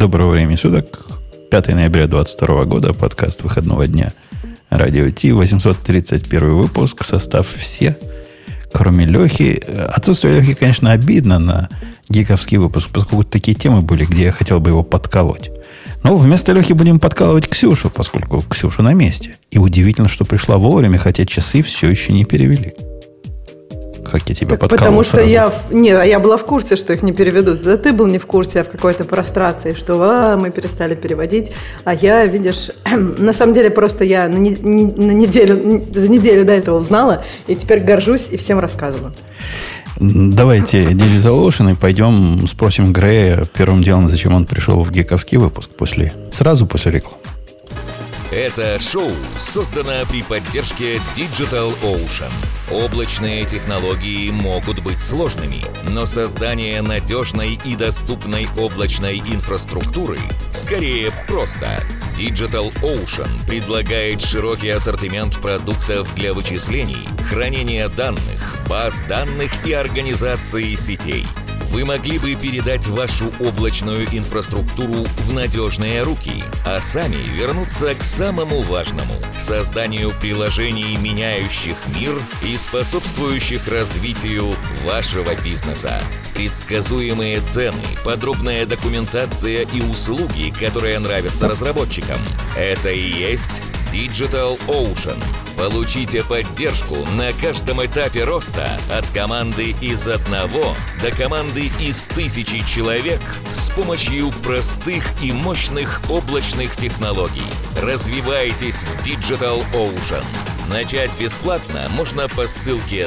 Доброго времени суток. 5 ноября 2022 года. Подкаст выходного дня. Радио Ти. 831 выпуск. Состав все, кроме Лехи. Отсутствие Лехи, конечно, обидно на гиковский выпуск, поскольку такие темы были, где я хотел бы его подколоть. Но вместо Лехи будем подкалывать Ксюшу, поскольку Ксюша на месте. И удивительно, что пришла вовремя, хотя часы все еще не перевели. Как я тебя подкалывал потому что сразу. я была в курсе, что их не переведут. Да ты был не в курсе, а в какой-то прострации, что мы перестали переводить. А я, видишь, на самом деле просто я за неделю до этого узнала, и теперь горжусь и всем рассказываю. Давайте DigitalOcean и пойдем спросим Грея первым делом, зачем он пришел в гиковский выпуск сразу после рекламы. Это шоу создано при поддержке DigitalOcean. Облачные технологии могут быть сложными, но создание надежной и доступной облачной инфраструктуры скорее просто. DigitalOcean предлагает широкий ассортимент продуктов для вычислений, хранения данных, баз данных и организации сетей. Вы могли бы передать вашу облачную инфраструктуру в надежные руки, а сами вернуться к самому важному – созданию приложений, меняющих мир и способствующих развитию вашего бизнеса. Предсказуемые цены, подробная документация и услуги, которые нравятся разработчикам – это и есть DigitalOcean. Получите поддержку на каждом этапе роста от команды из 1 до команды из 1000 человек с помощью простых и мощных облачных технологий. Развивайтесь в DigitalOcean. Начать бесплатно можно по ссылке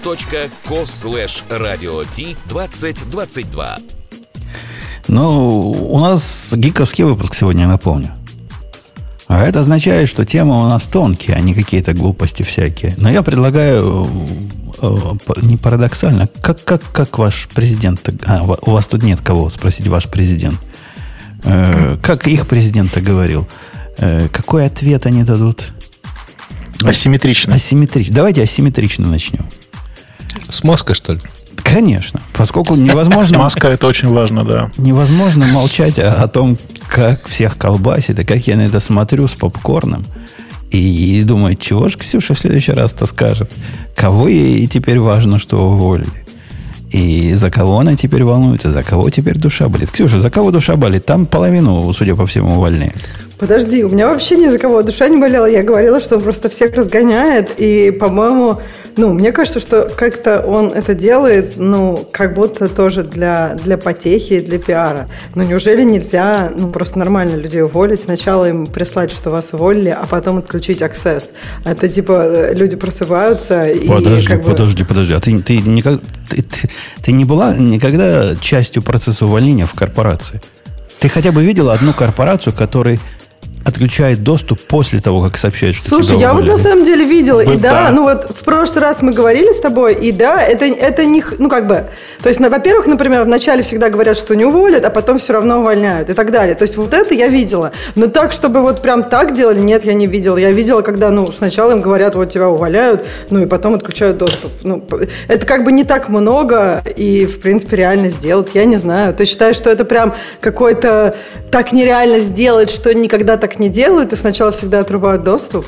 dot.co/radiot2022. Ну, у нас гиковский выпуск сегодня, я напомню. А это означает, что темы у нас тонкие, а не какие-то глупости всякие. Но я предлагаю, не парадоксально, как ваш президент... у вас тут нет кого спросить, ваш президент. Как их президент-то говорил? Какой ответ они дадут? Асимметрично. Асимметрично. Давайте асимметрично начнем. С Маской, что ли? Конечно, поскольку невозможно... Маска, это очень важно, да. Невозможно молчать о том, как всех колбасит, и как я на это смотрю с попкорном. И думаю, чего же Ксюша в следующий раз-то скажет? Кого ей теперь важно, что уволили? И за кого она теперь волнуется? За кого теперь душа болит? Ксюша, за кого душа болит? Там половину, судя по всему, увольняют. Подожди, у меня вообще ни за кого душа не болела. Я говорила, что он просто всех разгоняет. И, по-моему, мне кажется, что как-то он это делает, как будто тоже для потехи, для пиара. Неужели нельзя, просто нормально людей уволить? Сначала им прислать, что вас уволили, а потом отключить access. Это люди просыпаются и... Подожди. А ты не была никогда частью процесса увольнения в корпорации? Ты хотя бы видела одну корпорацию, которая отключает доступ после того, как сообщают, что Слушай, тебя уволили? Я на самом деле видела, и да, в прошлый раз мы говорили с тобой, и да, это не, то есть, во-первых, например, вначале всегда говорят, что не уволят, а потом все равно увольняют и так далее. То есть, вот это я видела. Но так, чтобы прям так делали, нет, я не видела. Я видела, когда, сначала им говорят, вот тебя увольняют, и потом отключают доступ. Это не так много, и, в принципе, реально сделать, я не знаю. Ты считаешь, что это прям какой-то так нереально сделать, что никогда так не делают, и сначала всегда отрубают доступ?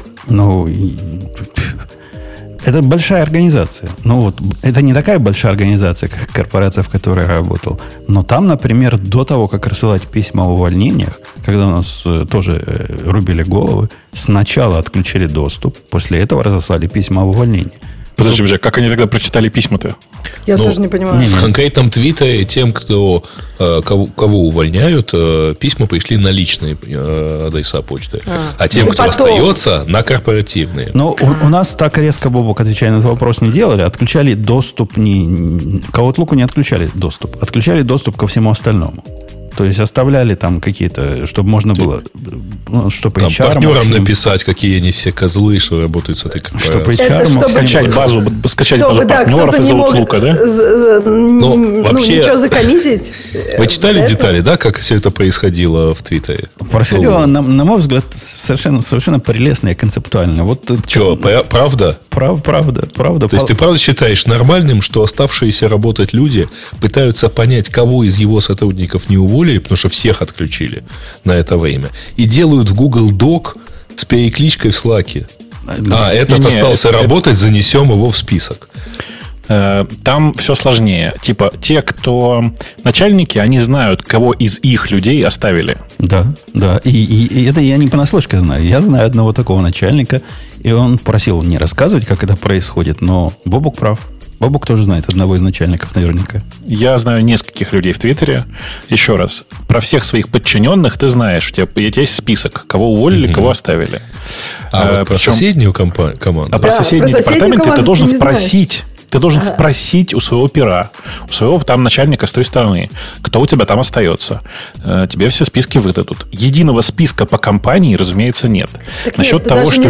Это большая организация. Это не такая большая организация, как корпорация, в которой я работал. Но там, например, до того, как рассылать письма о увольнениях, когда у нас тоже рубили головы, сначала отключили доступ, после этого разослали письма об увольнении. Подожди, как они тогда прочитали письма-то? Я тоже не понимаю. В конкретном твиттере тем, кого увольняют, письма пришли на личные адреса почты. А тем, кто остается, на корпоративные. Но у нас так резко, Бобок, отвечая на этот вопрос, не делали. Отключали доступ, к Outlook не отключали доступ. Отключали доступ ко всему остальному. То есть оставляли там какие-то, чтобы можно было, чтобы там HR партнерам написать, какие они все козлы, что работают с этой корпорацией. Чтобы HR мог скачать базу партнеров из Outlook, да? Вообще, ничего закоммитить. Вы читали детали, да, как все это происходило в Твиттере? Происходило, на мой взгляд, совершенно прелестно и концептуально. Что, правда? Правда. То есть ты правда считаешь нормальным, что оставшиеся работать люди пытаются понять, кого из его сотрудников не уволить, уволили, потому что всех отключили на это время. И делают в Google Doc с перекличкой в Slack. Этот остался работать, занесем его в список. Там все сложнее. Типа, те, кто начальники, они знают, кого из их людей оставили. Да. И это я не понаслышке знаю. Я знаю одного такого начальника, и он просил не рассказывать, как это происходит, но Бобук прав. Бобук тоже знает одного из начальников наверняка. Я знаю нескольких людей в Твиттере. Еще раз, про всех своих подчиненных ты знаешь. У тебя есть список, кого уволили, кого оставили. Про соседнюю команду? Про соседний департамент ты должен спросить. Ты должен спросить у своего пера, у своего там начальника с той стороны, кто у тебя там остается. Тебе все списки выдадут. Единого списка по компании, разумеется, нет. Так насчет того, что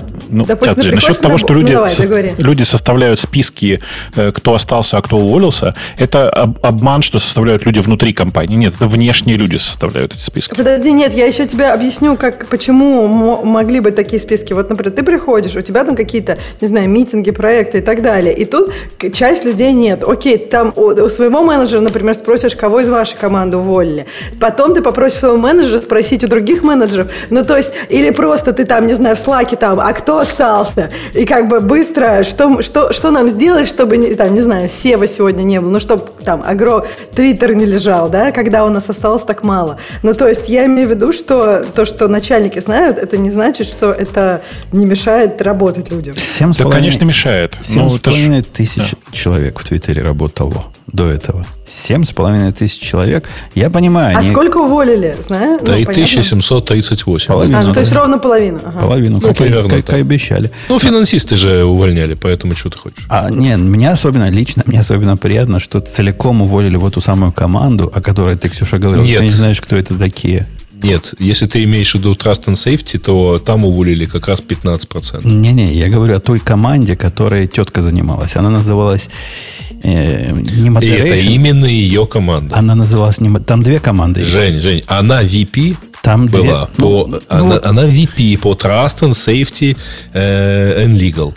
люди составляют списки, кто остался, а кто уволился, это обман, что составляют люди внутри компании. Нет, это внешние люди составляют эти списки. Подожди, нет, я еще тебе объясню, почему могли быть такие списки. Вот, например, ты приходишь, у тебя там какие-то, не знаю, митинги, проекты и так далее, и тут часть людей нет. Окей, там у своего менеджера, например, спросишь, кого из вашей команды уволили. Потом ты попросишь своего менеджера спросить у других менеджеров. Ну, то есть, или просто ты там, не знаю, в Slack'е там, а кто остался? И как бы быстро, что нам сделать, чтобы, там, не знаю, Сева сегодня не было, ну, чтобы там Твиттер не лежал, да, когда у нас осталось так мало. Ну, то есть, я имею в виду, что то, что начальники знают, это не значит, что это не мешает работать людям. Да, конечно, мешает. 7,5 тысяч человек в Твиттере работало до этого. 7,5 тысяч человек. Я понимаю. А сколько уволили? Знаю? 3738. То есть ровно половину. Ага. Половину, как обещали. Ну, финансисты же увольняли, поэтому что ты хочешь? Нет, мне особенно приятно, что целиком уволили вот ту самую команду, о которой ты, Ксюша, говорила. Ты не знаешь, кто это такие. Нет, если ты имеешь в виду Trust and Safety, то там уволили как раз 15%. Не, я говорю о той команде, которой тетка занималась. Она называлась не Moderation. И это именно ее команда. Она называлась там две команды. Жень, она VP там была. Она VP по Trust and Safety and Legal.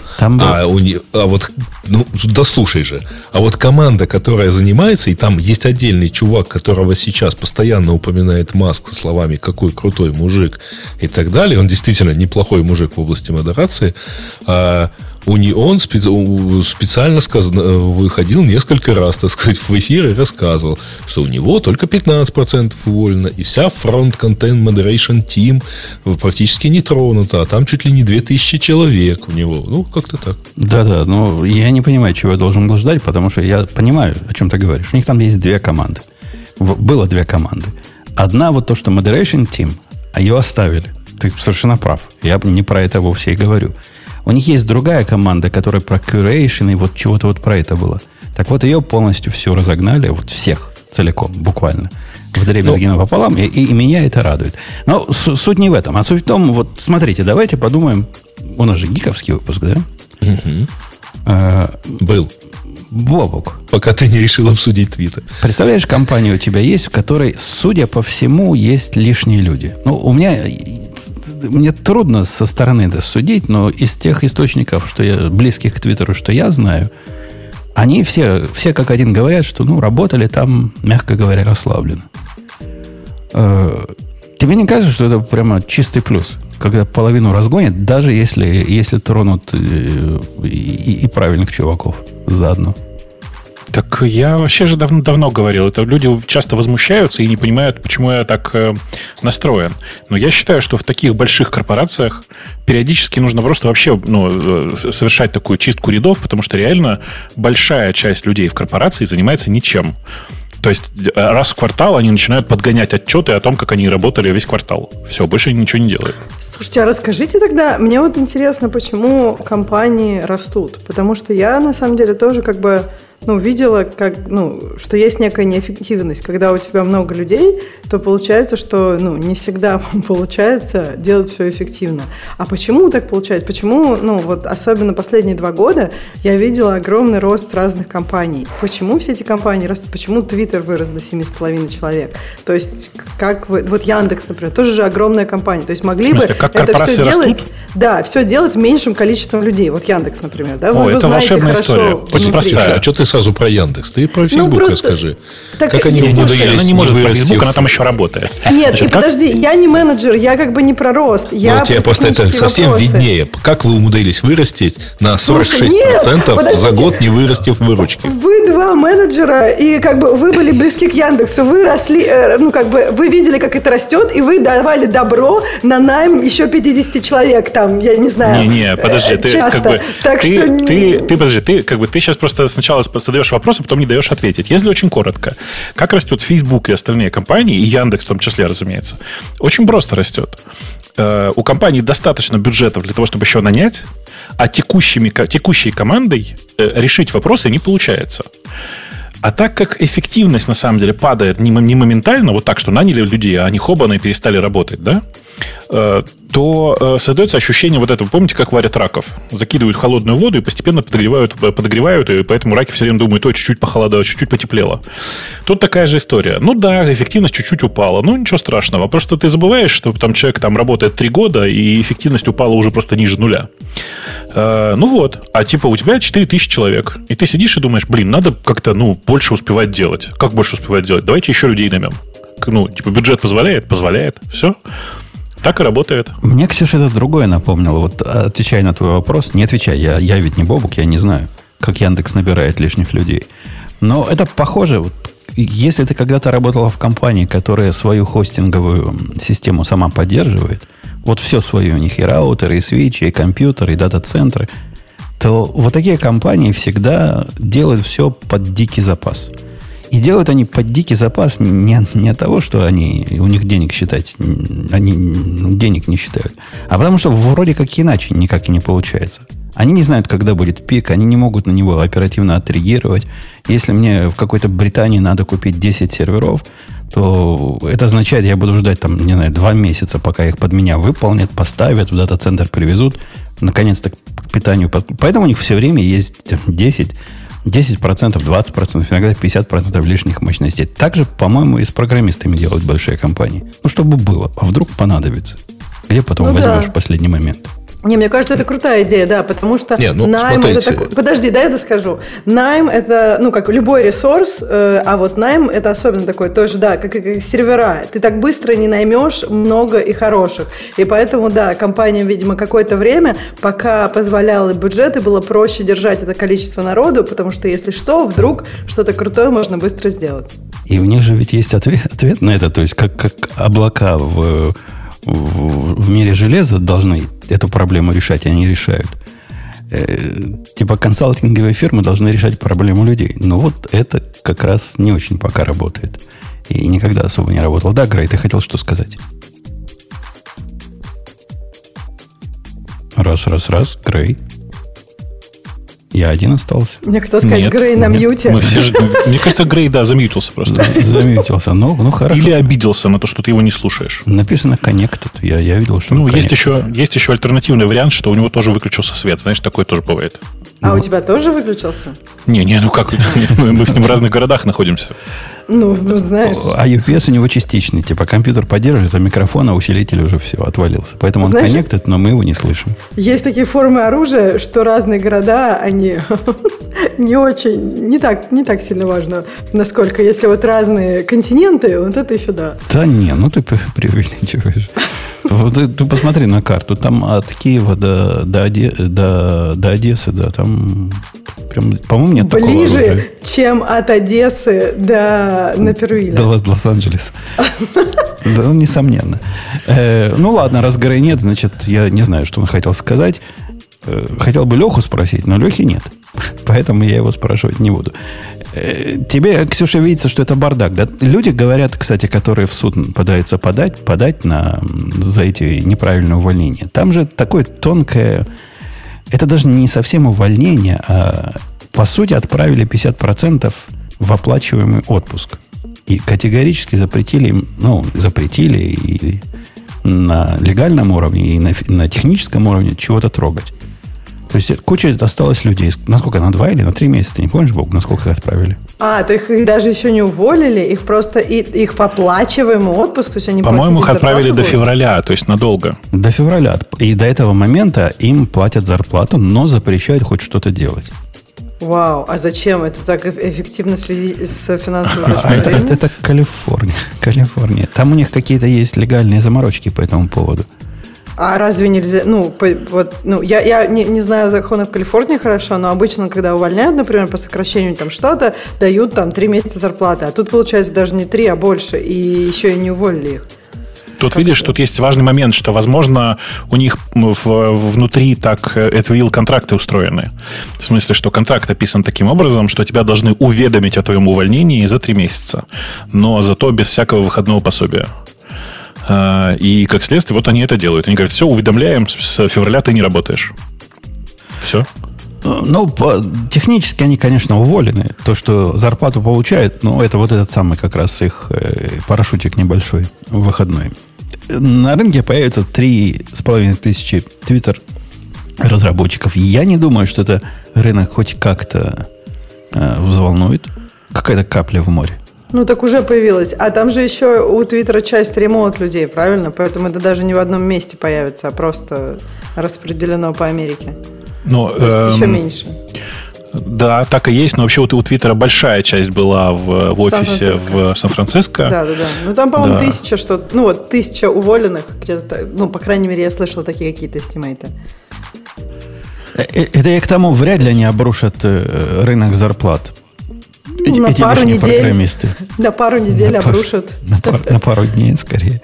Дослушай же. А вот команда, которая занимается, и там есть отдельный чувак, которого сейчас постоянно упоминает Маск со словами «какой крутой мужик» и так далее. Он действительно неплохой мужик в области модерации. Он специально выходил несколько раз, так сказать, в эфир и рассказывал, что у него только 15% уволено, и вся Front Content Moderation Team практически не тронута, а там чуть ли не 2000 человек у него. Ну, как-то так. Да, но я не понимаю, чего я должен был ждать, потому что я понимаю, о чем ты говоришь. У них там есть две команды. Было две команды. Одна вот то, что Moderation Team, а ее оставили. Ты совершенно прав. Я не про это вовсе и говорю. У них есть другая команда, которая про curation и вот чего-то вот про это было. Так вот, ее полностью все разогнали, вот всех целиком, буквально, вдребезги напополам, и меня это радует. Но суть не в этом, а суть в том, вот смотрите, давайте подумаем, у нас же гиковский выпуск, да? Был. Бобок. Пока ты не решил обсудить Твиттер. Представляешь, компания у тебя есть, в которой, судя по всему, есть лишние люди. Ну, мне трудно со стороны это судить, но из тех источников, что близких к Твиттеру, что я знаю, они все как один говорят, что работали там, мягко говоря, расслабленно. Тебе не кажется, что это прямо чистый плюс? Когда половину разгонят, даже если тронут и правильных чуваков заодно. Так я вообще же давно говорил. Это люди часто возмущаются и не понимают, почему я так настроен. Но я считаю, что в таких больших корпорациях периодически нужно просто вообще совершать такую чистку рядов, потому что реально большая часть людей в корпорации занимается ничем. То есть раз в квартал они начинают подгонять отчеты о том, как они работали весь квартал. Все, больше ничего не делают. Слушайте, а расскажите тогда, мне вот интересно, почему компании растут. Потому что я, на самом деле, тоже видела, что есть некая неэффективность. Когда у тебя много людей, то получается, что не всегда получается делать все эффективно. А почему так получается? Почему, особенно последние 2 года я видела огромный рост разных компаний. Почему все эти компании растут? Почему Твиттер вырос до 7,5 человек? То есть, вот Яндекс, например, тоже же огромная компания. То есть, могли бы это все делать, все делать меньшим количеством людей. Вот Яндекс, например, да? Это волшебная история. А что ты сразу про Яндекс. Ты про Facebook расскажи. Так, как они умудрились. Она не может про Facebook, она там еще работает. Нет, и подожди, я не менеджер, я как бы не про рост. Я тебе просто это совсем виднее. Как вы умудрились вырастить на 46% за год, не вырастив выручки? Вы два менеджера, и как бы вы были близки к Яндексу. Вы росли, вы видели, как это растет, и вы давали добро на найм еще 50 человек там, я не знаю. Не, подожди, ты сейчас просто сначала задаешь вопрос, а потом не даешь ответить. Если очень коротко, как растет Facebook и остальные компании, и Яндекс в том числе, разумеется, очень просто растет. У компании достаточно бюджетов для того, чтобы еще нанять, а текущей командой решить вопросы не получается. А так как эффективность на самом деле падает не моментально, вот так, что наняли людей, а они хобаны и перестали работать, да, то создается ощущение вот этого. Помните, как варят раков? Закидывают в холодную воду и постепенно подогревают, и поэтому раки все время думают, чуть-чуть похолодало, чуть-чуть потеплело. Тут такая же история. Ну да, эффективность чуть-чуть упала, но ничего страшного. Просто ты забываешь, что там человек там работает 3 года, и эффективность упала уже просто ниже нуля. Ну вот. А типа у тебя 4000 человек. И ты сидишь и думаешь, надо как-то, больше успевать делать. Как больше успевать делать? Давайте еще людей наймем. Бюджет позволяет? Позволяет. Все. Так и работает. Мне, Ксюша, это другое напомнило. Вот отвечая на твой вопрос, не отвечай, я ведь не Бобук, я не знаю, как Яндекс набирает лишних людей. Но это похоже. Вот, если ты когда-то работала в компании, которая свою хостинговую систему сама поддерживает, вот все свое у них, и раутеры, и свитчи, и компьютеры, и дата-центры, то вот такие компании всегда делают все под дикий запас. И делают они под дикий запас не от того, что у них денег считать, они денег не считают, а потому что вроде как иначе никак и не получается. Они не знают, когда будет пик, они не могут на него оперативно отреагировать. Если мне в какой-то Британии надо купить 10 серверов, то это означает, я буду ждать 2 месяца, пока их под меня выполнят, поставят, в дата-центр привезут, наконец-то к питанию. Поэтому у них все время есть 10%, 20%, иногда 50% лишних мощностей. Так же, по-моему, и с программистами делают большие компании. чтобы было. А вдруг понадобится? Где потом возьмешь в последний момент? Не, мне кажется, это крутая идея, да, потому что найм это такой... Подожди, дай я доскажу. Найм это, как любой ресурс, а вот найм это особенно такой тоже, да, как сервера. Ты так быстро не наймешь много и хороших. И поэтому, да, компаниям, видимо, какое-то время, пока позволял бюджет, и было проще держать это количество народу, потому что, если что, вдруг что-то крутое можно быстро сделать. И у них же ведь есть ответ на это, то есть как облака в мире железа должны эту проблему решать, они решают. Типа консалтинговые фирмы должны решать проблему людей. Но вот это как раз не очень пока работает. И никогда особо не работало. Да, Грей, ты хотел что сказать? Раз, Грей. Я один остался. Мне хотел сказать, Грей на мьюте. Мне кажется, Грей, замьютился просто. Замьютился. Ну, хорошо. Или обиделся на то, что ты его не слушаешь. Написано connected. Я видел, что есть еще альтернативный вариант, что у него тоже выключился свет. Знаешь, такое тоже бывает. А у тебя тоже выключился? Не, как? Мы с ним в разных городах находимся. Знаешь. А UPS у него частичный. Типа компьютер поддерживает, а микрофон, а усилитель уже все, отвалился. Поэтому он connected, но мы его не слышим. Есть такие формы оружия, что разные города, они не так сильно важно, насколько. Если вот разные континенты, вот это еще да. Да не, ты преувеличиваешь. Ты посмотри на карту. Там от Киева до Одессы, да, там прям, по-моему, нет такого оружия. Ближе, чем от Одессы до Напервилля. До Лос-Анджелеса. Да, несомненно. Ладно, раз Грей нет, значит, я не знаю, что он хотел сказать. Хотел бы Леху спросить, но Лехи нет. Поэтому я его спрашивать не буду. Тебе, Ксюша, видится, что это бардак, да? Люди говорят, кстати, которые в суд пытаются подать за эти неправильные увольнения. Там же такое тонкое... Это даже не совсем увольнение, а по сути отправили 50% в оплачиваемый отпуск. И категорически запретили и на легальном уровне, и на техническом уровне чего-то трогать. То есть куча осталось людей. Насколько? На 2 или на 3 месяца? Ты не помнишь, Бог, насколько их отправили? То их даже еще не уволили, их просто их в оплачиваемый отпуск, то есть они по-моему, их отправили до февраля, то есть надолго. До февраля. И до этого момента им платят зарплату, но запрещают хоть что-то делать. Вау, а зачем? Это так эффективно с финансовой точки зрения? Это Калифорния. Там у них какие-то есть легальные заморочки по этому поводу. А разве нельзя? Я не знаю законов Калифорнии хорошо, но обычно, когда увольняют, например, по сокращению там что-то, дают там 3 месяца зарплаты. А тут, получается, даже не 3, а больше. И еще и не уволили их. Тут, видишь, тут есть важный момент, что, возможно, у них внутри так контракты устроены. В смысле, что контракт описан таким образом, что тебя должны уведомить о твоем увольнении за 3 месяца. Но зато без всякого выходного пособия. И, как следствие, вот они это делают. Они говорят, все, уведомляем, с февраля ты не работаешь. Все. Технически они, конечно, уволены. То, что зарплату получают, это вот этот самый как раз их парашютик небольшой, выходной. На рынке появится 3,5 тысячи Twitter-разработчиков. Я не думаю, что это рынок хоть как-то взволнует. Какая-то капля в море. Так уже появилось. А там же еще у Твиттера часть ремоут людей, правильно? Поэтому это даже не в одном месте появится, а просто распределено по Америке. То есть еще меньше. Да, так и есть. Но вообще у Твиттера большая часть была в офисе в Сан-Франциско. Да. Там, по-моему, 1000 уволенных где-то. По крайней мере, я слышал такие какие-то эстимейты. Это я к тому, вряд ли они обрушат рынок зарплат. На пару недель. Программисты. На пару недель обрушат. На пару дней, скорее.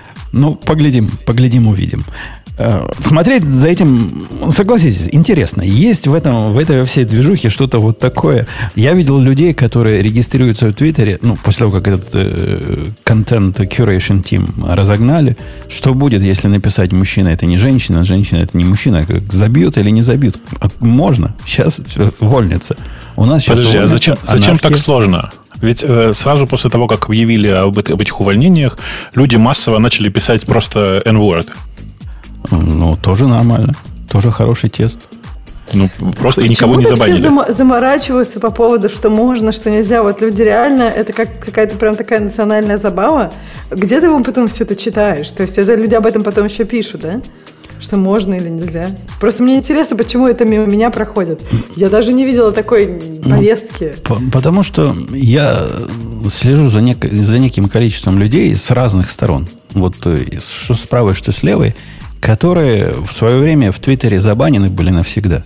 Поглядим, увидим. Смотреть за этим, согласитесь, интересно. Есть в этой во всей движухе что-то вот такое. Я видел людей, которые регистрируются в Твиттере, после того, как этот контент curation team разогнали. Что будет, если написать мужчина это не женщина, женщина это не мужчина? Как забьют или не забьют? Можно. Сейчас увольнится. У нас сейчас Подожди, а зачем так сложно? Ведь сразу после того, как объявили об этих увольнениях, люди массово начали писать просто N-word. Тоже нормально. Тоже хороший тест. Просто и никого не забанили. Все заморачиваются по поводу, что можно, что нельзя. Вот люди реально, это как какая-то прям такая национальная забава. Где ты потом все это читаешь? То есть это люди об этом потом еще пишут, да? Что можно или нельзя. Просто мне интересно, почему это мимо меня проходит. Я даже не видела такой повестки. Потому что я слежу за неким количеством людей с разных сторон. Вот что с правой, что с левой, которые в свое время в Твиттере забанены были навсегда.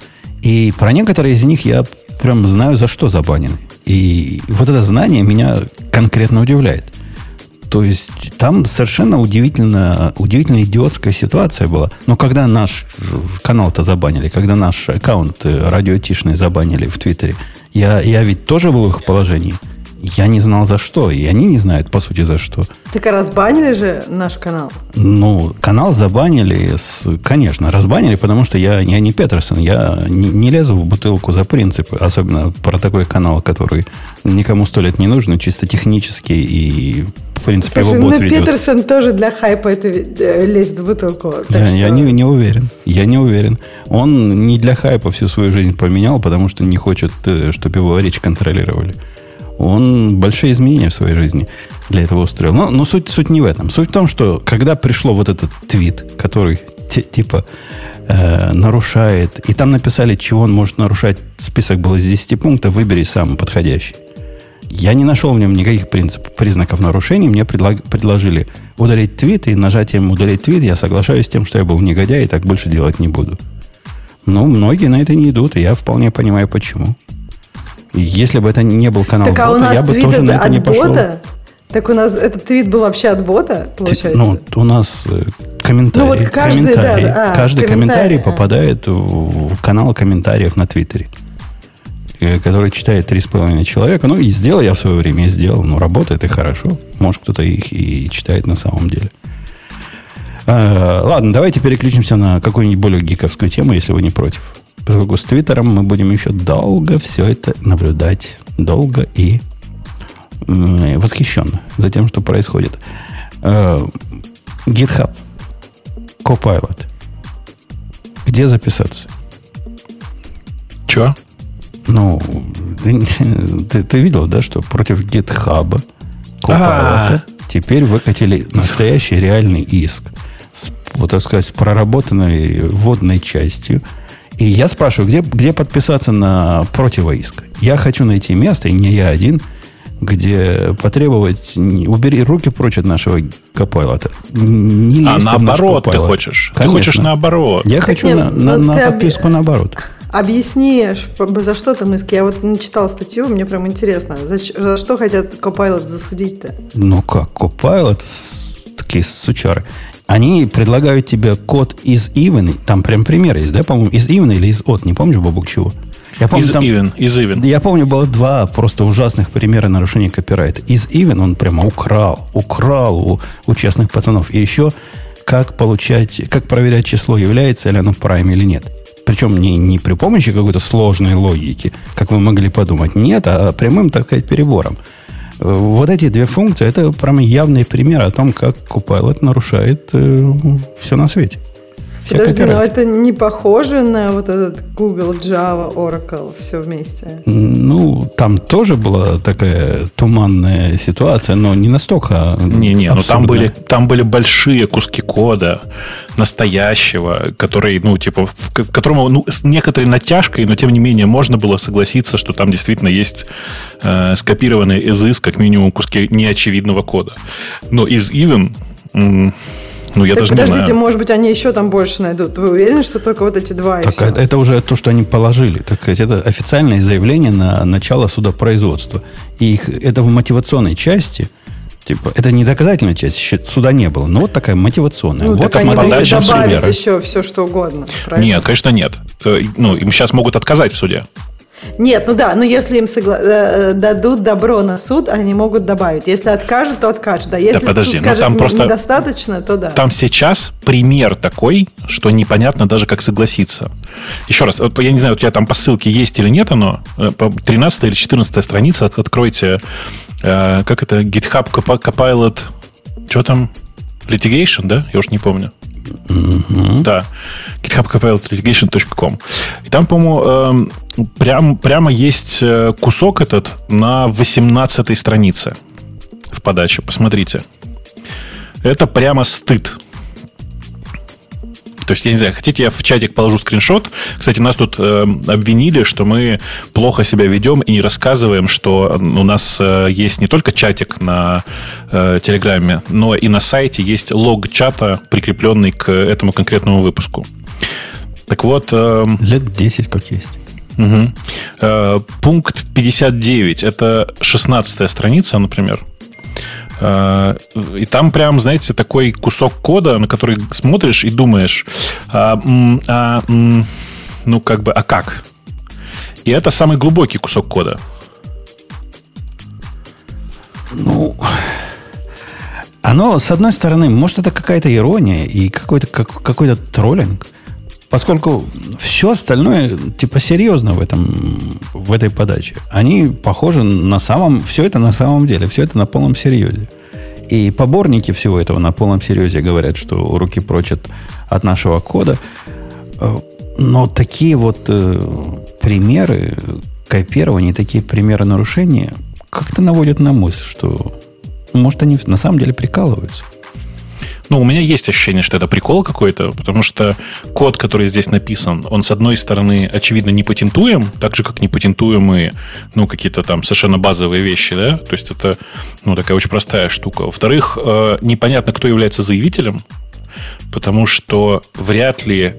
И про некоторые из них я прям знаю, за что забанены. И вот это знание меня конкретно удивляет. То есть там совершенно удивительно идиотская ситуация была. Но когда наш канал-то забанили, когда наш аккаунт радиотишный забанили в Твиттере, я ведь тоже был в их положении. Я не знал за что, и они не знают, по сути, за что. Так а разбанили же наш канал? Канал забанили, конечно, разбанили, потому что я не Петерсон, я не лезу в бутылку за принципы, особенно про такой канал, который никому 100 лет не нужен, чисто технически и, в принципе, его бот ведет. Петерсон тоже для хайпа это лезет в бутылку. Я не уверен. Я не уверен. Он не для хайпа всю свою жизнь поменял, потому что не хочет, чтобы его речь контролировали. Он большие изменения в своей жизни для этого устроил. Но суть не в этом. Суть в том, что когда пришло вот этот твит, который типа нарушает, и там написали, чего он может нарушать, список был из 10 пунктов, выбери самый подходящий. Я не нашел в нем никаких признаков нарушений. Мне предложили удалить твит, и нажатием удалить твит я соглашаюсь с тем, что я был негодяй, и так больше делать не буду. Многие на это не идут, и я вполне понимаю, почему. Если бы это не был канал бота, я бы тоже на это не пошел. Так у нас этот твит был вообще от бота, получается? У нас комментарий. Каждый комментарий попадает в канал комментариев на Твиттере, который читает 3,5 человека. И сделал я в свое время, сделал. Работает и хорошо. Может, кто-то их и читает на самом деле. Ладно, давайте переключимся на какую-нибудь более гиковскую тему, если вы не против. Поскольку с Твиттером мы будем еще долго все это наблюдать. Долго и восхищенно за тем, что происходит. GitHub. Copilot. Где записаться? Че? Ты видел, да, что против GitHub Copilot теперь выкатили настоящий реальный иск с, так сказать, проработанной вводной частью. И я спрашиваю, где подписаться на противоиск? Я хочу найти место, и не я один, где потребовать, убери руки прочь от нашего Copilot. Наоборот ты хочешь? Конечно. Ты хочешь наоборот. Я хочу на подписку наоборот. Объясни, за что там иск? Я вот не читала статью, мне прям интересно. За что хотят Copilot засудить-то? Ну как, Copilot, такие сучары. Они предлагают тебе код из even, там прям пример есть, да, по-моему, из even или из от, не помню, Бобук, чего. Я помню, из even. Я помню, было 2 просто ужасных примера нарушения копирайта. Из even он прямо украл у честных пацанов. И еще как проверять число, является ли оно prime или нет. Причем не при помощи какой-то сложной логики, как вы могли подумать. Нет, а прямым, так сказать, перебором. Вот эти 2 функции, это прямо явный пример о том, как Copilot нарушает все на свете. Подожди, но это не похоже на вот этот Google, Java, Oracle, все вместе? Ну, там тоже была такая туманная ситуация, но не настолько Не-не, но там были большие куски кода настоящего, который, к которому с некоторой натяжкой, но тем не менее можно было согласиться, что там действительно есть скопированные из is, как минимум, куски неочевидного кода. Но из even... я даже не знаю. Подождите, может быть, они еще там больше найдут. Вы уверены, что только вот эти 2 и так все? Это уже то, что они положили. Так сказать, это официальное заявление на начало судопроизводства. И это в мотивационной части. Типа, это не доказательная часть, суда не было. Но вот такая мотивационная. Ну, вот так они могут добавить примеры. еще все, что угодно. Правильно? Нет, конечно, нет. Им сейчас могут отказать в суде. Нет, но если им дадут добро на суд, они могут добавить. Если откажут, то откажут. Да, если подожди, суд скажет, там просто недостаточно, то да. Там сейчас пример такой, что непонятно даже, как согласиться. Еще раз, я не знаю, у тебя там по ссылке есть или нет оно, 13 или 14 страница, откройте, как это, GitHub Copilot, что там, Litigation, да? Я уж не помню. Mm-hmm. Да, github-litigation.com. И там, по-моему, прямо есть кусок этот на 18-й странице в подаче. Посмотрите. Это прямо стыд. То есть, я не знаю, хотите, я в чатик положу скриншот. Кстати, нас тут обвинили, что мы плохо себя ведем и не рассказываем, что у нас есть не только чатик на Телеграме, но и на сайте есть лог чата, прикрепленный к этому конкретному выпуску. Так вот... Лет 10 как есть. Угу. Пункт 59. Это 16-я страница, например. И там прям, знаете, такой кусок кода, на который смотришь и думаешь, а как? И это самый глубокий кусок кода. Ну, оно, с одной стороны, может, это какая-то ирония и какой-то троллинг, поскольку все остальное, типа, серьезно в этой подаче. Они похожи все это на самом деле, все это на полном серьезе. И поборники всего этого на полном серьезе говорят, что руки прочь от нашего кода. Но такие вот примеры копирования, такие примеры нарушения как-то наводят на мысль, что, может, они на самом деле прикалываются. У меня есть ощущение, что это прикол какой-то, потому что код, который здесь написан, он, с одной стороны, очевидно, не патентуем, так же, как не патентуемые, какие-то там совершенно базовые вещи, да? То есть, это, такая очень простая штука. Во-вторых, непонятно, кто является заявителем, потому что вряд ли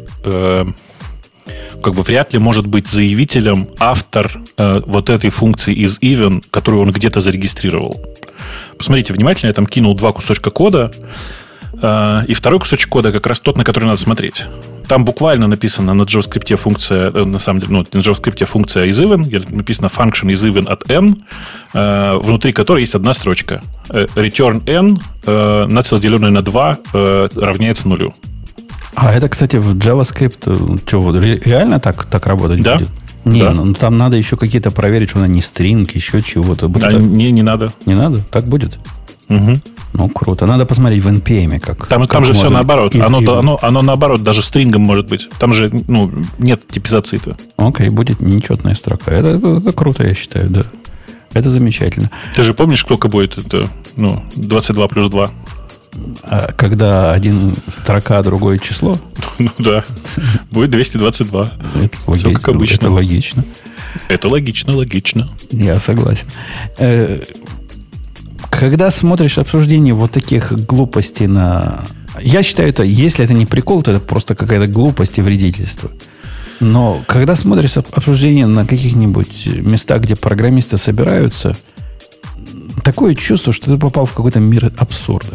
может быть заявителем автор вот этой функции из even, которую он где-то зарегистрировал. Посмотрите внимательно, я там кинул 2 кусочка кода, и второй кусочек кода как раз тот, на который надо смотреть. Там буквально написано на JavaScript функция, на самом деле, на JavaScript функция isEven, написано function isEven от n, внутри которой есть одна строчка. Return n, деленное на 2, равняется 0. А это, кстати, в JavaScript реально так работать да? будет? Не, да. Там надо еще какие-то проверить, что она не стринг, еще чего-то. Не надо. Не надо? Так будет? Угу. Круто. Надо посмотреть в NPM, как. Там же все наоборот. Оно наоборот даже стрингом может быть. Там же нет типизации-то. Окей, будет нечетная строка. Это круто, я считаю, да. Это замечательно. Ты же помнишь, сколько будет это? 22 плюс 2? когда один строка, другое число? Ну да. Будет 222. Все как обычно. Это логично. Это логично. Я согласен. Когда смотришь обсуждение вот таких глупостей на... Я считаю, это, если это не прикол, то это просто какая-то глупость и вредительство. Но когда смотришь обсуждение на каких-нибудь местах, где программисты собираются, такое чувство, что ты попал в какой-то мир абсурда.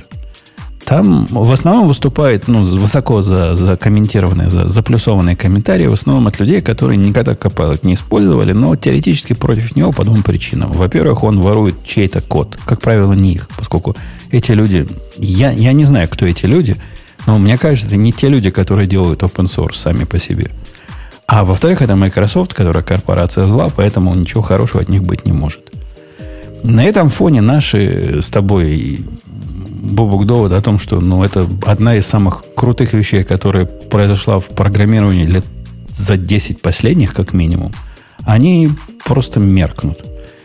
Там в основном выступают высоко закомментированные, заплюсованные комментарии, в основном от людей, которые никогда Copilot не использовали, но теоретически против него по двум причинам. Во-первых, он ворует чей-то код, как правило, не их, поскольку эти люди... Я не знаю, кто эти люди, но мне кажется, это не те люди, которые делают open source сами по себе. А во-вторых, это Microsoft, которая корпорация зла, поэтому ничего хорошего от них быть не может. На этом фоне наши с тобой... Бобук, довод о том, что это одна из самых крутых вещей, которая произошла в программировании лет за 10 последних, как минимум, они просто меркнут.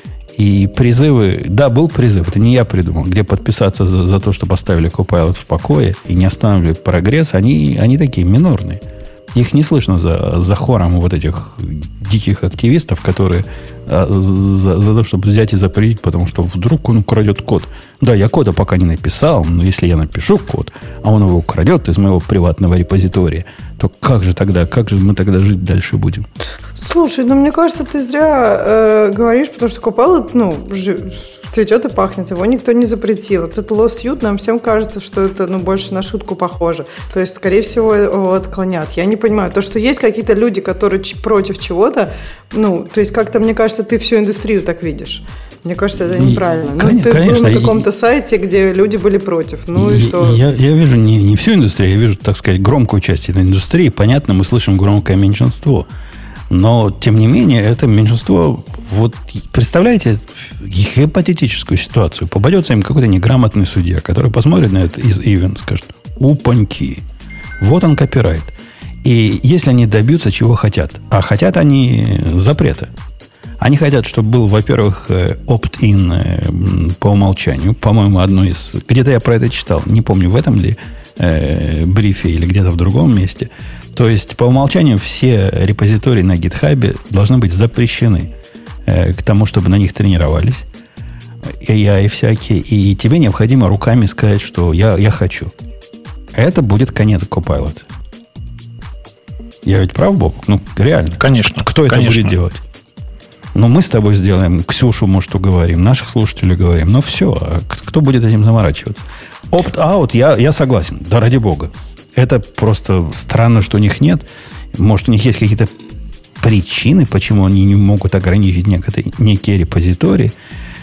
И призывы... Да, был призыв, это не я придумал, где подписаться за то, чтобы оставили Copilot в покое и не останавливать прогресс, они такие минорные. Их не слышно за хором вот этих диких активистов, которые за то, чтобы взять и запретить, потому что вдруг он украдет код. Да, я кода пока не написал, но если я напишу код, а он его украдет из моего приватного репозитория, то как же мы тогда жить дальше будем? Слушай, мне кажется, ты зря говоришь, потому что Copilot, цветет и пахнет, его никто не запретил. Этот lawsuit, нам всем кажется, что это больше на шутку похоже. То есть, скорее всего, его отклонят. Я не понимаю. То, что есть какие-то люди, которые против чего-то, то есть, как-то, мне кажется, ты всю индустрию так видишь. Мне кажется, это неправильно. Ты был на каком-то сайте, где люди были против. И что? Я вижу не всю индустрию, я вижу, так сказать, громкую часть этой индустрии. Понятно, мы слышим громкое меньшинство. Но, тем не менее, это меньшинство... Вот представляете гипотетическую ситуацию. Попадется им какой-то неграмотный судья, который посмотрит на это из Ивен, скажет: упаньки, вот он копирайт. И если они добьются, чего хотят, а хотят они запрета. Они хотят, чтобы был, во-первых, opt-in по умолчанию. По-моему, одно из... Где-то я про это читал. Не помню, в этом ли брифе или где-то в другом месте. То есть, по умолчанию, все репозитории на GitHub должны быть запрещены к тому, чтобы на них тренировались AI всякие. И тебе необходимо руками сказать, что я хочу. Это будет конец Copilot. Я ведь прав, Боб? Реально. Конечно. Кто это будет делать? Мы с тобой сделаем, Ксюшу, может, уговорим, наших слушателей уговорим. Но все, а кто будет этим заморачиваться? Opt-out, я согласен, да ради бога. Это просто странно, что у них нет. Может, у них есть какие-то причины, почему они не могут ограничить некие репозитории.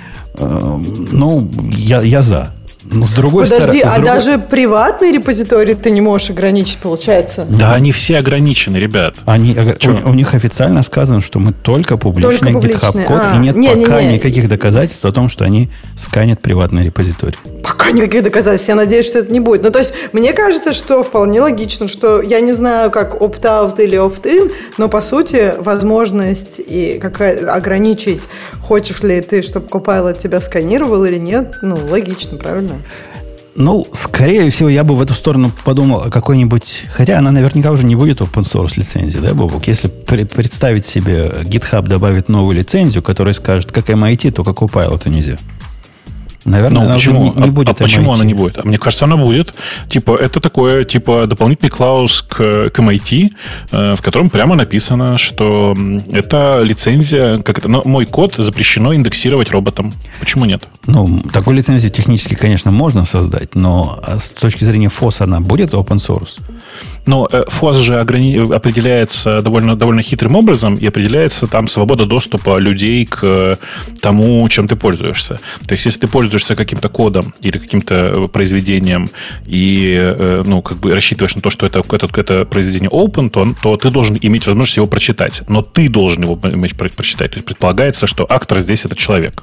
Я за. Но с другой стороны... Подожди, даже приватные репозитории ты не можешь ограничить, получается? Да, они все ограничены, ребят. У них официально сказано, что мы только публичный GitHub-код, и нет пока никаких доказательств о том, что они сканят приватные репозитории. Пока никаких доказательств. Я надеюсь, что это не будет. То есть, мне кажется, что вполне логично, что я не знаю, как opt-out или opt-in, но, по сути, возможность и ограничить, хочешь ли ты, чтобы Copilot тебя сканировал или нет, логично, правильно? Скорее всего, я бы в эту сторону подумал о какой-нибудь... Хотя она наверняка уже не будет open source лицензии, да, Бобок? Если представить себе, GitHub добавит новую лицензию, которая скажет, как MIT, только Copilot нельзя. Наверное, она почему? Не будет. Почему она не будет? Мне кажется, она будет. Это такое, дополнительный клаус к MIT, в котором прямо написано, что это лицензия, мой код запрещено индексировать роботам. Почему нет? Такую лицензию технически, конечно, можно создать, но с точки зрения FOSS она будет open source? Но FOSS же определяется довольно хитрым образом, и определяется там свобода доступа людей к тому, чем ты пользуешься. То есть, если ты пользуешься каким-то кодом или каким-то произведением и рассчитываешь на то, что это произведение open, то ты должен иметь возможность его прочитать. Но ты должен его иметь прочитать. То есть, предполагается, что автор здесь это человек.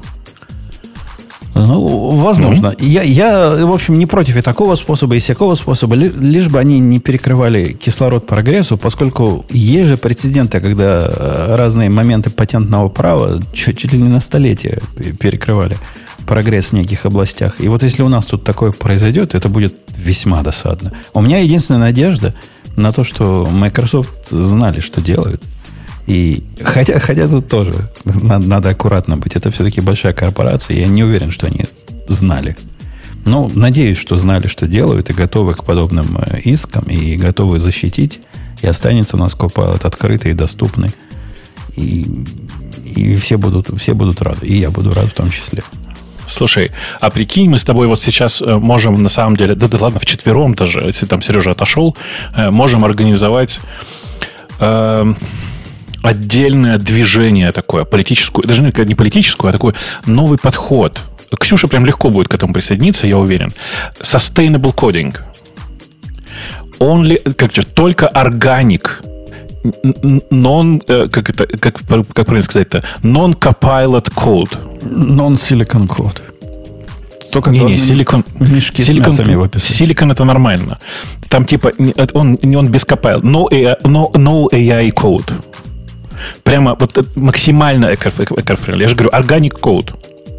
Возможно. Я, в общем, не против и такого способа, и всякого способа, лишь бы они не перекрывали кислород прогрессу, поскольку есть же прецеденты, когда разные моменты патентного права чуть ли не на столетие перекрывали прогресс в неких областях. И вот если у нас тут такое произойдет, это будет весьма досадно. У меня единственная надежда на то, что Microsoft знали, что делают. И хотя тут тоже надо аккуратно быть. Это все-таки большая корпорация. Я не уверен, что они знали. Но надеюсь, что знали, что делают, и готовы к подобным искам, и готовы защитить. И останется у нас Copilot открытый и доступный. И все будут рады. И я буду рад в том числе. Слушай, а прикинь, мы с тобой вот сейчас можем на самом деле, да ладно, вчетвером даже, если там Сережа отошел, можем организовать отдельное движение такое, политическое, даже не политическое, а такой новый подход. Ксюша прям легко будет к этому присоединиться, я уверен. Sustainable coding. Только органик. Как правильно сказать-то? Non-Copilot code. Non-Silicon code. Только не Silicon, мешки с мясом его писать. Silicon это нормально. Там типа он без Copilot. No AI code. Прямо вот максимально эко-френдли. Я же говорю, organic code.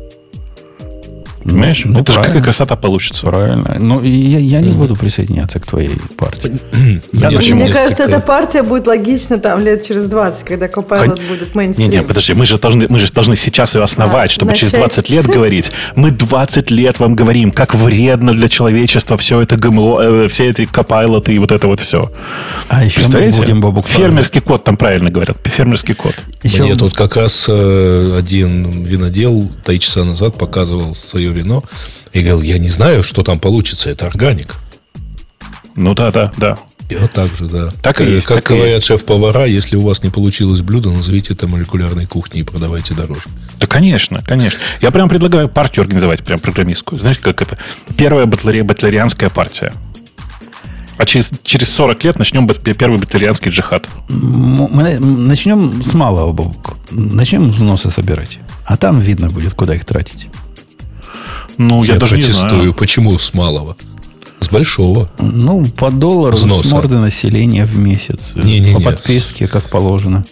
Понимаешь? Ну, это же какая красота получится. Правильно. Ну, я не буду присоединяться к твоей партии. Мне кажется, эта партия будет логична там лет через 20, когда Copilot будет мейнстрим. Не, подожди, мы же должны сейчас ее основать, чтобы через 20 лет говорить. Мы 20 лет вам говорим, как вредно для человечества все это ГМО, все эти Copilot и вот это вот все. А еще мы будем, Бобук, фермерский код, там правильно говорят. Фермерский код. Мне тут как раз один винодел 3 часа назад показывал свое вино и говорил, я не знаю, что там получится, это органик. Ну да. И вот так же, да. Так и есть. Как говорят шеф-повара, если у вас не получилось блюдо, назовите это молекулярной кухней и продавайте дороже. Да, конечно. Я прям предлагаю партию организовать, прям программистскую. Знаете, как это? Первая батлерианская партия. А через 40 лет начнем первый батлерианский джихад. Мы начнем с малого, Бобук. Начнем взносы собирать. А там видно будет, куда их тратить. Ну, я даже протестую. Не знаю. Почему с малого? С большого. Ну, по доллару с морды населения в месяц. По подписке, как положено.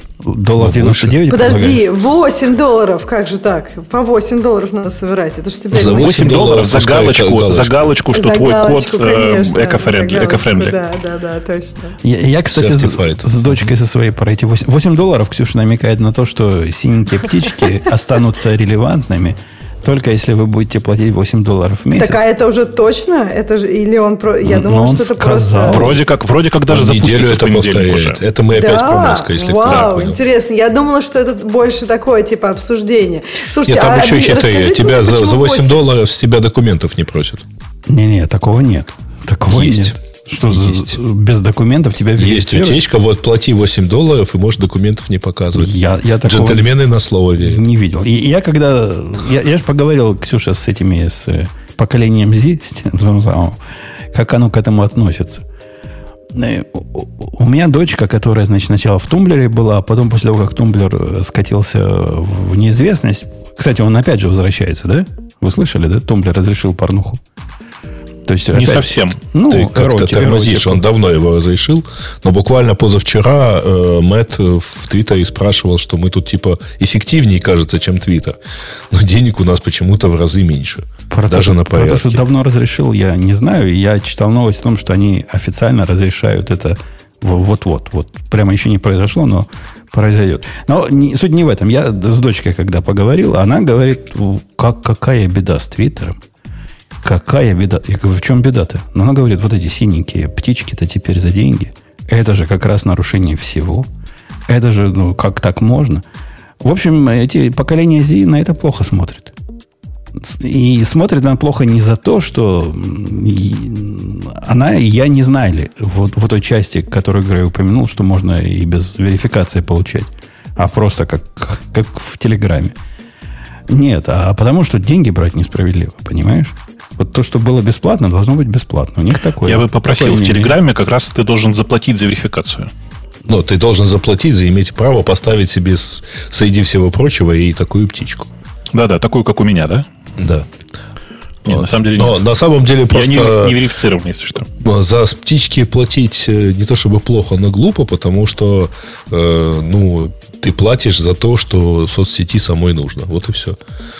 $1.99. Подожди, $8. Как же так? По $8 надо собирать. Это же тебе за $8 за галочку, что твой код эко-френдли. Да, точно. Я, кстати, с дочкой со своей про эти $8, Ксюша намекает на то, что синенькие птички останутся релевантными только если вы будете платить $8 в месяц. Так, а это уже точно? Это же, или он... Я думал, что это сказал. просто... Вроде как даже неделю это повторяет. Это мы опять про Маска, если кто не понял. Интересно. Я думала, что это больше такое, типа, обсуждение. Слушайте, нет, там еще хитрее. Тебя за $8 с тебя документов не просят. Не, такого нет. Такого есть. Нет. Что есть. Без документов тебя верифицируют? Есть утечка, вот плати $8 и можешь документов не показывать. Я Джентльмены на слово верят. Не видел. И я когда... Я же поговорил, Ксюша, с поколением Z, как оно к этому относится. У меня дочка, которая, значит, сначала в Тумблере была, а потом, после того, как Тумблер скатился в неизвестность... Кстати, он опять же возвращается, да? Вы слышали, да? Тумблер разрешил порнуху. То есть, не совсем. Ты как-то тормозишь, он давно его разрешил. Но буквально позавчера Мэтт в Твиттере спрашивал, что мы тут типа эффективнее, кажется, чем Твиттер. Но денег у нас почему-то в разы меньше. Даже на порядке. Про то, что давно разрешил, я не знаю. Я читал новость о том, что они официально разрешают это вот-вот. Вот прямо еще не произошло, но произойдет. Но суть не в этом. Я с дочкой, когда поговорил, она говорит, какая беда с Твиттером. Какая беда? Я говорю, в чем беда-то? Но она говорит, вот эти синенькие птички-то теперь за деньги. Это же как раз нарушение всего. Это же, как так можно? В общем, эти поколения Z на это плохо смотрят. И смотрит она плохо не за то, что она и я не знали в той части, которую Грей упомянул, что можно и без верификации получать, а просто как в Телеграме. Нет, а потому что деньги брать несправедливо, понимаешь? Вот то, что было бесплатно, должно быть бесплатно. У них такое. Я бы попросил в Телеграме, как раз ты должен заплатить за верификацию. Ну, ты должен заплатить за иметь право поставить себе среди всего прочего и такую птичку. Да, такую, как у меня, да? Да. Нет, на самом деле нет. На самом деле просто... Я не верифицирован, если что. За птички платить не то чтобы плохо, но глупо, потому что ты платишь за то, что соцсети самой нужно. Вот и все.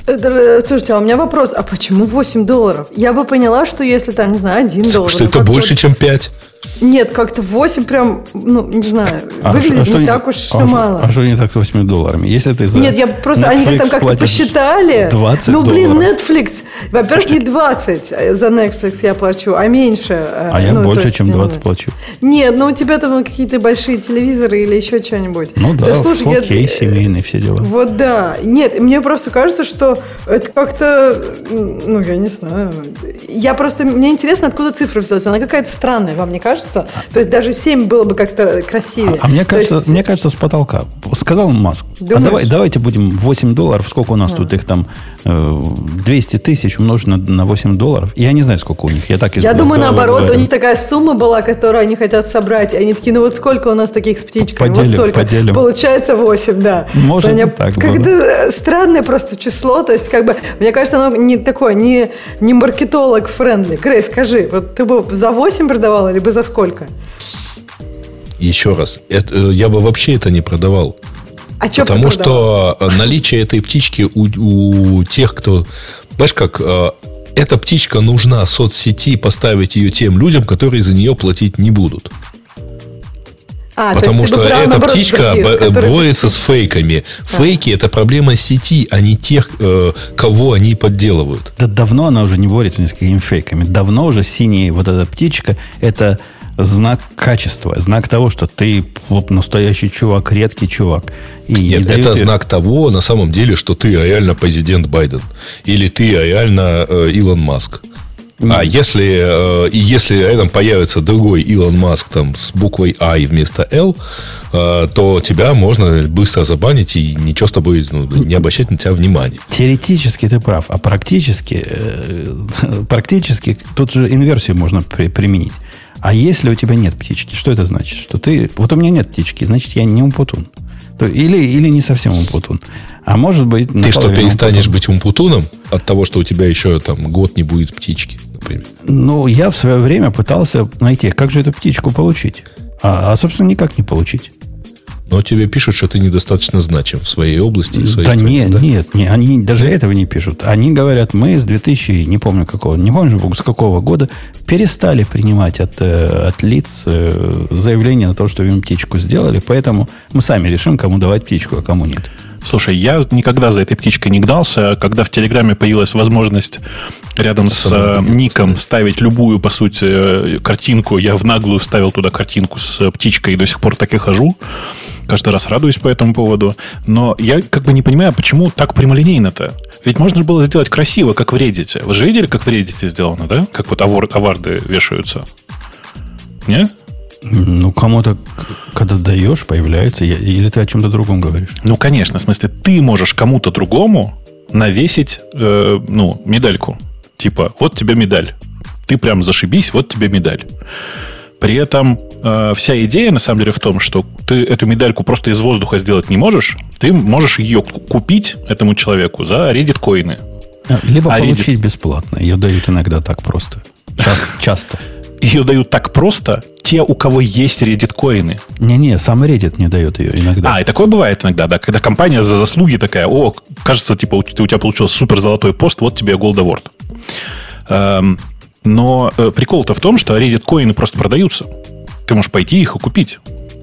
Слушайте, а у меня вопрос, а почему $8? Я бы поняла, что если там, не знаю, $1. Что это больше, чем 5. Нет, как-то 8 прям, не знаю, выглядит не так уж мало. А что не так с $8? Если ты за Нет, я просто, Netflix они там как-то посчитали. $20. Netflix, во-первых, не 20 за Netflix я плачу, а меньше. А я больше, чем 20 плачу. Нет, у тебя там какие-то большие телевизоры или еще что-нибудь. Ну да, 4K, семейные все дела. Вот да. Нет, мне просто кажется, что это как-то, я не знаю. Мне интересно, откуда цифра взялась. Она какая-то странная, вам не кажется? То есть даже 7 было бы как-то красивее. А мне кажется, с потолка. Сказал Маск, давайте будем $8. Сколько у нас тут их там? 200 тысяч умножить на $8. Я не знаю, сколько у них. Я думаю, наоборот, у них такая сумма была, которую они хотят собрать. И они такие, вот сколько у нас таких с птичками? Вот столько. Поделим. Получается 8, да. Может, и так было. Как-то странное просто число. То есть, мне кажется, оно не такое, не маркетолог-френдли. Грей, скажи, вот ты бы за 8 продавал или бы за сколько? Еще раз, я бы вообще это не продавал. А что Потому что наличие этой птички у тех, кто... Понимаешь, как эта птичка нужна соцсети поставить ее тем людям, которые за нее платить не будут. Потому что эта птичка борется с фейками. Фейки – это проблема сети, а не тех, кого они подделывают. Да давно она уже не борется ни с какими фейками. Давно уже синяя вот эта птичка – это знак качества, знак того, что ты настоящий чувак, редкий чувак. Нет, это знак того, на самом деле, что ты реально президент Байден. Или ты реально Илон Маск. А если рядом появится другой Илон Маск там, с буквой I вместо L, то тебя можно быстро забанить и ничего с тобой не обращать на тебя внимания. Теоретически ты прав, а практически тут же инверсию можно применить. А если у тебя нет птички, что это значит? Что ты... Вот у меня нет птички, значит, я не умпутун. Или не совсем умпутун. А может быть... Ты что, перестанешь быть умпутуном от того, что у тебя еще там год не будет птички, например? Я в свое время пытался найти, как же эту птичку получить. А собственно, никак не получить. Но тебе пишут, что ты недостаточно значим в своей области и в своей стране. Нет, они даже этого не пишут. Они говорят, мы с 2000, не помню с какого года, перестали принимать от лиц заявление на то, что им птичку сделали, поэтому мы сами решим, кому давать птичку, а кому нет. Слушай, я никогда за этой птичкой не гнался. Когда в Телеграме появилась возможность рядом с ником ставить любую, по сути, картинку, я в наглую вставил туда картинку с птичкой и до сих пор так и хожу. Каждый раз радуюсь по этому поводу. Но я не понимаю, почему так прямолинейно-то. Ведь можно же было сделать красиво, как в Reddit. Вы же видели, как в Reddit сделано, да? Как вот аварды вешаются. Нет? Кому-то, когда даешь, появляется. Или ты о чем-то другом говоришь? Конечно. В смысле, ты можешь кому-то другому навесить, медальку. Типа, вот тебе медаль. Ты прям зашибись, вот тебе медаль. При этом вся идея, на самом деле, в том, что ты эту медальку просто из воздуха сделать не можешь. Ты можешь ее купить этому человеку за Reddit-коины. Либо получить бесплатно. Ее дают иногда так просто. Часто. Ее дают так просто те, у кого есть Reddit-коины. Не, сам Reddit не дает ее иногда. И такое бывает иногда, да, когда компания за заслуги такая, кажется, типа, у тебя получился супер золотой пост, вот тебе Gold Award. Но прикол-то в том, что Reddit-коины просто продаются. Ты можешь пойти их и купить.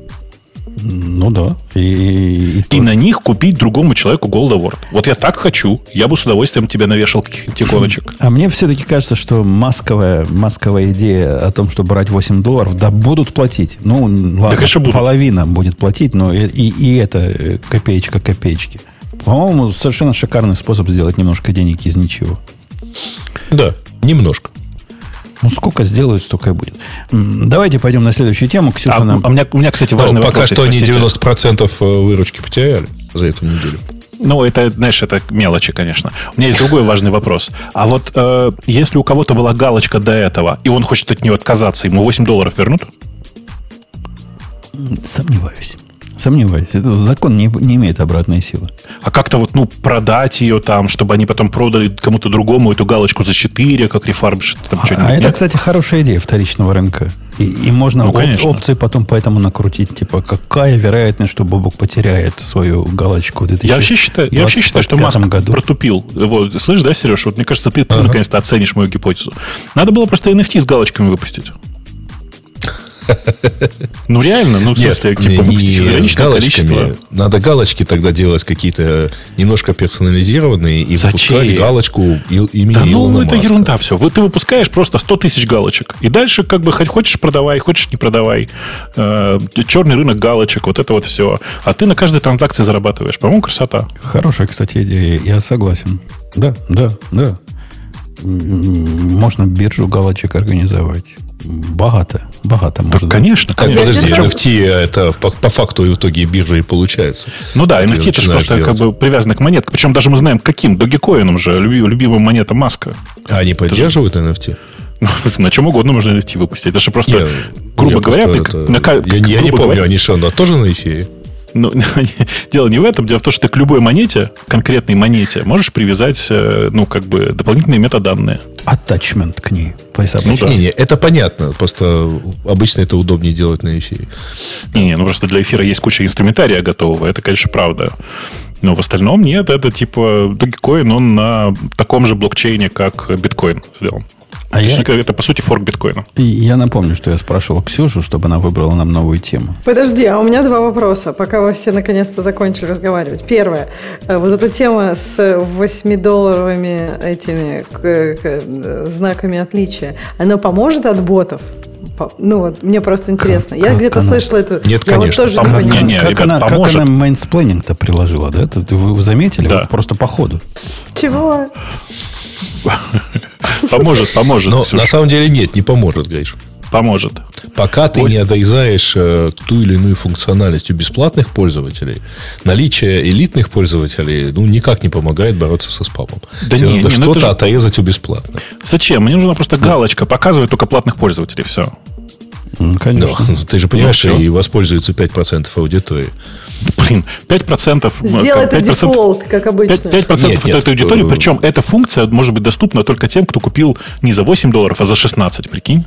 Да. И на них купить другому человеку Gold Award. Вот я так хочу. Я бы с удовольствием тебе навешал каких-нибудь иконочек. А мне все-таки кажется, что масковая идея о том, что брать $8, да будут платить. Ладно, да, конечно, половина будет платить, но и это копеечка копеечки. По-моему, совершенно шикарный способ сделать немножко денег из ничего. Да, немножко. Сколько сделают, столько и будет. Давайте пойдем на следующую тему. Ксюша, у меня, кстати, важный вопрос. Пока что они 90% выручки потеряли за эту неделю. Это, знаешь, это мелочи, конечно. У меня есть другой важный вопрос. А вот если у кого-то была галочка до этого, и он хочет от нее отказаться, ему $8 вернут? Сомневаюсь. Закон не имеет обратной силы. А как-то вот, продать ее там, чтобы они потом продали кому-то другому эту галочку за 4, как рефарбиш. Это, кстати, хорошая идея вторичного рынка. И можно опции потом поэтому накрутить. Типа, какая вероятность, что Бобук потеряет свою галочку в 2025 Я вообще считаю, что Маск протупил. Вот, слышишь, да, Сереж? Вот мне кажется, ты наконец-то оценишь мою гипотезу. Надо было просто NFT с галочками выпустить. Реально, в смысле, выпустить ограниченное количество. Надо галочки тогда делать какие-то немножко персонализированные и выпускать галочку имени Илона Маска. Это ерунда все. Ты выпускаешь просто 100 тысяч галочек. И дальше хочешь продавай, хочешь не продавай. Черный рынок галочек, вот это вот все. А ты на каждой транзакции зарабатываешь. По-моему, красота. Хорошая, кстати, идея. Я согласен. Да. Можно биржу галочек организовать. Богато может быть. Конечно. Подожди, NFT это по факту в итоге биржа и получается. NFT это же просто привязано к монетке. Причем даже мы знаем, каким. Dogecoin же, любимым монета Маска. А они поддерживают NFT? На чем угодно можно NFT выпустить. Это же просто, грубо говоря... Я не помню, они что, тоже на эфире? Дело не в этом. Дело в том, что ты к любой монете, конкретной монете, можешь привязать, дополнительные метаданные. Attachment к ней. Не, это понятно. Просто обычно это удобнее делать на эфире. Просто для эфира есть куча инструментария готового. Это, конечно, правда. Но в остальном нет. Это типа Dogecoin, он на таком же блокчейне, как биткоин сделан. Это, по сути, форк биткоина. Я напомню, что я спрашивал Ксюшу, чтобы она выбрала нам новую тему. Подожди, а у меня 2 вопроса, пока вы все наконец-то закончили разговаривать. Первое. Вот эта тема с $8 этими знаками отличия, она поможет от ботов? Мне просто интересно. Я где-то слышала эту... Нет, конечно. Вот тоже не понимаю. Как она мейнсплейнинг-то приложила, да? Вы заметили? Да. Просто по ходу. Чего? Поможет. Но на самом деле нет, не поможет, Гриш. Поможет. Пока ты не дорезаешь ту или иную функциональность у бесплатных пользователей, наличие элитных пользователей никак не помогает бороться со спамом. Тебе надо что-то отрезать у бесплатных. Зачем? Мне нужна просто галочка. Показывает только платных пользователей. Все. Конечно. Ты же понимаешь, что и воспользуется 5% аудитории. 5%... Сделай это дефолт, как обычно. 5% этой аудитории. Причем эта функция может быть доступна только тем, кто купил не за $8, а за 16, прикинь.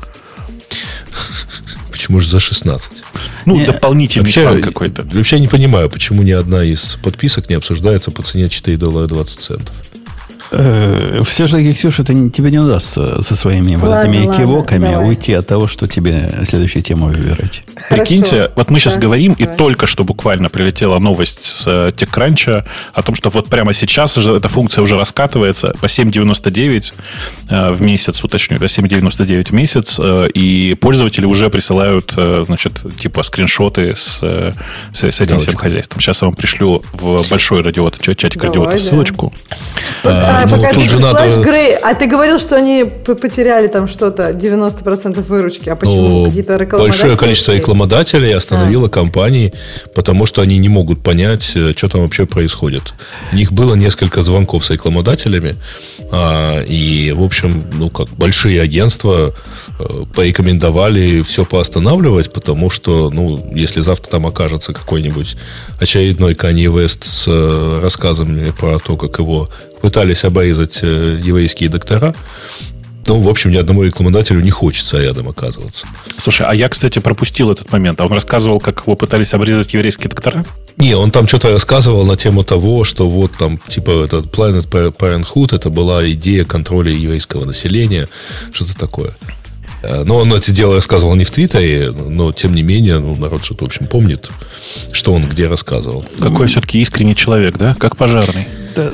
Почему же за 16? Дополнительный план какой-то. Вообще не понимаю, почему ни одна из подписок не обсуждается по цене $4.20. Все-таки, Ксюша, тебе не удастся со своими этими экивоками уйти от того, что тебе следующую тему выбирать. Прикиньте, вот мы сейчас говорим, и только что буквально прилетела новость с TechCrunch о том, что вот прямо сейчас эта функция уже раскатывается по $7.99 в месяц, уточню, по $7.99 в месяц, и пользователи уже присылают, скриншоты с этим всем хозяйством. Сейчас я вам пришлю в большой чатик радиота ссылочку. Пока ты присылаешь, Грей, а ты говорил, что они потеряли там что-то, 90% выручки. А почему? Какие-то рекламодатели? Большое количество рекламодателей остановило компании, потому что они не могут понять, что там вообще происходит. У них было несколько звонков с рекламодателями, и, в общем, большие агентства порекомендовали все поостанавливать, потому что, если завтра там окажется какой-нибудь очередной Kanye West с рассказами про то, как его пытались обрезать еврейские доктора, в общем, ни одному рекламодателю не хочется рядом оказываться. Слушай, а я, кстати, пропустил этот момент. А он рассказывал, как его пытались обрезать еврейские доктора? Не, он там что-то рассказывал на тему того, что вот там, этот Planet Parenthood, это была идея контроля еврейского населения, что-то такое. Но он это дело рассказывал не в Твиттере, но, тем не менее, народ что-то, в общем, помнит, что он где рассказывал. Какой все-таки искренний человек, да? Как пожарный.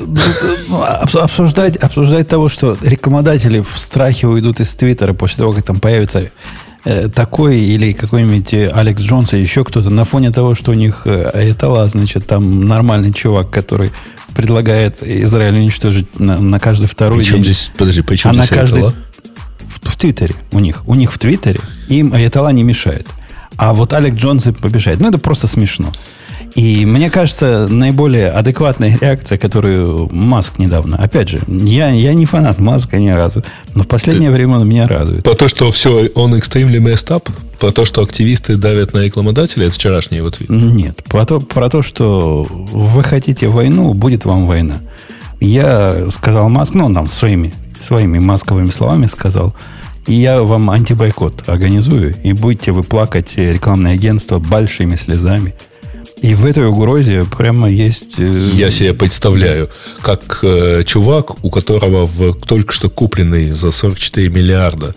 Обсуждать того, что рекламодатели в страхе уйдут из Твиттера после того, как там появится такой или какой-нибудь Алекс Джонс или еще кто-то, на фоне того, что у них Айтала, там нормальный чувак, который предлагает Израиль уничтожить на каждый второй день. При чем здесь Айтала? В Твиттере у них в Твиттере им Айтала не мешает. А вот Алекс Джонс побежает. Это просто смешно. И мне кажется, наиболее адекватная реакция, которую Маск недавно... Опять же, я не фанат Маска ни разу, но в последнее время он меня радует. Про то, что все, он extremely messed up? Про то, что активисты давят на рекламодателя? Это вчерашний его твит? Нет. Про то, что вы хотите войну, будет вам война. Я сказал Маск, он там своими масковыми словами сказал, и я вам антибойкот организую, и будете вы плакать рекламное агентство большими слезами. И в этой угрозе прямо есть... Я себе представляю, как чувак, у которого в только что купленный за $44 миллиарда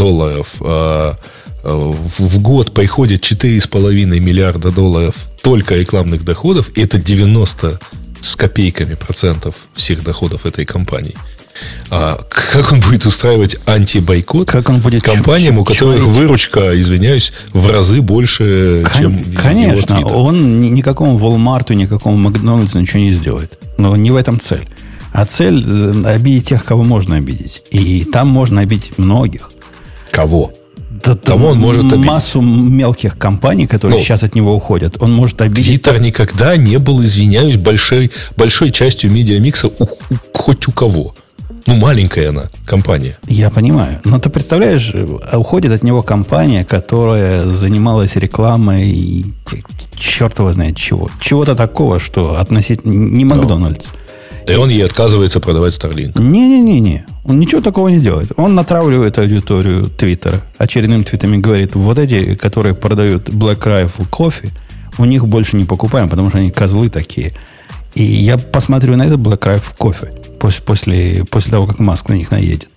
в год приходит $4,5 миллиарда только рекламных доходов, и это 90 с копейками процентов всех доходов этой компании. Как он будет устраивать антибойкот компаниям, у которых выручка, извиняюсь, в разы больше, чем конечно, его твиттер? Он никакому Walmart, никакому Макдональдсу ничего не сделает. Но не в этом цель. А цель – обидеть тех, кого можно обидеть. И там можно обидеть многих. Кого? Кого он может обидеть? Массу мелких компаний, которые сейчас от него уходят. Он может обидеть... Твиттер никогда не был, извиняюсь, большой частью медиамикса хоть у кого. Маленькая она, компания. Я понимаю. Но ты представляешь, уходит от него компания, которая занималась рекламой и черт его знает чего. Чего-то такого, что относительно не Макдональдс. И он ей отказывается продавать Starlink. Не. Он ничего такого не делает. Он натравливает аудиторию Твиттера. Очередным твитами говорит, вот эти, которые продают Black Rifle кофе, у них больше не покупаем, потому что они козлы такие. И я посмотрю на этот Black Rifle кофе после того, как Маск на них наедет.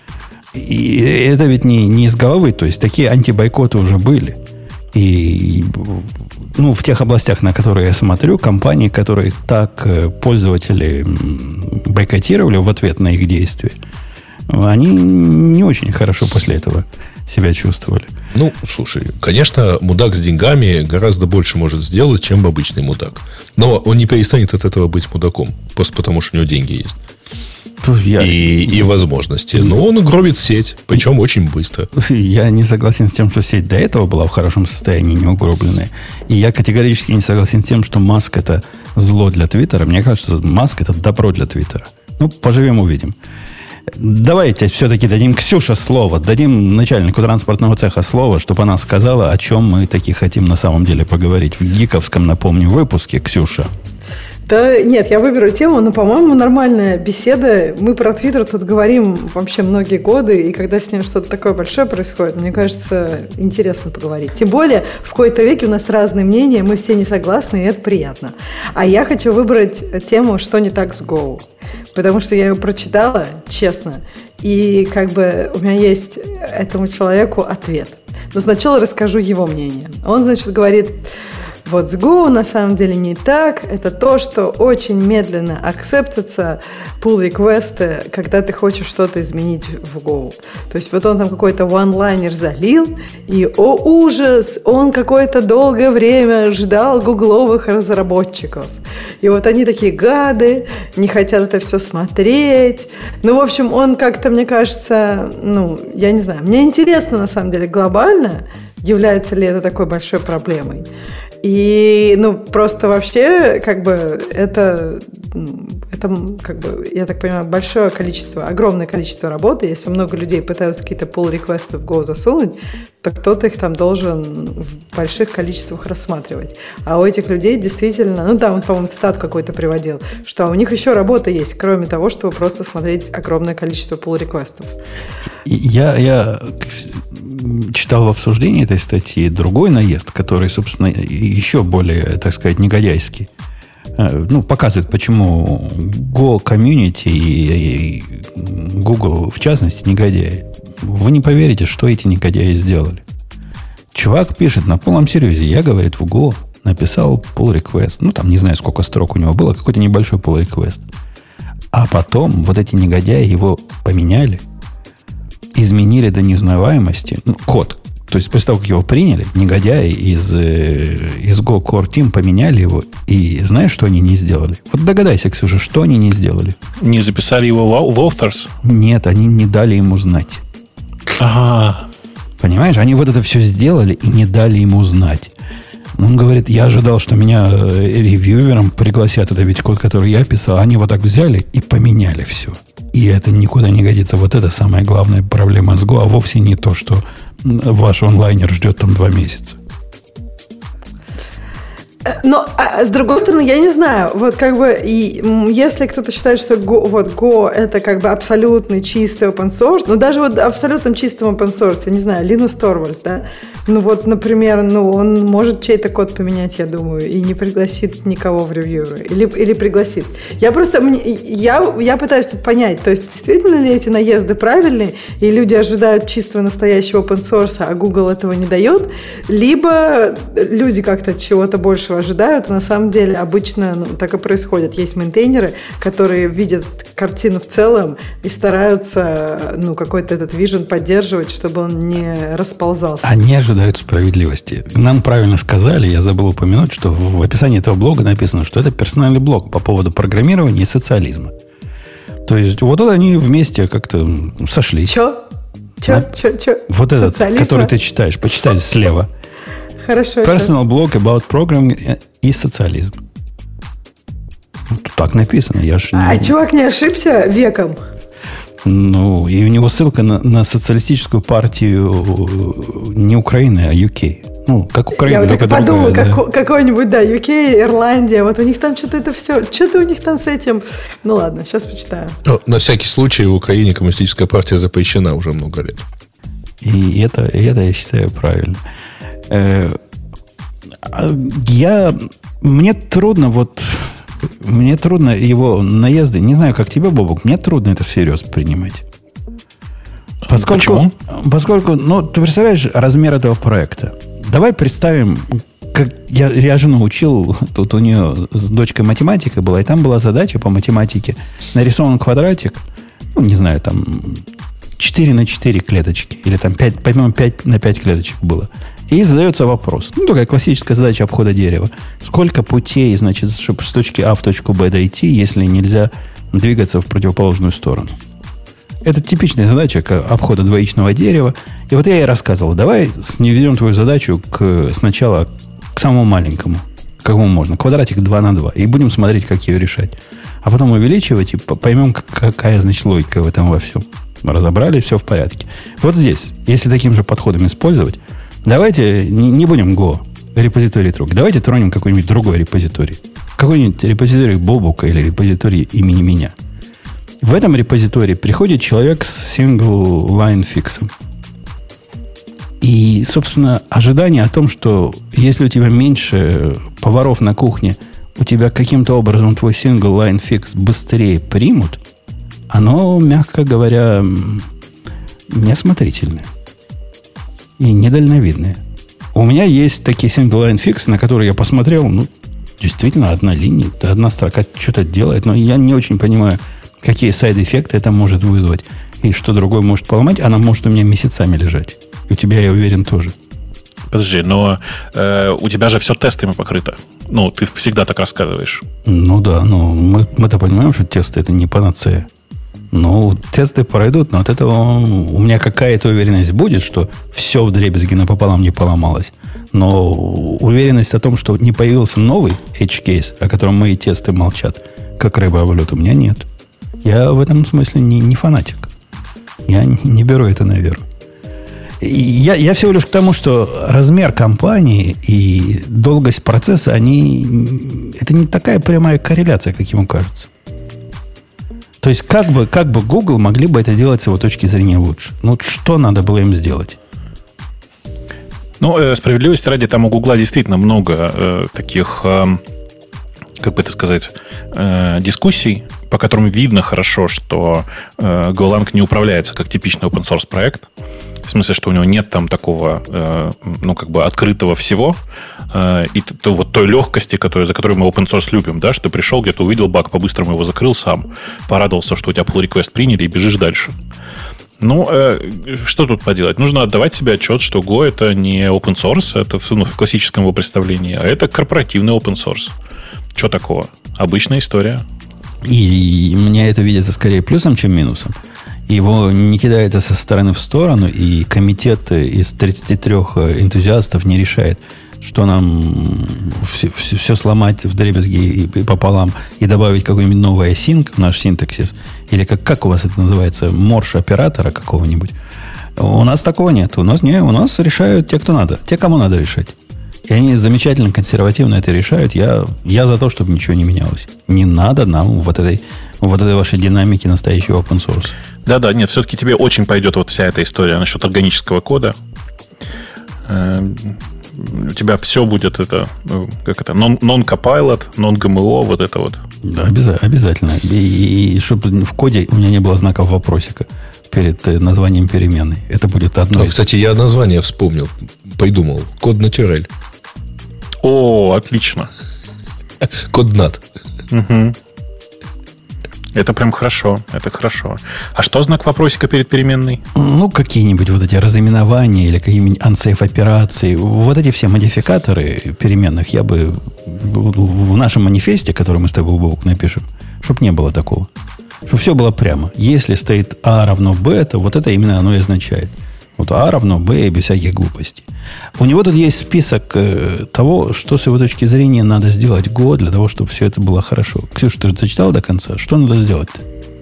И это ведь не из головы. То есть, такие антибойкоты уже были. И в тех областях, на которые я смотрю, компании, которые так пользователи бойкотировали в ответ на их действия, они не очень хорошо после этого себя чувствовали. Слушай, конечно, мудак с деньгами гораздо больше может сделать, чем обычный мудак. Но он не перестанет от этого быть мудаком. Просто потому, что у него деньги есть. И возможности. Но он гробит сеть, причем очень быстро. Я не согласен с тем, что сеть до этого была в хорошем состоянии, не угробленная. И я категорически не согласен с тем, что Маск это зло для Твиттера. Мне кажется, Маск это добро для Твиттера. Поживем, увидим. Давайте все-таки дадим Ксюше слово, дадим начальнику транспортного цеха слово, чтобы она сказала, о чем мы таки хотим на самом деле поговорить. В гиковском, напомню, выпуске. Ксюша. Да нет, я выберу тему, но, по-моему, нормальная беседа. Мы про Твиттер тут говорим вообще многие годы, и когда с ним что-то такое большое происходит, мне кажется, интересно поговорить. Тем более, в какой-то веке у нас разные мнения, мы все не согласны, и это приятно. А я хочу выбрать тему «Что не так с Go?», потому что я ее прочитала, честно, и у меня есть этому человеку ответ. Но сначала расскажу его мнение. Он, значит, говорит... Вот с Go на самом деле не так. Это то, что очень медленно акцептятся pull-реквесты, когда ты хочешь что-то изменить в Go. То есть вот он там какой-то one-liner залил, и, о ужас, он какое-то долгое время ждал гугловых разработчиков. И вот они такие гады, не хотят это все смотреть. В общем, он как-то, мне кажется, я не знаю. Мне интересно, на самом деле, глобально, является ли это такой большой проблемой. И, просто вообще, это я так понимаю, огромное количество работы. Если много людей пытаются какие-то pull-реквесты в Go засунуть, то кто-то их там должен в больших количествах рассматривать. А у этих людей действительно, он, по-моему, цитату какой-то приводил, что у них еще работа есть, кроме того, чтобы просто смотреть огромное количество pull-реквестов. Я читал в обсуждении этой статьи другой наезд, который, собственно, еще более, так сказать, негодяйский. Показывает, почему Go Community и Google, в частности, негодяи. Вы не поверите, что эти негодяи сделали. Чувак пишет на полном серьезе. Я, говорит, в Go написал pull request. Там не знаю, сколько строк у него было. Какой-то небольшой pull request. А потом вот эти негодяи его поменяли, изменили до неузнаваемости. Код. То есть после того, как его приняли, негодяи из Go Core Team поменяли его. И знаешь, что они не сделали? Вот догадайся, Ксюша, что они не сделали? Не записали его в Authors? Нет, они не дали ему знать. Ага. Понимаешь, они вот это все сделали и не дали ему знать. Он говорит, я ожидал, что меня ревьювером пригласят. Это ведь код, который я писал. Они вот так взяли и поменяли все. И это никуда не годится. Вот это самая главная проблема с Go, а вовсе не то, что ваш онлайнер ждет там 2 месяца. Но, с другой стороны, я не знаю, вот как бы, и если кто-то считает, что Go это как бы абсолютный чистый open source, ну, даже вот абсолютно чистым open source, я не знаю, Linus Torvalds, да, ну, вот, например, ну, он может чей-то код поменять, я думаю, и не пригласит никого в ревьюеры, или пригласит. Я просто, я пытаюсь тут понять, то есть, действительно ли эти наезды правильные, и люди ожидают чистого настоящего open source, а Google этого не дает, либо люди как-то чего-то большего ожидают, на самом деле обычно так и происходит. Есть мейнтейнеры, которые видят картину в целом и стараются какой-то этот вижен поддерживать, чтобы он не расползался. Они ожидают справедливости. Нам правильно сказали, я забыл упомянуть, что в описании этого блога написано, что это персональный блог по поводу программирования и социализма. То есть вот это они вместе как-то сошлись. Че? Вот этот, который ты читаешь, почитай слева. Хорошо. Personal blog about programming и социализм. Так написано. Чувак не ошибся веком? Ну, и у него ссылка на социалистическую партию не Украины, а UK. Ну, как Украина, я только подумала, другая, какой-нибудь, да, UK, Ирландия. Вот у них там что-то это все. Что-то у них там с этим. Ну, ладно, сейчас почитаю. На всякий случай в Украине коммунистическая партия запрещена уже много лет. И это я считаю правильно. Мне трудно его наезды. Не знаю, как тебе, Бобок, мне трудно это всерьез принимать. Почему? Поскольку, ты представляешь размер этого проекта. Давай представим, как я жену учил, тут у нее с дочкой математика была, и там была задача по математике. Нарисован квадратик, не знаю, там 4 на 4 клеточки, или там 5, по-моему, 5 на 5 клеточек было. И задается вопрос. Такая классическая задача обхода дерева. Сколько путей, значит, чтобы с точки А в точку Б дойти, если нельзя двигаться в противоположную сторону? Это типичная задача обхода двоичного дерева. И вот я ей рассказывал, давай сниведем твою задачу сначала к самому маленькому. Какому можно? Квадратик 2 на 2. И будем смотреть, как ее решать. А потом увеличивать и поймем, какая, значит, логика в этом во всем. Разобрали, все в порядке. Вот здесь, если таким же подходом использовать, давайте не будем Go, репозиторий трог. Давайте тронем какой-нибудь другой репозиторий. Какой-нибудь репозиторий Бобука или репозиторий имени меня. В этом репозитории приходит человек с single line фиксом. И, собственно, ожидание о том, что если у тебя меньше поваров на кухне, у тебя каким-то образом твой single line fix быстрее примут, оно, мягко говоря, неосмотрительное и недальновидное. У меня есть такие single-line фиксы, на которые я посмотрел, действительно, одна линия, одна строка что-то делает, но я не очень понимаю, какие сайд-эффекты это может вызвать и что другое может поломать. Она может у меня месяцами лежать. И у тебя, я уверен, тоже. Подожди, но у тебя же все тестами покрыто. Ты всегда так рассказываешь. Да, мы-то понимаем, что тесты это не панацея. Тесты пройдут, но от этого у меня какая-то уверенность будет, что все вдребезги напополам не поломалось. Но уверенность о том, что не появился новый edge case, о котором мои тесты молчат, как рыба об лед, у меня нет. Я в этом смысле не фанатик. Я не беру это на веру. Я всего лишь к тому, что размер компании и долгость процесса, это не такая прямая корреляция, как ему кажется. То есть, как бы Google могли бы это делать с его точки зрения лучше? Что надо было им сделать? Справедливости ради, там у Гугла действительно много таких, как бы это сказать, дискуссий, по которым видно хорошо, что Golang не управляется как типичный open source проект. В смысле, что у него нет там такого, открытого всего. И той легкости, за которую мы open source любим, да, что пришел, где-то увидел баг, по-быстрому его закрыл сам, порадовался, что у тебя pull request приняли и бежишь дальше. Что тут поделать? Нужно отдавать себе отчет, что Go это не open source, это в классическом его представлении, а это корпоративный open source. Что такого? Обычная история. И мне это видится скорее плюсом, чем минусом. Его не кидает со стороны в сторону, и комитет из 33 энтузиастов не решает, Что нам все сломать вдребезги и пополам и добавить какой-нибудь новый async в наш синтаксис? Или как у вас это называется? Морж оператора какого-нибудь? У нас такого нет. У нас решают те, кто надо. Те, кому надо решать. И они замечательно консервативно это решают. Я за то, чтобы ничего не менялось. Не надо нам вот этой вашей динамики настоящего open source. Да, нет, все-таки тебе очень пойдет вот вся эта история насчет органического кода. У тебя все будет non-copilot, non-GMO, вот это вот. Да, обязательно. И чтобы в коде у меня не было знаков вопросика перед названием переменной. Это будет одно из... Кстати, я название вспомнил, придумал. Код натюрель. О, отлично. Код нат. Угу. Это прям хорошо, это хорошо. А что знак вопросика перед переменной? Ну, какие-нибудь вот эти разыменования или какие-нибудь unsafe операции. Вот эти все модификаторы переменных я бы в нашем манифесте, который мы с тобой, Бог, напишем, чтобы не было такого. Чтобы все было прямо. Если стоит А равно Б, то вот это именно оно и означает. Вот А равно Б и без всяких глупостей. У него тут есть список того, что с его точки зрения надо сделать Go для того, чтобы все это было хорошо. Ксюша, ты же зачитала до конца? Что надо сделать-то?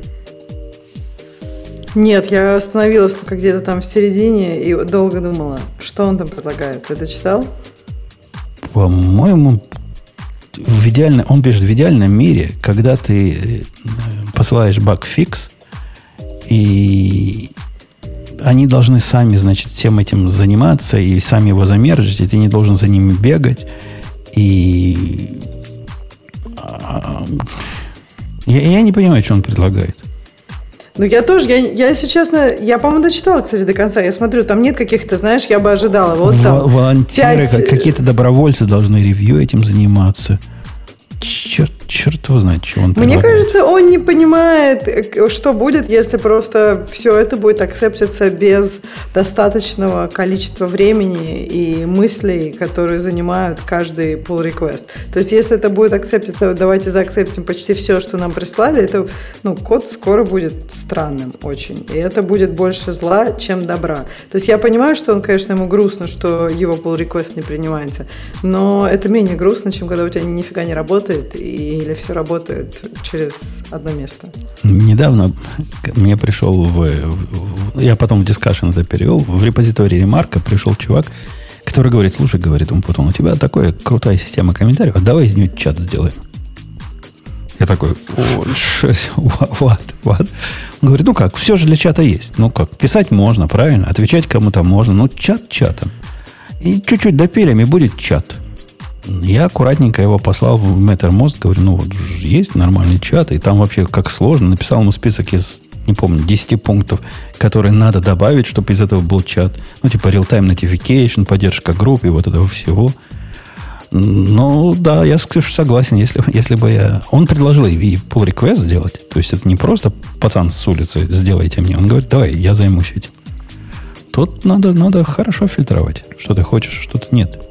Нет, я остановилась только где-то там в середине и долго думала, что он там предлагает. Ты это читал? По-моему, он пишет, в идеальном мире, когда ты посылаешь баг-фикс, и они должны сами, значит, всем этим заниматься и сами его замержить, и ты не должен за ними бегать. И я не понимаю, что он предлагает. Ну, я тоже, я, если честно, я, по-моему, дочитала, кстати, до конца. Я смотрю, там нет каких-то, знаешь, я бы ожидала. Вот там волонтеры, какие-то добровольцы должны ревью этим заниматься. Черт его знает, чего он предлагает. Мне кажется, он не понимает, что будет, если просто все это будет акцептиться без достаточного количества времени и мыслей, которые занимают каждый pull request. То есть, если это будет акцептиться, давайте заакцептим почти все, что нам прислали, это, код скоро будет странным очень. И это будет больше зла, чем добра. То есть, я понимаю, что он, конечно, ему грустно, что его pull request не принимается, но это менее грустно, чем когда у тебя нифига не работает, или все работает через одно место. Недавно мне пришел я потом в дискашн это перевел, в репозитории ремарка пришел чувак, который говорит, слушай, говорит, Умпутун, у тебя такая крутая система комментариев, давай из нее чат сделаем. Я такой, what? Он говорит, как, все же для чата есть. Писать можно, правильно, отвечать кому-то можно, чат чатом. И чуть-чуть допилим, и будет чат. Я аккуратненько его послал в Mattermost, говорю, есть нормальный чат, и там вообще как сложно. Написал ему список из, не помню, 10 пунктов, которые надо добавить, чтобы из этого был чат. Типа real-time notification, поддержка групп и вот этого всего. Да, я с Ксюшей согласен, если бы он предложил и pull request сделать, то есть это не просто пацан с улицы, сделайте мне. Он говорит, давай, я займусь этим. Тут надо хорошо фильтровать, что ты хочешь, что-то нет.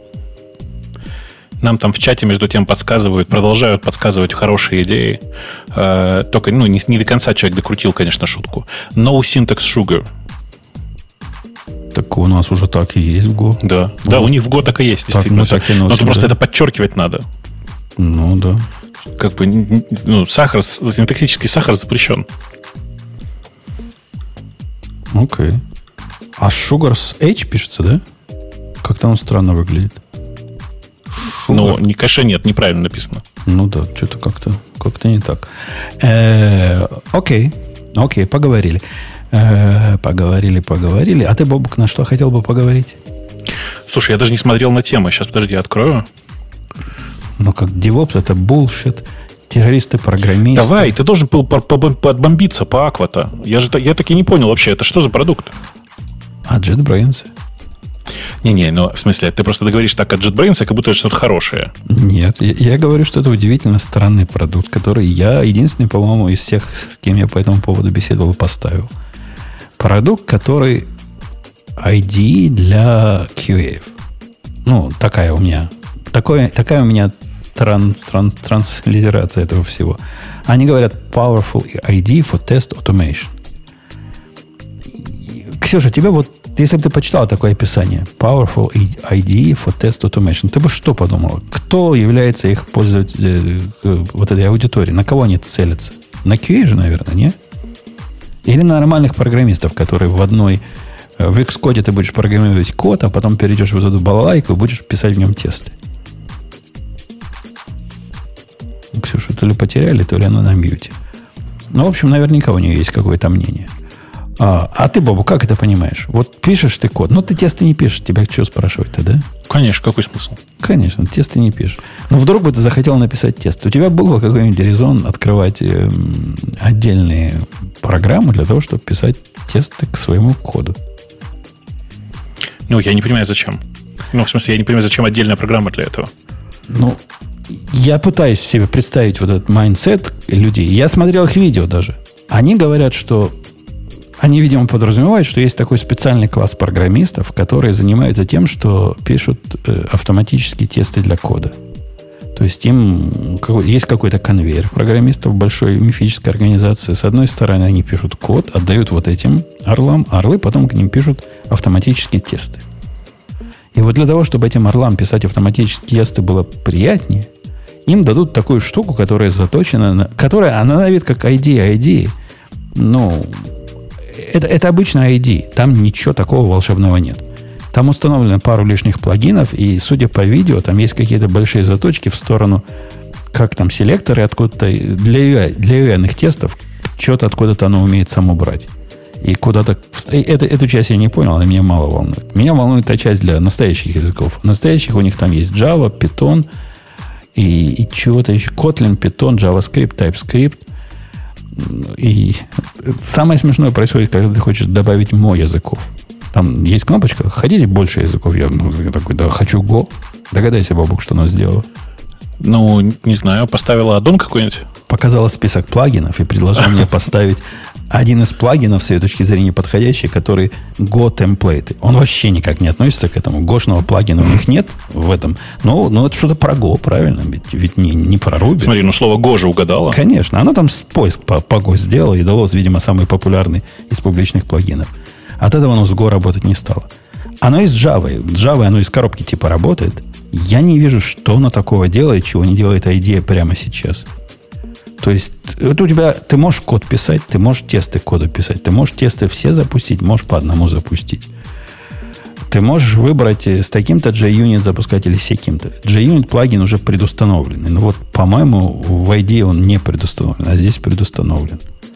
Нам там в чате между тем продолжают подсказывать хорошие идеи. Только, не до конца человек докрутил, конечно, шутку. No syntax sugar. Так у нас уже так и есть в Go. Да, у них в Go так и есть, действительно. Но просто это подчеркивать надо. Да. Синтаксический сахар запрещен. Окей. А sugar с H пишется, да? Как-то он странно выглядит. Конечно, нет, неправильно написано. Да, что-то как-то не так. Окей, поговорили. Поговорили. А ты, Бобук, на что хотел бы поговорить? Слушай, я даже не смотрел на тему. Сейчас, подожди, открою. Как DevOps, это bullshit. Террористы, программисты. Давай, ты должен был подбомбиться по Аква-то. Я таки не понял вообще, это что за продукт? JetBrains. Не, в смысле, ты просто говоришь так от JetBrains, как будто это что-то хорошее. Нет, я говорю, что это удивительно странный продукт, который я единственный, по-моему, из всех, с кем я по этому поводу беседовал, поставил. Продукт, который IDE для QA. Такая у меня транслитерация этого всего. Они говорят Powerful IDE for Test Automation. Ксюша, тебе вот, если бы ты почитала такое описание, Powerful IDE for Test Automation, ты бы что подумала? Кто является их пользователем вот этой аудитории? На кого они целятся? На QA же, наверное, не? Или на нормальных программистов, которые в Xcode ты будешь программировать код, а потом перейдешь в эту балалайку и будешь писать в нем тесты. Ксюшу то ли потеряли, то ли она на мьюте. Ну, в общем, наверняка у нее есть какое-то мнение. А ты, Бобу, как это понимаешь? Вот пишешь ты код, но ты тесты не пишешь. Тебя что спрашивать-то, да? Конечно, какой смысл? Конечно, тесты не пишешь. Но вдруг бы ты захотел написать тест. У тебя был какой-нибудь резон открывать отдельные программы для того, чтобы писать тесты к своему коду? Ну, я не понимаю, зачем. Ну, в смысле, я не понимаю, зачем отдельная программа для этого. Ну, я пытаюсь себе представить вот этот майндсет людей. Я смотрел их видео даже. Они говорят, что... Они, видимо, подразумевают, что есть такой специальный класс программистов, которые занимаются тем, что пишут автоматические тесты для кода. То есть им есть какой-то конвейер программистов в большой мифической организации. С одной стороны, они пишут код, отдают вот этим орлам, а орлы потом к ним пишут автоматические тесты. И вот для того, чтобы этим орлам писать автоматические тесты было приятнее, им дадут такую штуку, которая заточена, которая, она на вид как ID. Ну, это обычная ID. Там ничего такого волшебного нет. Там установлено пару лишних плагинов, и, судя по видео, там есть какие-то большие заточки в сторону, как там селекторы откуда-то, для UI-ных тестов, что-то откуда-то оно умеет само брать. И куда-то... Эту часть я не понял, она меня мало волнует. Меня волнует та часть для настоящих языков. Настоящих у них там есть Java, Python и чего-то еще. Kotlin, Python, JavaScript, TypeScript. И самое смешное происходит, когда ты хочешь добавить мо языков. Там есть кнопочка «Хотите больше языков?» Я такой, да, хочу Go. Догадайся, Бабук, что она сделала. Ну, не знаю, поставила аддон какой-нибудь? Показала список плагинов и предложила мне поставить один из плагинов, с ее точки зрения подходящий, который Go темплейты. Он вообще никак не относится к этому. Гошного плагина у них нет в этом. Но это что-то про Go, правильно? Ведь не про Ruby. Смотри, ну слово Go же угадала. Конечно. Она там поиск по Go сделала и дала, видимо, самый популярный из публичных плагинов. От этого оно с Go работать не стало. Оно из Java. Java оно из коробки типа работает. Я не вижу, что оно такого делает, чего не делает IDEA прямо сейчас. То есть, это у тебя, ты можешь код писать, ты можешь тесты кода писать, ты можешь тесты все запустить, можешь по одному запустить. Ты можешь выбрать с таким-то JUnit запускать или с таким-то. JUnit плагин уже предустановленный. Но вот, по-моему, в IDEA он не предустановлен, а здесь предустановлен.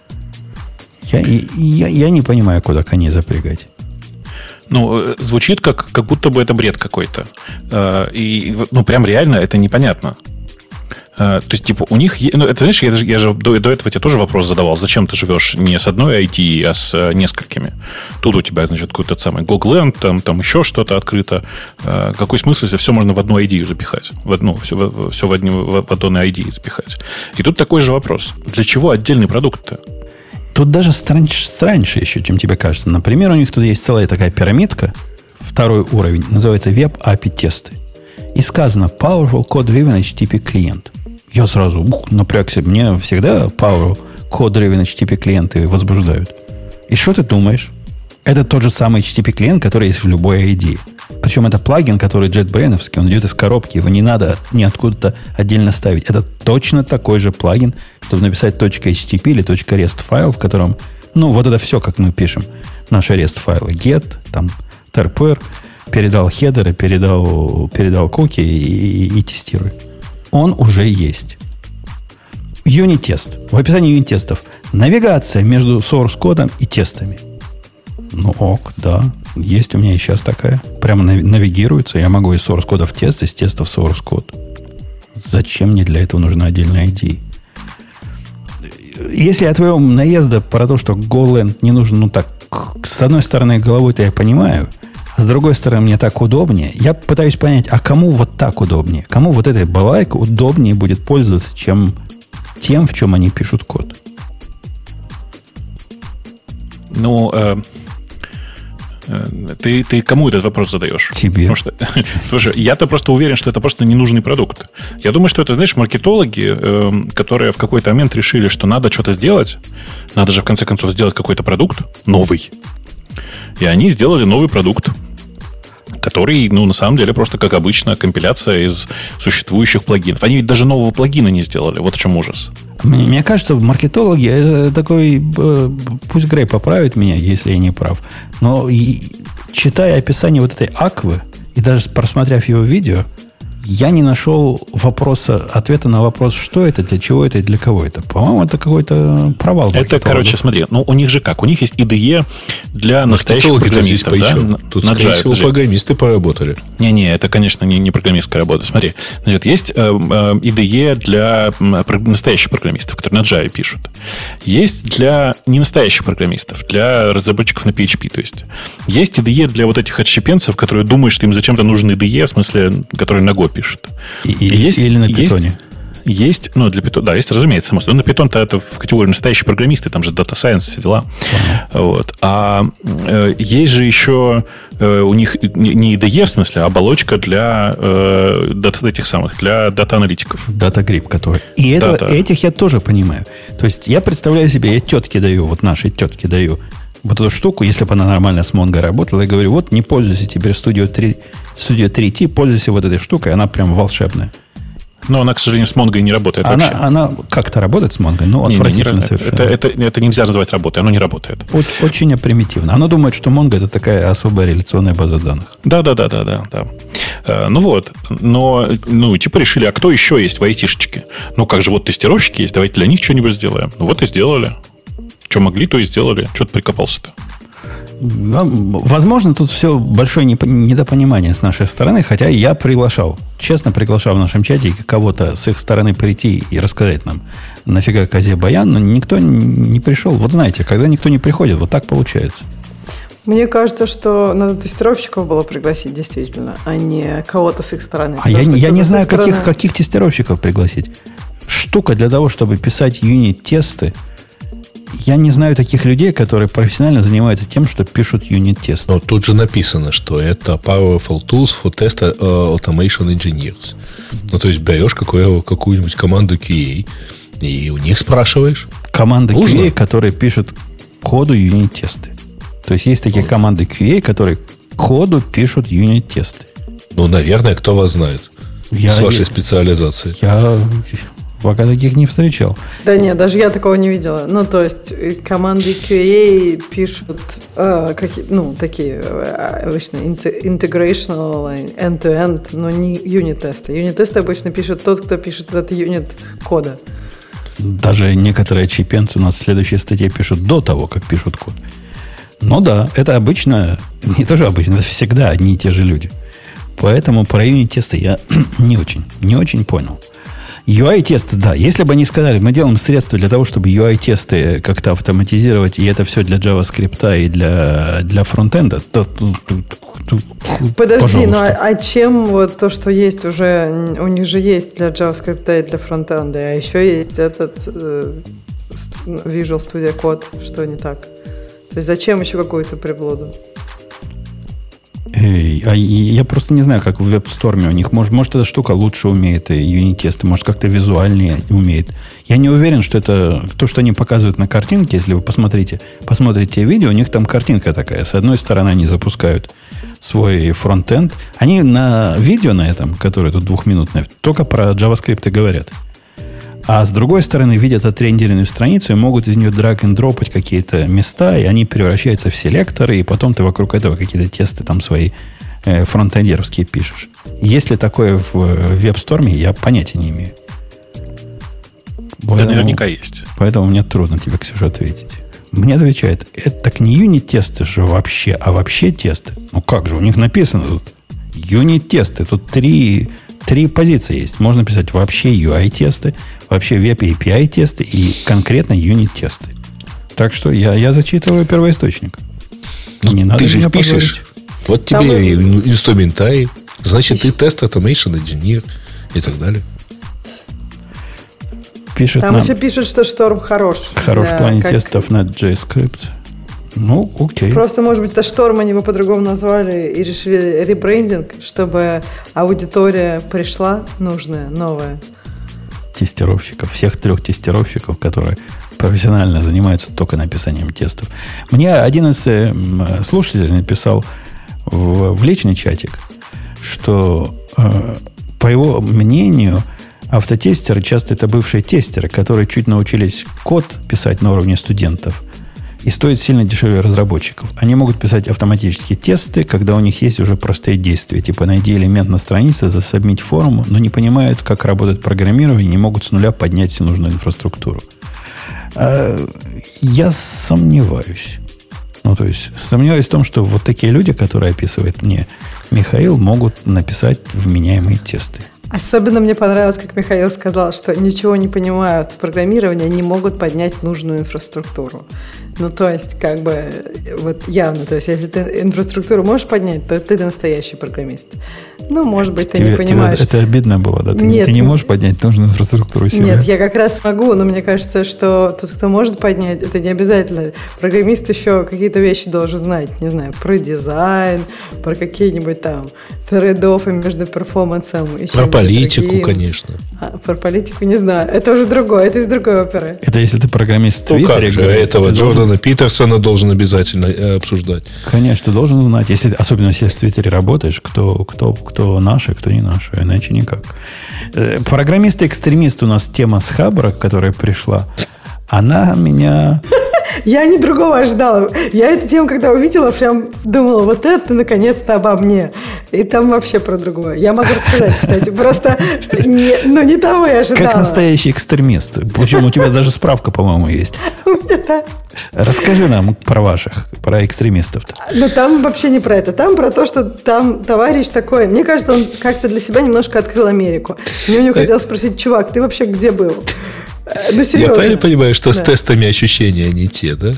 Я не понимаю, куда коней запрягать. Ну, звучит как будто бы это бред какой-то. И, ну, прям реально это непонятно. То есть, типа, у них... Ну, это, знаешь, я же до этого тебе тоже вопрос задавал. Зачем ты живешь не с одной IT, а с несколькими? Тут у тебя, значит, какой-то самый GoGland, там еще что-то открыто. Какой смысл, если все можно в одну ID запихать? Все в одну ID запихать. И тут такой же вопрос. Для чего отдельный продукт-то? Тут даже страньше еще, чем тебе кажется. Например, у них тут есть целая такая пирамидка, второй уровень, называется Web API тесты. И сказано Powerful Code Driven HTTP клиент. Я сразу напрягся. Мне всегда Powerful Code Driven HTTP клиенты возбуждают. И что ты думаешь? Это тот же самый HTTP клиент, который есть в любой ID. Причем это плагин, который JetBrains-овский, он идет из коробки, его не надо откуда-то отдельно ставить. Это точно такой же плагин, чтобы написать .htp или .rest файл, в котором, ну, вот это все, как мы пишем, наши REST файлы. Get, там, trpr, передал хедеры, передал куки и тестируй. Он уже есть. Юнит-тест. В описании юнит-тестов навигация между source-кодом и тестами. Ну, ок, да. Есть у меня и сейчас такая. Прямо навигируется. Я могу из source-кода в тест, из теста в source-код. Зачем мне для этого нужна отдельная ID? Если от твоего наезда про то, что GoLand не нужен, ну так, с одной стороны, головой-то я понимаю, а с другой стороны, мне так удобнее. Я пытаюсь понять, а кому вот так удобнее? Кому вот этой балайкой удобнее будет пользоваться, чем тем, в чем они пишут код? Ну, ты кому этот вопрос задаешь? Тебе. Потому что, слушай, я-то просто уверен, что это просто ненужный продукт. Я думаю, что это, знаешь, маркетологи, которые в какой-то момент решили, что надо что-то сделать, надо же в конце концов сделать какой-то продукт новый. И они сделали новый продукт, который, на самом деле, просто, как обычно, компиляция из существующих плагинов. Они ведь даже нового плагина не сделали. Вот в чем ужас. Мне кажется, маркетологи такой... Пусть Грей поправит меня, если я не прав. Но читая описание вот этой Аквы, и даже просмотрев его видео, я не нашел ответа на вопрос, что это, для чего это и для кого это. По-моему, это какой-то провал. Это, короче, смотри, у них же как? У них есть IDE для настоящих программистов. Да? Тут, скорее всего, программисты поработали. Не, это, конечно, не программистская работа. Смотри, значит, есть IDE для настоящих программистов, которые на Java пишут. Есть для ненастоящих программистов, для разработчиков на PHP. То есть IDE для вот этих отщепенцев, которые думают, что им зачем-то нужен IDE, в смысле, который на Go пишет. Или на Питоне. Есть, для Python, да, есть, разумеется, само собой. Но на Python-то это в категории настоящие программисты, там же Data Science, все дела. Вот. А есть же еще у них не IDE, в смысле, а оболочка для этих самых, для дата-аналитиков. Data-Grip, который. И этих я тоже понимаю. То есть я представляю себе, я тетке даю, вот нашей тетке даю вот эту штуку, если бы она нормально с Mongo работала, я говорю, вот не пользуйся теперь Studio 3T, пользуйся вот этой штукой, она прям волшебная. Но она, к сожалению, с Mongo не работает вообще. Она как-то работает с Mongo, но отвратительно совершенно. Это нельзя назвать работой, оно не работает. Очень примитивно. Она думает, что Mongo это такая особая реляционная база данных. Да. Но решили, а кто еще есть в айтишечке? Как же, вот тестировщики есть, давайте для них что-нибудь сделаем. Вот и сделали. Что могли, то и сделали. Что ты прикопался-то? Возможно, тут все большое недопонимание с нашей стороны, хотя я честно приглашал в нашем чате кого-то с их стороны прийти и рассказать нам, нафига козе баян, но никто не пришел. Вот знаете, когда никто не приходит, вот так получается. Мне кажется, что надо тестировщиков было пригласить, действительно, а не кого-то с их стороны. А я не знаю, каких тестировщиков пригласить. Штука для того, чтобы писать юнит-тесты. Я не знаю таких людей, которые профессионально занимаются тем, что пишут юнит-тесты. Но тут же написано, что это Powerful Tools for Test Automation Engineers. То есть берешь какую-нибудь команду QA и у них спрашиваешь. Команды QA, которые пишут коду юнит-тесты. То есть такие команды QA, которые коду пишут юнит-тесты. Наверное, кто вас знает с вашей специализацией. Я пока таких не встречал. Да нет, даже я такого не видела. То есть команды QA пишут такие обычно integrational, end-to-end, но не юнит-тесты. Юнит-тесты обычно пишет тот, кто пишет этот юнит кода. Даже некоторые чипенцы у нас в следующей статье пишут до того, как пишут код. Да, это обычно, не тоже обычно, это всегда одни и те же люди. Поэтому про юнит-тесты я не очень понял. UI-тесты, да. Если бы они сказали, мы делаем средства для того, чтобы UI-тесты как-то автоматизировать, и это все для JavaScript и для фронтенда, то подожди, а чем вот то, что есть уже, у них же есть для JavaScript и для фронтенда, а еще есть этот Visual Studio Code, что не так? То есть зачем еще какую-то приблуду? Я просто не знаю, как в веб-сторме у них. Может, эта штука лучше умеет юнит-тесты, может, как-то визуальнее умеет. Я не уверен, что это то, что они показывают на картинке. Если вы посмотрите видео, у них там картинка такая. С одной стороны, они запускают свой фронтенд. Они на видео на этом, которое тут 2-минутное, только про JavaScript и говорят. А с другой стороны, видят отрендеренную страницу и могут из нее драг-н-дропать какие-то места, и они превращаются в селекторы, и потом ты вокруг этого какие-то тесты там свои фронтендеровские пишешь. Есть ли такое в веб-сторме, я понятия не имею. Да, наверняка есть. Поэтому мне трудно тебе, Ксюша, ответить. Мне отвечает, это так не юнит-тесты же вообще, а вообще тесты. Как же, у них написано тут юнит-тесты. Тут три позиции есть. Можно писать вообще UI-тесты, вообще веб-API-тесты и конкретно юнит-тесты. Так что я зачитываю первоисточник. Не надо ты же пишешь. Вот тебе и инструментарий. Значит, ты тест automation engineer и так далее. Там еще пишут, что шторм хорош. Хорош в плане тестов на JavaScript. Окей. Просто, может быть, это шторм они бы по-другому назвали и решили ребрендинг, чтобы аудитория пришла нужная, новая. Тестировщиков, всех 3 тестировщиков, которые профессионально занимаются только написанием тестов. Мне один из слушателей написал в личный чатик, что, по его мнению, автотестеры часто это бывшие тестеры, которые чуть научились код писать на уровне студентов и стоят сильно дешевле разработчиков. Они могут писать автоматические тесты, когда у них есть уже простые действия, типа найди элемент на странице, засабмить форму, но не понимают, как работает программирование, и не могут с нуля поднять всю нужную инфраструктуру. Я сомневаюсь. Ну, то есть, сомневаюсь в том, что вот такие люди, которые описывает мне Михаил, могут написать вменяемые тесты. Особенно мне понравилось, как Михаил сказал, что ничего не понимают в программировании, не могут поднять нужную инфраструктуру. Ну, то есть, как бы, вот явно, то есть, если ты инфраструктуру можешь поднять, то ты настоящий программист. Ну, может быть, ты не понимаешь. Это обидно было, да? Ты не можешь поднять нужную инфраструктуру себе? Нет, я как раз могу, но мне кажется, что тот, кто может поднять, это не обязательно. Программист еще какие-то вещи должен знать, не знаю, про дизайн, про какие-нибудь там трейд-оффы между перформансом и чем-то. Про политику, другим. Конечно. Про политику не знаю. Это уже другое, это из другой оперы. Это если ты программист в Твиттере. Как же, этого Джордана Питерсона должен обязательно обсуждать. Конечно, должен знать. Особенно если в Твиттере работаешь, кто наши, кто не наши. Иначе никак. Программисты-экстремисты у нас тема с Хабра, которая пришла. Она меня... Я не другого ожидала. Я эту тему, когда увидела, прям думала, вот это наконец-то обо мне. И там вообще про другое. Я могу рассказать, кстати. Просто не того я ожидала. Как настоящий экстремист. Причем у тебя даже справка, по-моему, есть. Расскажи нам про экстремистов-то. Ну, там вообще не про это. Там про то, что там товарищ такой. Мне кажется, он как-то для себя немножко открыл Америку. Мне у него хотелось спросить, чувак, ты вообще где был? Ну, серьезно. Я правильно понимаю, что с тестами ощущения не те, да?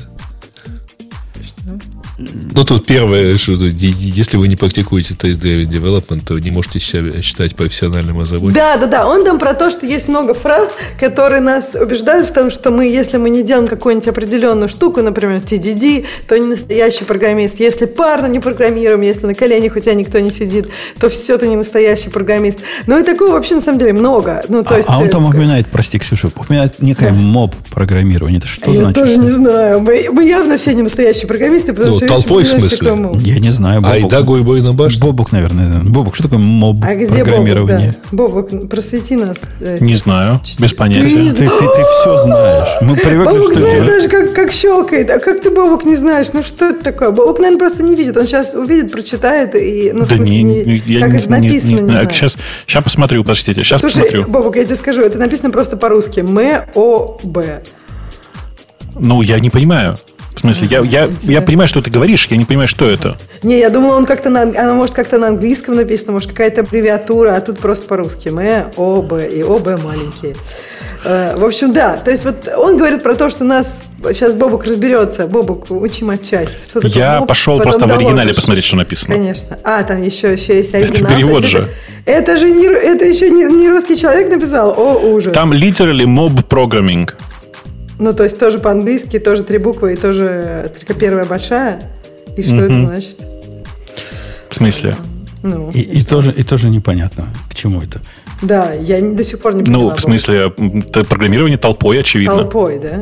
Ну, тут первое, что если вы не практикуете тест-driven development, то не можете себя считать профессиональным разработчиком. Да. Он там про то, что есть много фраз, которые нас убеждают в том, что если мы не делаем какую-нибудь определенную штуку, например, TDD, то не настоящий программист. Если парно не программируем, если на коленях у тебя никто не сидит, то все, ты не настоящий программист. Ну, и такого вообще, на самом деле, много. Ну, то есть, он там упоминает, прости, Ксюша, упоминает некое моб-программирование. Это что значит? Я тоже не знаю. Мы явно все не настоящие программисты, потому что... Толпой, в смысле? Я не знаю. Айда гурьбой на башню? Бобук, наверное. Бобук, что такое моб-программирование? Бобук, просвети нас. Не знаю, без понятия. Ты все знаешь. Мы привыкли, Бобук что... знает даже, как щелкает. А как ты, Бобук, не знаешь? Ну, что это такое? Бобук, наверное, просто не видит. Он сейчас увидит, прочитает и... Ну, в смысле, как это написано, не знаю. Сейчас посмотрю, подождите. Сейчас посмотрю. Слушай, Бобук, я тебе скажу, это написано просто по-русски. М-О-Б. Ну, я не понимаю. В смысле, я понимаю, что ты говоришь, я не понимаю, что это. Не, я думала, она может как-то на английском написано, может, какая-то аббревиатура, а тут просто по-русски. М-О-Б и О-Б маленькие. В общем, да. То есть, вот он говорит про то, что нас... Сейчас Бобук разберется. Бобук, учи матчасть. Я пошел просто в оригинале посмотреть, что написано. Конечно. Там еще есть оригинал. Это перевод же. Это еще не русский человек написал? О, ужас. Там literally mob programming. Ну, то есть, тоже по-английски, тоже 3 буквы, и тоже только первая большая. И что это значит? В смысле? Ну, и тоже непонятно, к чему это. Да, я до сих пор не поняла. Ну, в смысле, программирование толпой, очевидно. Толпой, да?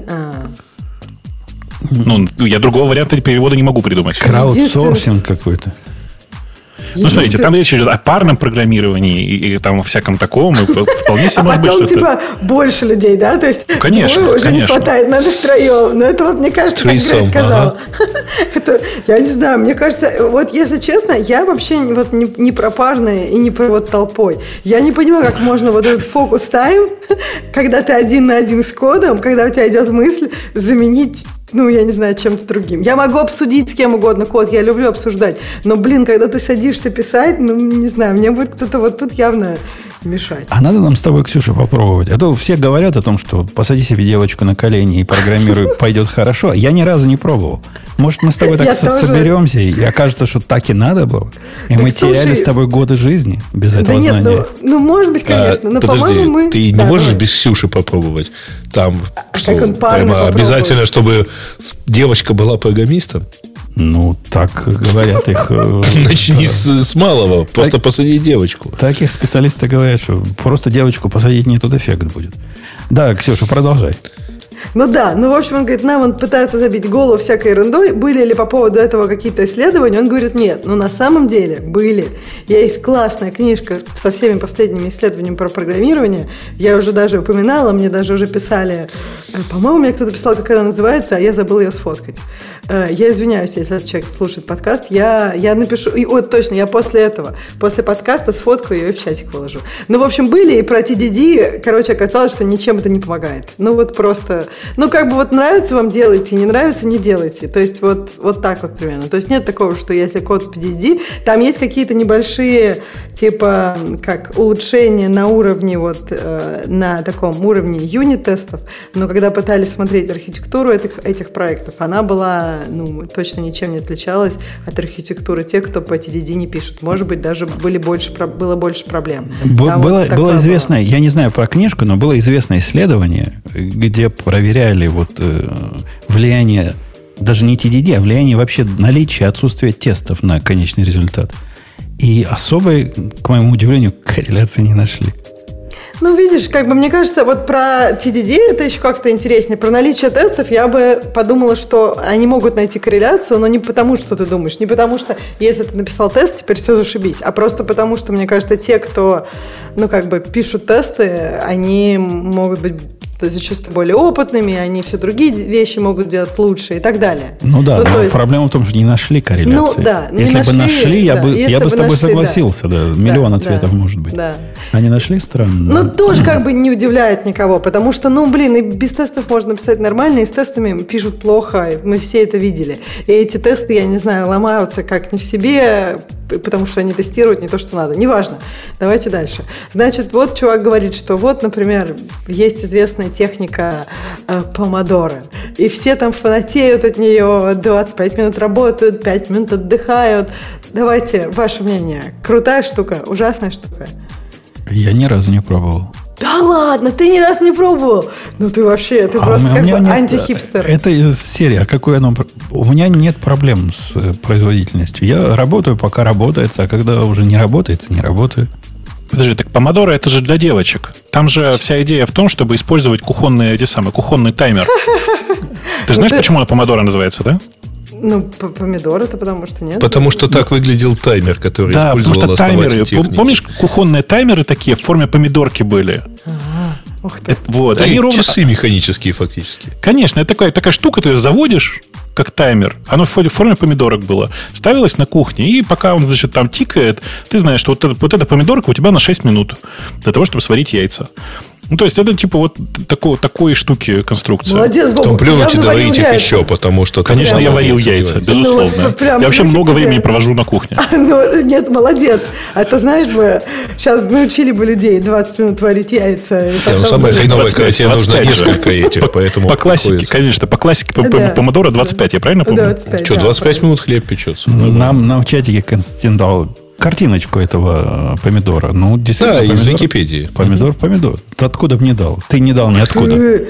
Ну, я другого варианта перевода не могу придумать. Краудсорсинг какой-то. Ну, смотрите, там речь идет о парном программировании и там всяком таком. И вполне себе может быть, что типа больше людей, да? То есть конечно, уже не хватает, надо втроем. Но это вот, мне кажется, как Грей сказал. Это, я не знаю, мне кажется, вот если честно, я вообще вот не про парное и не про вот толпой. Я не понимаю, как можно вот этот фокус-тайм, когда ты 1 на 1 с кодом, когда у тебя идет мысль, заменить... Ну, я не знаю, чем-то другим. Я могу обсудить с кем угодно код, я люблю обсуждать. Но, когда ты садишься писать, ну, не знаю, мне будет кто-то вот тут явно мешать. А надо нам с тобой, Ксюша, попробовать. А то все говорят о том, что посади себе девочку на колени и программируй, пойдет хорошо. Я ни разу не пробовал. Может, мы с тобой так соберемся, и окажется, что так и надо было. И мы теряли с тобой годы жизни без этого знания. Ну, может быть, конечно. Но, по-моему, мы... Ты не можешь без Ксюши попробовать? Там что, прямо обязательно, чтобы девочка была программистом? Ну, так говорят их... Начни с малого, просто посади девочку. Таких специалисты говорят, что просто девочку посадить не тот эффект будет. Да, Ксюша, продолжай. Ну да, в общем, он говорит, нам он пытается забить голову всякой ерундой. Были ли по поводу этого какие-то исследования? Он говорит, нет, на самом деле были. Есть классная книжка со всеми последними исследованиями про программирование. Я уже даже упоминала, мне даже уже писали, по-моему, мне кто-то писал, как она называется, а я забыла ее сфоткать. Я извиняюсь, если этот человек слушает подкаст, я напишу, точно, я после подкаста сфоткаю ее и в чатик выложу. В общем, были и про TDD, оказалось, что ничем это не помогает. Просто, нравится вам, делайте, не нравится, не делайте. То есть, вот так вот примерно. То есть, нет такого, что если код TDD, там есть какие-то небольшие, типа, как улучшения на уровне, на таком уровне юнит-тестов, но когда пытались смотреть архитектуру этих проектов, она была, точно ничем не отличалась от архитектуры тех, кто по TDD не пишет. Может быть, даже было больше проблем. Было известное, я не знаю про книжку, но было известное исследование, где проверяли влияние, даже не TDD, а влияние вообще наличия, отсутствия тестов на конечный результат. И особой, к моему удивлению, корреляции не нашли. Видишь, мне кажется, про TDD это еще как-то интереснее. Про наличие тестов я бы подумала, что они могут найти корреляцию, но не потому, что ты думаешь, не потому, что если ты написал тест, теперь все зашибись, а просто потому, что, мне кажется, те, кто, пишут тесты, они могут быть зачастую более опытными, они все другие вещи могут делать лучше и так далее. Но проблема в том, что не нашли корреляции. Если бы нашли, я бы с тобой согласился. Да. Миллион ответов может быть. Да. Они нашли странно. Тоже не удивляет никого, потому что, и без тестов можно писать нормально, и с тестами пишут плохо, мы все это видели. И эти тесты, я не знаю, ломаются как не в себе, потому что они тестируют не то, что надо. Неважно. Давайте дальше. Значит, чувак говорит, что например, есть известная техника помодоро, и все там фанатеют от нее, 25 минут работают, 5 минут отдыхают. Давайте, ваше мнение. Крутая штука? Ужасная штука? Я ни разу не пробовал. Да ладно, ты ни разу не пробовал? Ты вообще, ты просто антихипстер. Это из серии, у меня нет проблем с производительностью. Я работаю, пока работает, а когда уже не работает, не работаю. Подожди, так помодоро это же для девочек. Там же вся идея в том, чтобы использовать кухонный таймер. Ты знаешь, почему помодоро называется, да? Помидор это потому что нет. Потому что так выглядел таймер, который использовал основатель техники. Помнишь, кухонные таймеры такие в форме помидорки были? Ух ты. Часы механические фактически. Конечно, это такая штука, ты ее заводишь, как таймер. Оно в форме помидорок было. Ставилось на кухне, и пока он, там тикает, ты знаешь, что вот эта помидорка у тебя на 6 минут для того, чтобы сварить яйца. То есть, это типа такой штуки конструкция. Молодец, Бобук. Потом плюнуть и доварить их еще, потому что... Конечно, я варил яйца, безусловно. Я вообще много времени провожу на кухне. Нет, молодец. А ты знаешь бы, сейчас научили бы людей 20 минут варить яйца. Самое хреновое, когда тебе нужно несколько этих, поэтому... По классике, конечно, по классике помодоро 25, я правильно помню? 25, что, 25 минут хлеб печется? Нам в чатике Константин дал картиночку этого помидора. Действительно, из Википедии. Помидор. Ты откуда бы не дал? Ты не дал ниоткуда.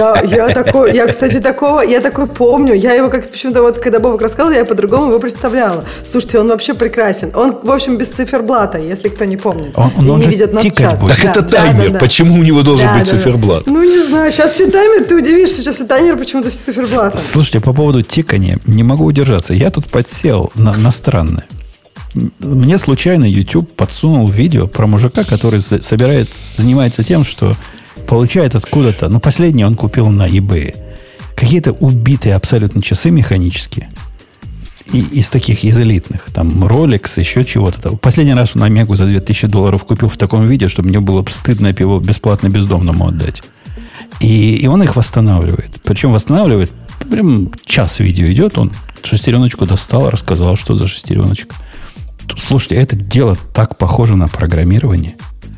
Я, кстати, такой помню. Я его почему-то когда Бобок рассказал, я по-другому его представляла. Слушайте, он вообще прекрасен. Он, в общем, без циферблата, если кто не помнит. Он не видит нас в чат. Так это таймер. Почему у него должен быть циферблат? Не знаю. Сейчас все таймер, ты удивишься, сейчас все таймер почему-то с циферблатом. Слушайте, по поводу тикания, не могу удержаться. Я тут подсел на странное. Мне случайно YouTube подсунул видео про мужика, который занимается тем, что получает откуда-то, последнее он купил на eBay, какие-то убитые абсолютно часы механические. И из таких, из элитных. Там Rolex, еще чего-то. Последний раз он Омегу за $2000 купил в таком виде, чтобы мне было стыдно его бесплатно бездомному отдать. И он их восстанавливает. Причем восстанавливает, прям час видео идет, он шестереночку достал, рассказал, что за шестереночка. Слушайте, это дело так похоже на программирование.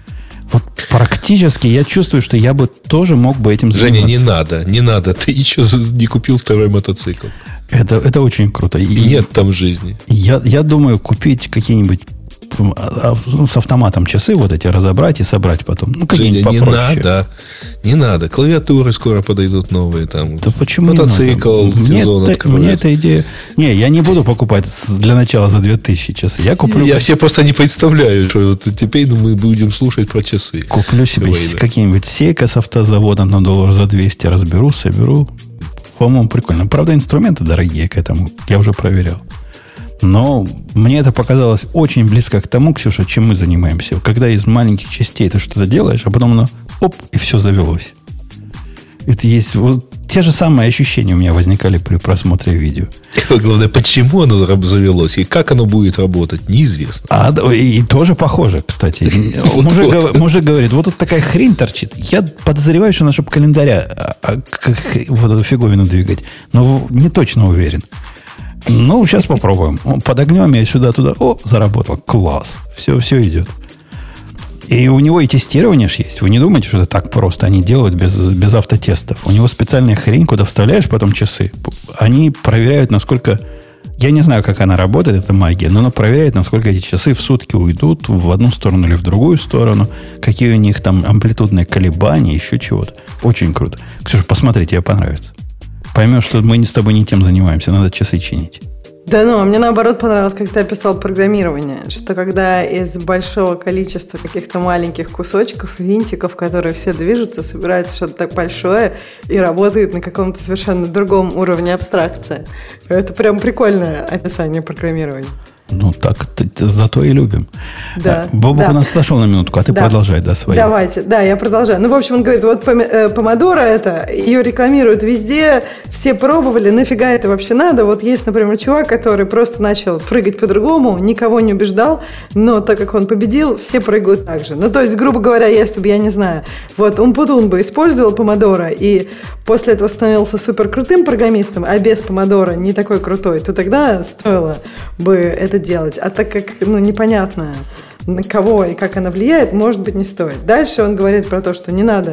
Практически я чувствую, что я бы тоже мог бы этим заниматься. Женя, не надо. Ты еще не купил второй мотоцикл. Это очень круто. И нет там жизни. Я думаю, купить какие-нибудь с автоматом часы вот эти разобрать и собрать потом. Ну, какие-нибудь попроще. Не надо. Клавиатуры скоро подойдут новые. Там. Да почему мотоцикл, сезон откроют. Мне эта идея... Не, я не буду покупать для начала за 2000 часы. Я куплю... Я себе просто не представляю, что теперь мы будем слушать про часы. Куплю себе какие-нибудь Сейка с автозаводом на $100 за 200, разберу, соберу. По-моему, прикольно. Правда, инструменты дорогие к этому. Я уже проверял. Но мне это показалось очень близко к тому, Ксюша, чем мы занимаемся. Когда из маленьких частей ты что-то делаешь, а потом оно оп, и все завелось. Это есть вот те же самые ощущения у меня возникали при просмотре видео. Главное, почему оно завелось и как оно будет работать, неизвестно. И тоже похоже, кстати. Мужик говорит, вот тут такая хрень торчит. Я подозреваю, что надо, чтобы календаря вот эту фиговину двигать. Но не точно уверен. Ну, сейчас попробуем. Подогнем я сюда-туда. О, заработал. Класс. Все идет. И у него и тестирование же есть. Вы не думаете, что это так просто? Они делают без автотестов. У него специальная хрень, куда вставляешь потом часы. Они проверяют, насколько... Я не знаю, как она работает, это магия, но она проверяет, насколько эти часы в сутки уйдут в одну сторону или в другую сторону, какие у них там амплитудные колебания, еще чего-то. Очень круто. Ксюша, посмотри, тебе понравится. Поймешь, что мы с тобой не тем занимаемся, надо часы чинить. Да, мне наоборот понравилось, как ты описал программирование, что когда из большого количества каких-то маленьких кусочков, винтиков, которые все движутся, собирается что-то так большое и работает на каком-то совершенно другом уровне абстракции. Это прям прикольное описание программирования. Ну, так зато и любим. Да, Бобок у нас отошел на минутку, а ты продолжай, свои. Давайте, я продолжаю. Ну, в общем, он говорит, вот помодоро это, ее рекламируют везде, все пробовали, нафига это вообще надо? Вот есть, например, чувак, который просто начал прыгать по-другому, никого не убеждал, но так как он победил, все прыгают так же. Ну, то есть, грубо говоря, если бы, я не знаю, вот Умпутун бы использовал помодоро и после этого становился супер крутым программистом, а без помодоро не такой крутой, то тогда стоило бы это делать. А так как непонятно, на кого и как она влияет, может быть, не стоит. Дальше он говорит про то, что не надо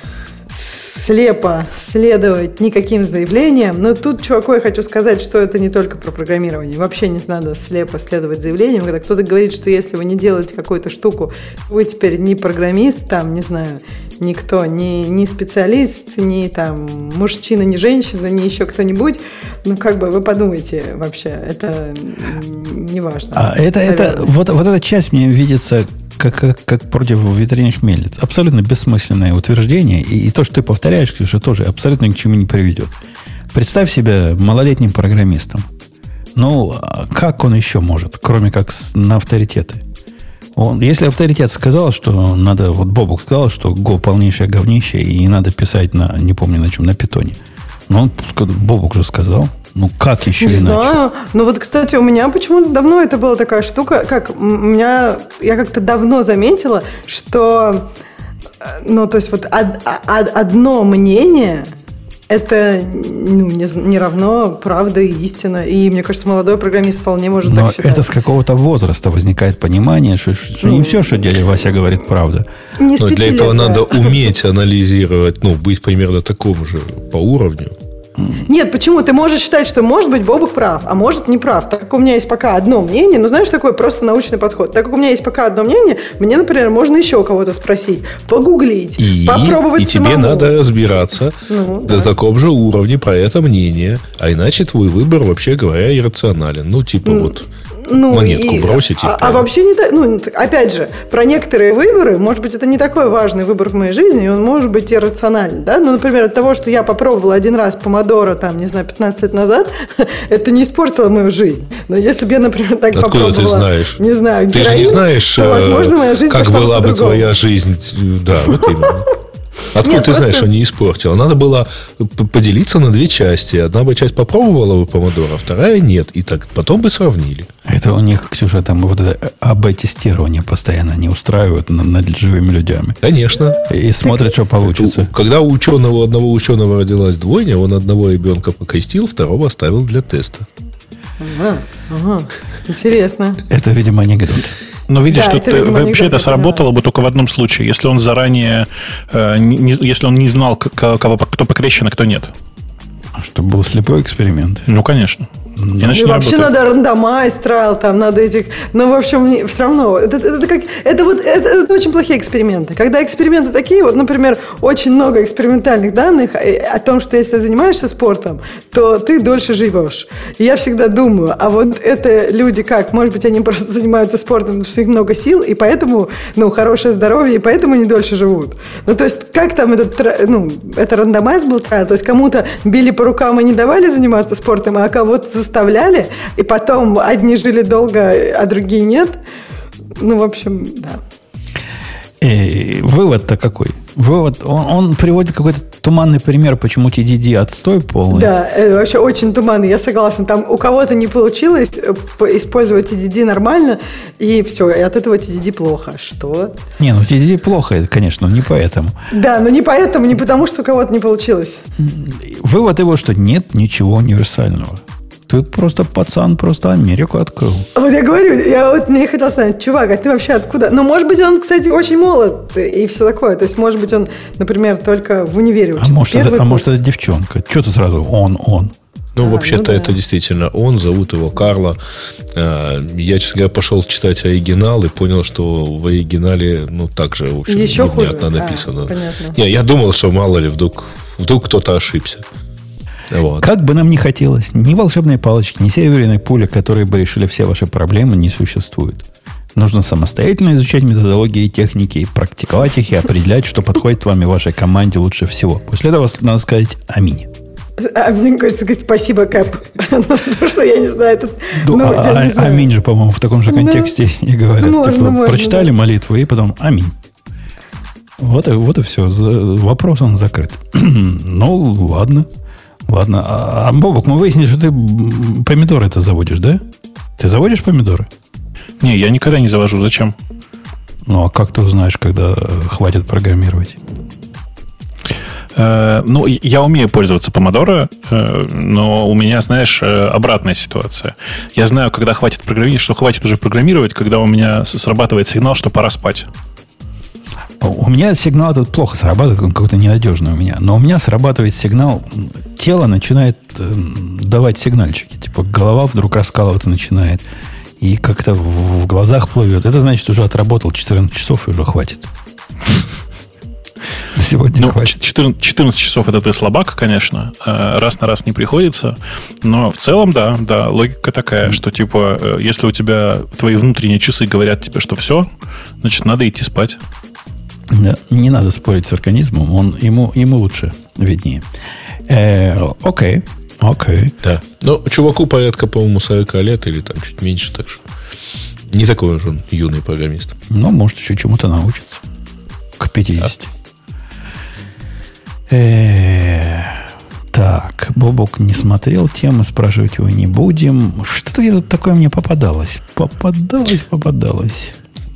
слепо следовать никаким заявлениям. Но тут, чуваку, я хочу сказать, что это не только про программирование. Вообще не надо слепо следовать заявлениям. Когда кто-то говорит, что если вы не делаете какую-то штуку, вы теперь не программист, там, не знаю, никто, не специалист, не там мужчина, не женщина, не еще кто-нибудь. Вы подумайте вообще, это не важно. Вот эта часть мне видится как против ветряных мельниц. Абсолютно бессмысленное утверждение. И то, что ты повторяешь, Ксюша, тоже абсолютно ни к чему не приведет. Представь себя малолетним программистом. Как он еще может, кроме как на авторитеты? Если авторитет сказал, что надо... Вот Бобук сказал, что Go полнейшее говнище, и надо писать не помню на чем, на питоне. Бобук же сказал. Как еще не иначе? Знаю. Кстати, у меня почему-то давно это была такая штука, я как-то давно заметила, что, то есть одно мнение это не равно правда и истина. И мне кажется, молодой программист вполне может так считать. Но это с какого-то возраста возникает понимание, что не все, что дядя Вася говорит, правда. Но для этого надо уметь анализировать, быть примерно такому же по уровню. Нет, почему? Ты можешь считать, что может быть Бобук прав, а может не прав. Так как у меня есть пока одно мнение, знаешь, такой просто научный подход. Так как у меня есть пока одно мнение, мне, например, можно еще у кого-то спросить, погуглить, попробовать самому. И тебе надо разбираться на таком же уровне про это мнение. А иначе твой выбор, вообще говоря, иррационален. Монетку бросить. А вообще не так. Опять же, про некоторые выборы, может быть, это не такой важный выбор в моей жизни, и он может быть иррациональный. Да? Например, от того, что я попробовала один раз помодоро, 15 лет назад, это не испортило мою жизнь. Но если бы я, например, так попробовала... Откуда ты знаешь? Не знаю, героин, ты же не знаешь, то, возможно, моя жизнь как была бы твоя жизнь. Да, вот именно. Откуда ты знаешь, что не испортила? Надо было поделиться на две части. Одна бы часть попробовала бы помодоро, вторая нет. И так потом бы сравнили. Это у них, Ксюша, там это АБ-тестирование постоянно не устраивают над живыми людьми. Конечно. И смотрят, что получится. Когда у одного ученого родилась двойня, он одного ребенка покрестил, второго оставил для теста. Ага. Интересно. Это, видимо, анекдот. Но видишь, тут вообще это сработало бы только в одном случае, если он заранее, если он не знал, кто покрещен, а кто нет. Чтобы был слепой эксперимент. Конечно. И вообще надо рандомайз трайл, там надо этих... Ну, в общем, все равно. Это очень плохие эксперименты. Когда эксперименты такие, вот, например, очень много экспериментальных данных о том, что если ты занимаешься спортом, то ты дольше живешь. И я всегда думаю, а вот это люди как? Может быть, они просто занимаются спортом, потому что у них много сил, и поэтому, хорошее здоровье, и поэтому они дольше живут. Ну, то есть, как там это рандомайз был трайл? То есть, кому-то били по рукам и не давали заниматься спортом, а кого-то заставляли, и потом одни жили долго, а другие нет. Ну, в общем, да. Вывод-то какой? Вывод, он приводит какой-то туманный пример, почему TDD отстой полный. Да, это вообще очень туманный, я согласна. Там у кого-то не получилось использовать TDD нормально, и все, и от этого TDD плохо. Что? Не, TDD плохо, конечно, но не поэтому. Да, но не поэтому, не потому, что у кого-то не получилось. Вывод его, что нет ничего универсального. Ты просто пацан, просто Америку открыл. Вот я говорю, мне хотел знать, чувак, а ты вообще откуда? Ну, может быть, он, кстати, очень молод и все такое. То есть, может быть, он, например, только в универе учится. Может, это девчонка. Что ты сразу он? Ну, вообще-то, это действительно он. Зовут его Карло. Я, честно говоря, пошел читать оригинал и понял, что в оригинале, также, в общем, еще невнятно хуже. написано. Понятно. Я думал, что мало ли, вдруг кто-то ошибся. Вот. Как бы нам ни хотелось, ни волшебной палочки, ни серебряной пули, которые бы решили все ваши проблемы, не существует. Нужно самостоятельно изучать методологии и техники, практиковать их и определять, что подходит вам и вашей команде лучше всего. После этого надо сказать «Аминь». А мне хочется сказать спасибо, Кэп. Потому что я не знаю. Аминь же, по-моему, в таком же контексте и говорят. Прочитали молитву и потом «Аминь». Вот и все. Вопрос он закрыт. Ну, ладно. А Бобок, мы выяснили, что ты помидоры-то заводишь, да? Ты заводишь помидоры? Не, я никогда не завожу. Зачем? Ну, а как ты узнаешь, когда хватит программировать? Я умею пользоваться помидоры, но у меня, знаешь, обратная ситуация. Я знаю, когда хватит программировать, что хватит уже программировать, когда у меня срабатывает сигнал, что пора спать. У меня сигнал этот плохо срабатывает, он какой-то ненадежный у меня. Но у меня срабатывает сигнал, тело начинает давать сигнальчики. Типа голова вдруг раскалываться начинает. И как-то в глазах плывет. Это значит, уже отработал 14 часов и уже хватит. Сегодня хватит. 14 часов это ты слабак, конечно. Раз на раз не приходится. Но в целом, да, логика такая, что типа, если у тебя твои внутренние часы говорят тебе, что все, значит, надо идти спать. Да, не надо спорить с организмом, ему лучше виднее. Окей. Да. Но чуваку порядка, по-моему, 40 лет или там чуть меньше, так что не такой уж он юный программист. Но может еще чему-то научиться. К 50. Так, Бобок не смотрел темы, спрашивать его не будем. Что-то тут такое мне попадалось. Попадалось.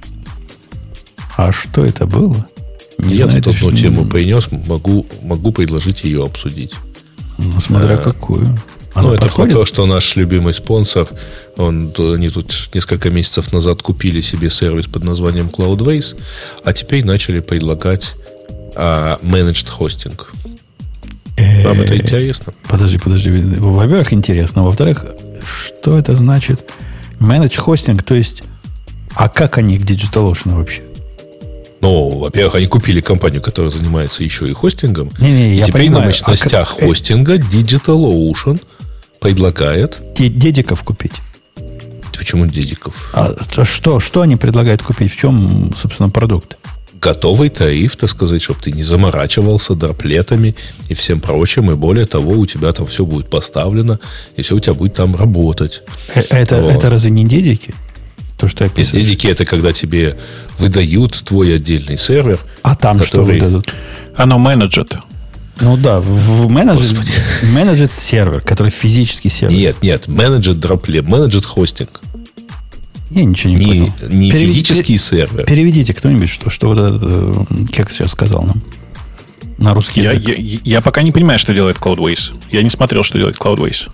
А что это было? Я тут одну тему принес, могу предложить ее обсудить. Ну, смотря какую. Это про то, что наш любимый спонсор, они тут несколько месяцев назад купили себе сервис под названием Cloudways, а теперь начали предлагать managed hosting. Вам это интересно? Подожди. Во-первых, интересно. Во-вторых, что это значит? Managed hosting, то есть... А как они к DigitalOcean вообще? Ну, во-первых, они купили компанию, которая занимается еще и хостингом. И теперь понимаю, на мощностях хостинга DigitalOcean предлагает... Дедиков купить. Почему дедиков? Что они предлагают купить? В чем, собственно, продукт? Готовый тариф, так сказать, чтобы ты не заморачивался дроплетами и всем прочим. И более того, у тебя там все будет поставлено, и все у тебя будет там работать. Это разве не дедики? То, что описываешь. Дедики — это когда тебе выдают твой отдельный сервер. А там что выдадут? Оно менеджет. Ну да, в менеджет сервер, который физический сервер. Нет, менеджет дроплет, менеджет хостинг. Я ничего не понял. Не физический сервер. Переведите кто-нибудь, что вот этот Кекс сейчас сказал нам. На русский язык. Я пока не понимаю, что делает Cloudways. Я не смотрел, что делает Cloudways.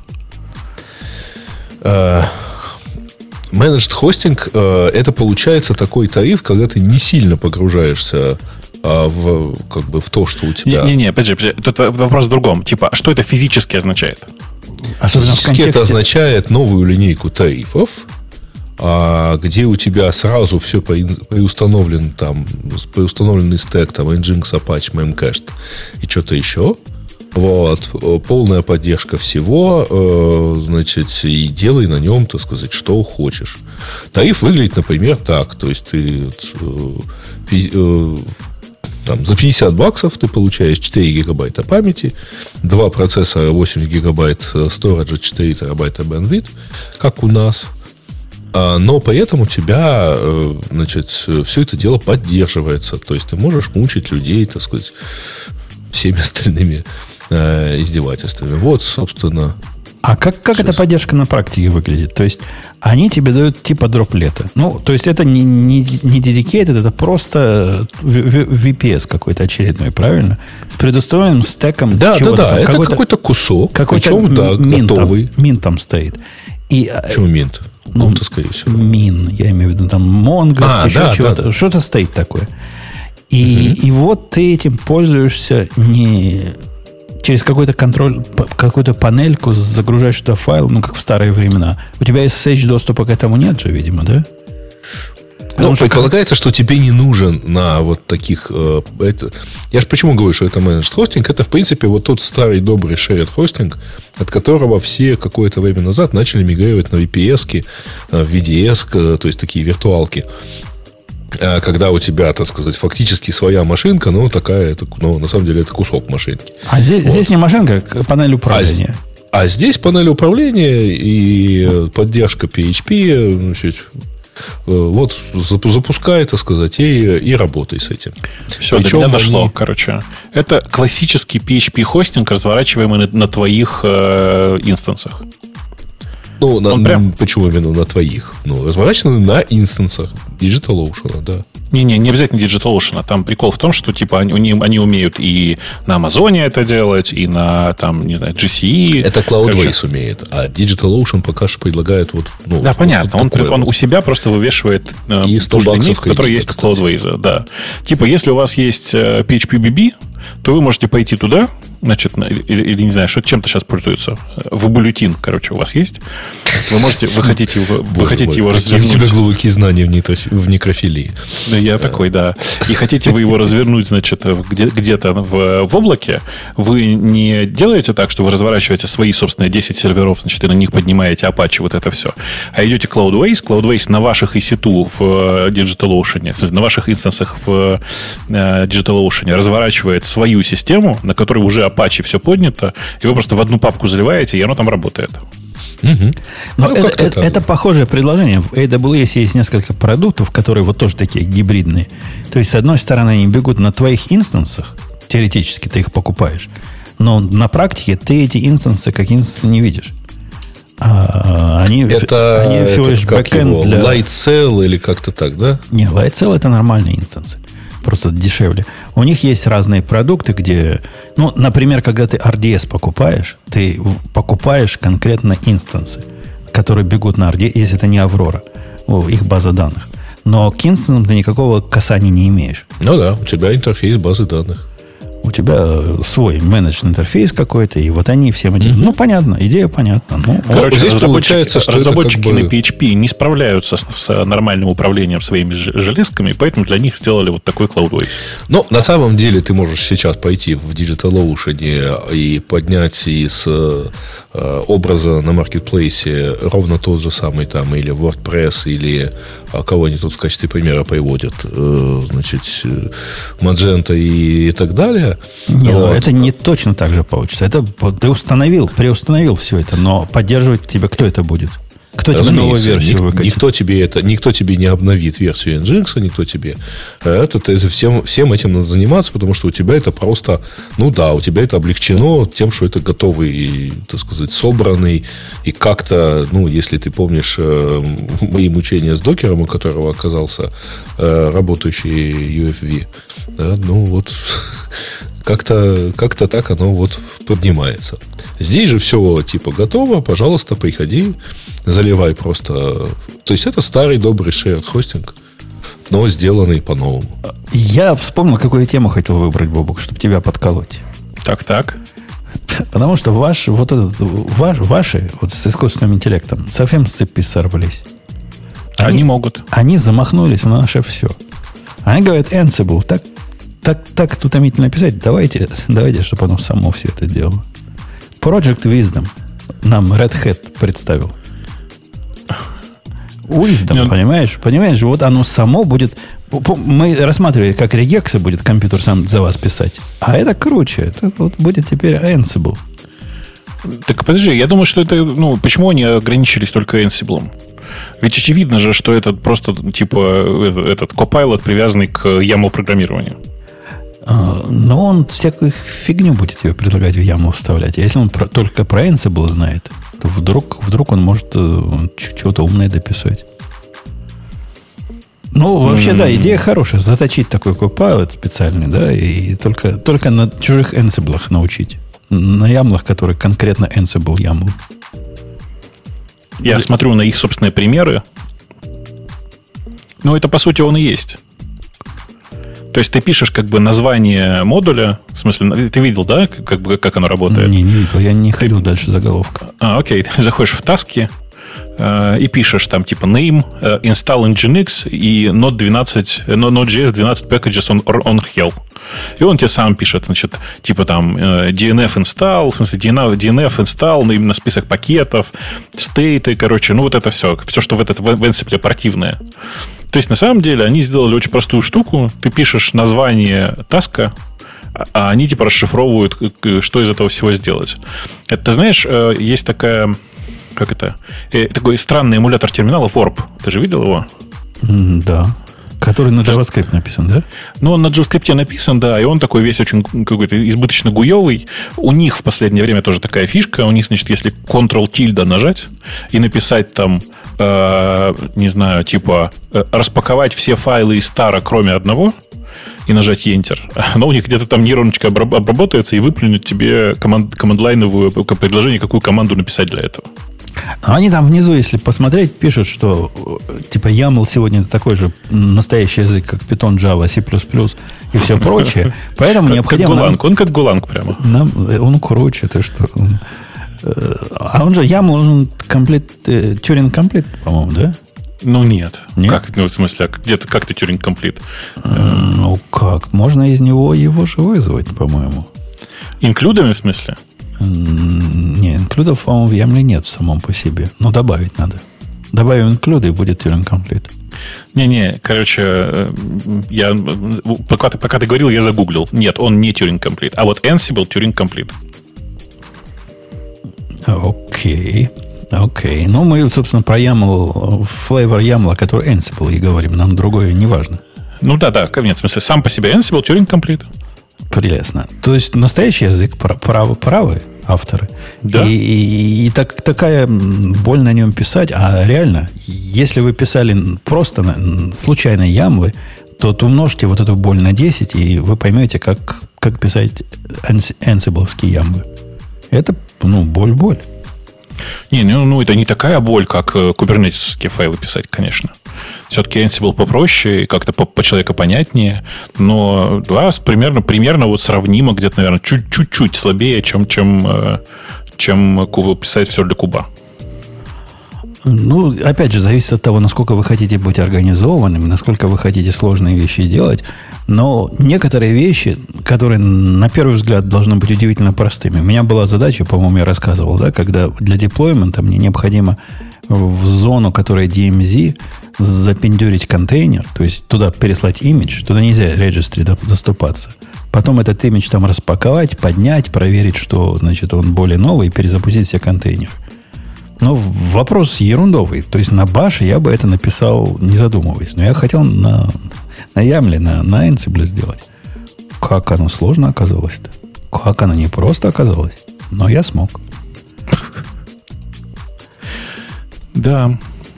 Managed хостинг это получается такой тариф, когда ты не сильно погружаешься в то, что у тебя... Подожди. Тут вопрос в другом. Типа, что это физически означает? Фактически это означает новую линейку тарифов, где у тебя сразу все преустановлен, там, преустановленный стек, там, Nginx, Apache, Memcached и что-то еще. Вот. Полная поддержка всего, значит, и делай на нем, так сказать, что хочешь. Тариф выглядит, например, так. То есть ты там, за $50 ты получаешь 4 гигабайта памяти, 2 процессора, 8 гигабайт сториджа, 4 терабайта bandwidth, как у нас. Но при этом у тебя, значит, все это дело поддерживается. То есть ты можешь мучить людей, так сказать, всеми остальными издевательствами. Вот, собственно. А как эта поддержка на практике выглядит? То есть они тебе дают типа дроплета. Ну, то есть это не dedicated, это просто VPS какой-то очередной, правильно? С предустановленным стеком. Да. Это какой-то кусок. Причем, да, готовый. Мин там стоит. Почему Mint? Ну, скорее всего. Мин, я имею в виду там Mongo, еще чего-то. Да. Что-то стоит такое. И вот ты этим пользуешься не через какой-то контроль, какую-то панельку, загружаешь туда файл, ну, как в старые времена. У тебя SSH доступа к этому нет же, видимо, да? Ну, предполагается, что тебе не нужен на вот таких... Я же почему говорю, что это managed хостинг? Это, в принципе, вот тот старый добрый shared хостинг, от которого все какое-то время назад начали мигрировать на VPS-ки, VDS, то есть такие виртуалки. Когда у тебя, так сказать, фактически своя машинка, ну, такая, ну, на самом деле, это кусок машинки. А здесь не машинка, а панель управления. А здесь панель управления и поддержка PHP, значит, вот запускай, так сказать, и работай с этим. Все, до меня дошло, короче. Это классический PHP-хостинг, разворачиваемый на твоих инстансах. Ну, почему именно на твоих? Ну, разворачены на инстансах DigitalOcean, да. Не обязательно DigitalOcean. Там прикол в том, что типа они умеют и на Амазоне это делать, и на, там, не знаю, GCE. Это Cloudways умеет, а DigitalOcean пока что предлагает вот... Ну, да, понятно. Он у себя просто вывешивает линейку, которая есть у Cloudways. Да. Типа, если у вас есть PHP-BB, то вы можете пойти туда, значит, или не знаю, что чем-то сейчас пользуется. Вобулютин, короче, у вас есть. Вы хотите его развернуть. У тебя глубокие знания в некрофилии. Да, я такой, да. И хотите вы его развернуть, значит, где-то в облаке, вы не делаете так, что вы разворачиваете свои собственные 10 серверов, значит, и на них поднимаете Apache, вот это все. А идете Cloudways. Cloudways на ваших EC2 в DigitalOcean, на ваших инстансах в DigitalOcean разворачивает свою систему, на которой уже Apache все поднято, и вы просто в одну папку заливаете, и оно там работает. Угу. Но это похожее предложение. В AWS есть несколько продуктов, которые вот тоже такие гибридные. То есть, с одной стороны, они бегут на твоих инстансах. Теоретически ты их покупаешь. Но на практике ты эти инстансы как инстансы не видишь. Они всего лишь бэкэнд для... Lightsail или как-то так, да? Не, Lightsail это нормальные инстансы. Просто дешевле. У них есть разные продукты, где... Ну, например, когда ты RDS покупаешь, ты покупаешь конкретно инстансы, которые бегут на RDS, если это не Аврора, их база данных. Но к инстансам ты никакого касания не имеешь. Ну да, у тебя интерфейс базы данных. У тебя свой менедж интерфейс какой-то, и вот они всем этим... Ну, понятно, идея понятна. Ну, короче, здесь получается, что разработчики на PHP не справляются с нормальным управлением своими железками, поэтому для них сделали вот такой Cloudways. Но на самом деле ты можешь сейчас пойти в DigitalOcean и поднять из образа на маркетплейсе ровно тот же самый там или WordPress, или кого они тут в качестве примера приводят, значит, Magento и так далее. Нет, вот. Это не точно так же получится. Это ты приустановил все это, но поддерживать тебя кто это будет? Кто тебе новую версию выкатит? Никто тебе не обновит версию Nginx, никто тебе. Всем этим надо заниматься, потому что у тебя это просто, ну да, у тебя это облегчено тем, что это готовый, так сказать, собранный и как-то, ну, если ты помнишь мои мучения с докером, у которого оказался работающий UFV, да, ну вот как-то так оно вот поднимается. Здесь же все типа готово, пожалуйста, приходи, заливай просто. То есть это старый добрый shared хостинг, но сделанный по-новому. Я вспомнил, какую тему хотел выбрать, Бобук, чтобы тебя подколоть. Так. Потому что ваши вот с искусственным интеллектом совсем с цепи сорвались. Они могут. Они замахнулись на наше все. Они говорят, Ansible, так утомительно писать, давайте, чтобы оно само все это делало. Project Wisdom нам Red Hat представил. Wisdom, понимаешь, вот оно само будет... Мы рассматривали, как регексы будет компьютер сам за вас писать. А это круче. Это вот будет теперь Ansible. Так подожди, я думаю, что это... почему они ограничились только Ansible? Ведь очевидно же, что это просто типа этот Copilot, привязанный к YAML-программированию. Но он всякую фигню будет тебе предлагать в YAML вставлять. А если он только про Ansible знает, то вдруг он может чего-то умное дописать. Вообще, да, идея хорошая. Заточить такой Copilot специальный, да, и только на чужих Ansible научить. На YAML, которые конкретно Ansible YAML. Я смотрю на их собственные примеры. Это, по сути, он и есть. То есть ты пишешь как бы название модуля. В смысле, ты видел, да, как оно работает? Не видел. Я не ходил дальше заголовка. Окей. Ты заходишь в таски и пишешь там типа name, install nginx и Node.js 12 packages on hell. И он тебе сам пишет, значит, типа там DNF install, в смысле DNF install, именно список пакетов, стейты, короче, вот это все, что в Ansible противное. То есть, на самом деле, они сделали очень простую штуку. Ты пишешь название таска, а они типа расшифровывают, что из этого всего сделать. Это, ты знаешь, есть такая... Как это? Такой странный эмулятор терминала Warp. Ты же видел его? Да. Который на JavaScript написан, да? Он на JavaScript написан, да, и он такой весь очень какой-то избыточно гуевый. У них в последнее время тоже такая фишка. У них, значит, если Ctrl-тильда нажать и написать там, не знаю, типа распаковать все файлы из стара, кроме одного, и нажать Enter, но у них где-то там нейроночка обработается и выплюнет тебе команд-лайновое предложение, какую команду написать для этого. Они там внизу, если посмотреть, пишут, что типа YAML сегодня такой же настоящий язык, как Python, Java, C++ и все прочее. Поэтому необходимо... Как Golang. Он как Golang прямо. Он круче, ты что? А он же YAML, он Turing Complete, по-моему, да? Нет. Как? В смысле, где-то как ты Turing Complete? Как? Можно из него его же вызвать, по-моему. Инклюдами, в смысле? Не, инклюдов, по-моему, в YAML нет в самом по себе. Но добавить надо. Добавим инклюды, и будет Turing Complete. Не, короче, пока ты говорил, я загуглил. Нет, он не Turing Complete. А вот Ansible Turing Complete. Окей. Мы, собственно, про YAML, flavor YAML, который Ansible, и говорим. Нам другое не важно. Да. Нет, в смысле, сам по себе Ansible Turing Complete. Прелестно. То есть настоящий язык, правые авторы. Да. И такая боль на нем писать. А реально, если вы писали просто случайно ямлы, то умножьте вот эту боль на 10, и вы поймете, как писать Ansible-овские ямлы. Это, боль. Не, это не такая боль, как кубернетисовские файлы писать, конечно. Все-таки Ansible попроще и как-то по-человеку понятнее. Но, да, примерно вот сравнимо, где-то, наверное, чуть-чуть слабее, чем писать все для куба. Опять же, зависит от того, насколько вы хотите быть организованными, насколько вы хотите сложные вещи делать. Но некоторые вещи, которые на первый взгляд должны быть удивительно простыми. У меня была задача, по-моему, я рассказывал, да, когда для деплоймента мне необходимо в зону, которая DMZ, запендюрить контейнер, то есть туда переслать имидж, туда нельзя регистри доступаться. Потом этот имидж там распаковать, поднять, проверить, что, значит, он более новый, и перезапустить все контейнеры. Но вопрос ерундовый. То есть на баше я бы это написал, не задумываясь. Но я хотел на YAML, на Ansible сделать. Как оно сложно оказалось-то? Как оно не просто оказалось? Но я смог. Да.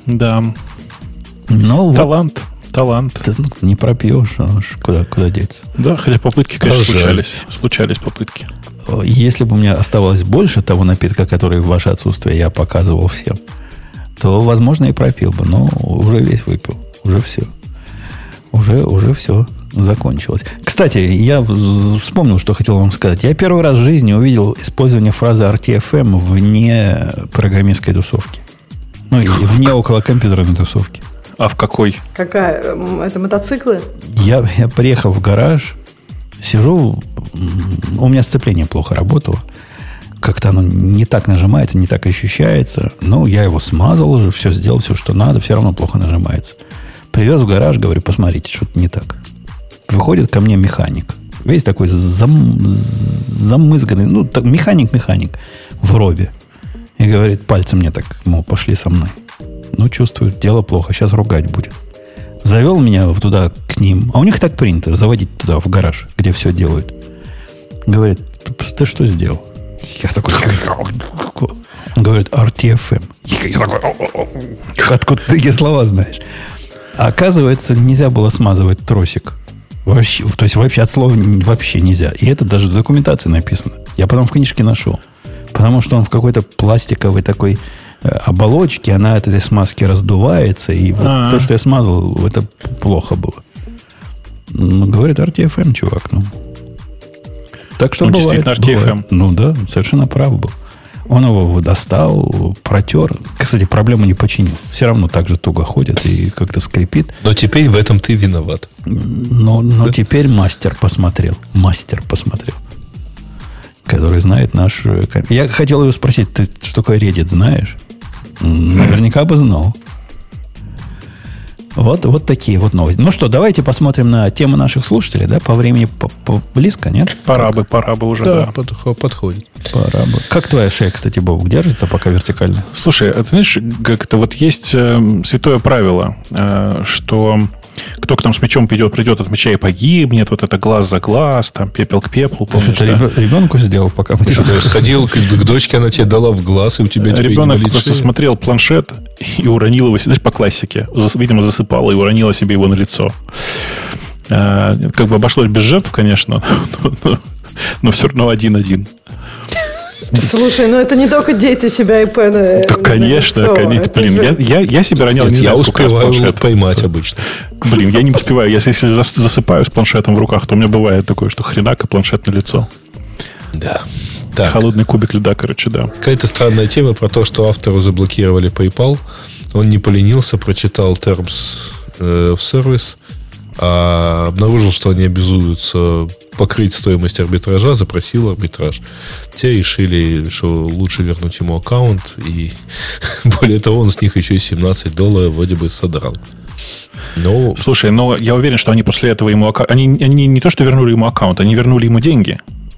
Талант. Не пропьешь, куда деться. Да, хотя попытки, конечно, случались попытки. Если бы у меня оставалось больше того напитка, который в ваше отсутствие я показывал всем, то, возможно, и пропил бы. Но уже весь выпил. Уже все. Уже все. закончилось. Кстати, я вспомнил, что хотел вам сказать. Я первый раз в жизни увидел использование фразы RTFM вне программистской тусовки. Ну, и вне околокомпьютерной тусовки. А в какой? Какая? Это мотоциклы? Я приехал в гараж, сижу, у меня сцепление плохо работало. Как-то оно не так нажимается, не так ощущается. Ну, я его смазал уже, все сделал, все, что надо, все равно плохо нажимается. Привез в гараж, говорю, посмотрите, что-то не так. Выходит ко мне механик. Весь такой замызганный, ну, механик в робе. И говорит, пальцем мне так, мол, пошли со мной. Ну, чувствую, дело плохо, сейчас ругать будет. Завел меня туда к ним. А у них так принято, заводить туда, в гараж, где все делают. Говорит, ты что сделал? Я такой... Он говорит, RTFM. Я такой... Откуда ты такие слова знаешь? А оказывается, нельзя было смазывать тросик. Вообще, то есть, вообще от слова вообще нельзя. И это даже в документации написано. Я потом в книжке нашел. Потому что он в какой-то пластиковой такой оболочке, она от этой смазки раздувается. И вот то, что я смазал, это плохо было. Ну, говорит, RTFM, чувак. Ну. Так что бывает. Действительно, RTFM. Бывает. Ну да, совершенно прав был. Он его достал, протер. Кстати, проблему не починил. Все равно так же туго ходит и как-то скрипит. Но теперь в этом ты виноват. Но да? Теперь мастер посмотрел. Который знает наш... Я хотел его спросить, ты что такое Reddit знаешь? Наверняка бы знал. Вот такие вот новости. Ну что, давайте посмотрим на темы наших слушателей, да? По времени близко, нет? Пора бы уже, да. Подходит. Пора бы. Как твоя шея, кстати, Бобук, держится пока вертикально? Слушай, это знаешь, как это вот есть святое правило, что кто к нам с мячом придет от мяча и погибнет, вот это глаз за глаз, там пепел к пеплу. Ты что-то ребенку сделал, пока мы... Ты сходил к дочке, она тебе дала в глаз, и у тебя теперь ребенок просто смотрел планшет и уронил его, знаешь, по классике. Видимо, засыпала и уронила себе его на лицо. Как бы обошлось без жертв, конечно, но все равно 1-1. Слушай, ну это не только дети себя и пены. Да, конечно. Блин, я себе ронял... Я успеваю поймать обычно. Блин, я не успеваю. Если засыпаю с планшетом в руках, то у меня бывает такое, что хренак и планшет на лицо. Да. Так. Холодный кубик льда, короче, да. Какая-то странная тема про то, что автору заблокировали PayPal. Он не поленился, прочитал Terms of Service, а обнаружил, что они обязуются покрыть стоимость арбитража, запросил арбитраж. Те решили, что лучше вернуть ему аккаунт, и более того, он с них еще и $17 вроде бы содрал. Но... Слушай, но я уверен, что они после этого ему... Они не то, что вернули ему аккаунт, они вернули ему деньги.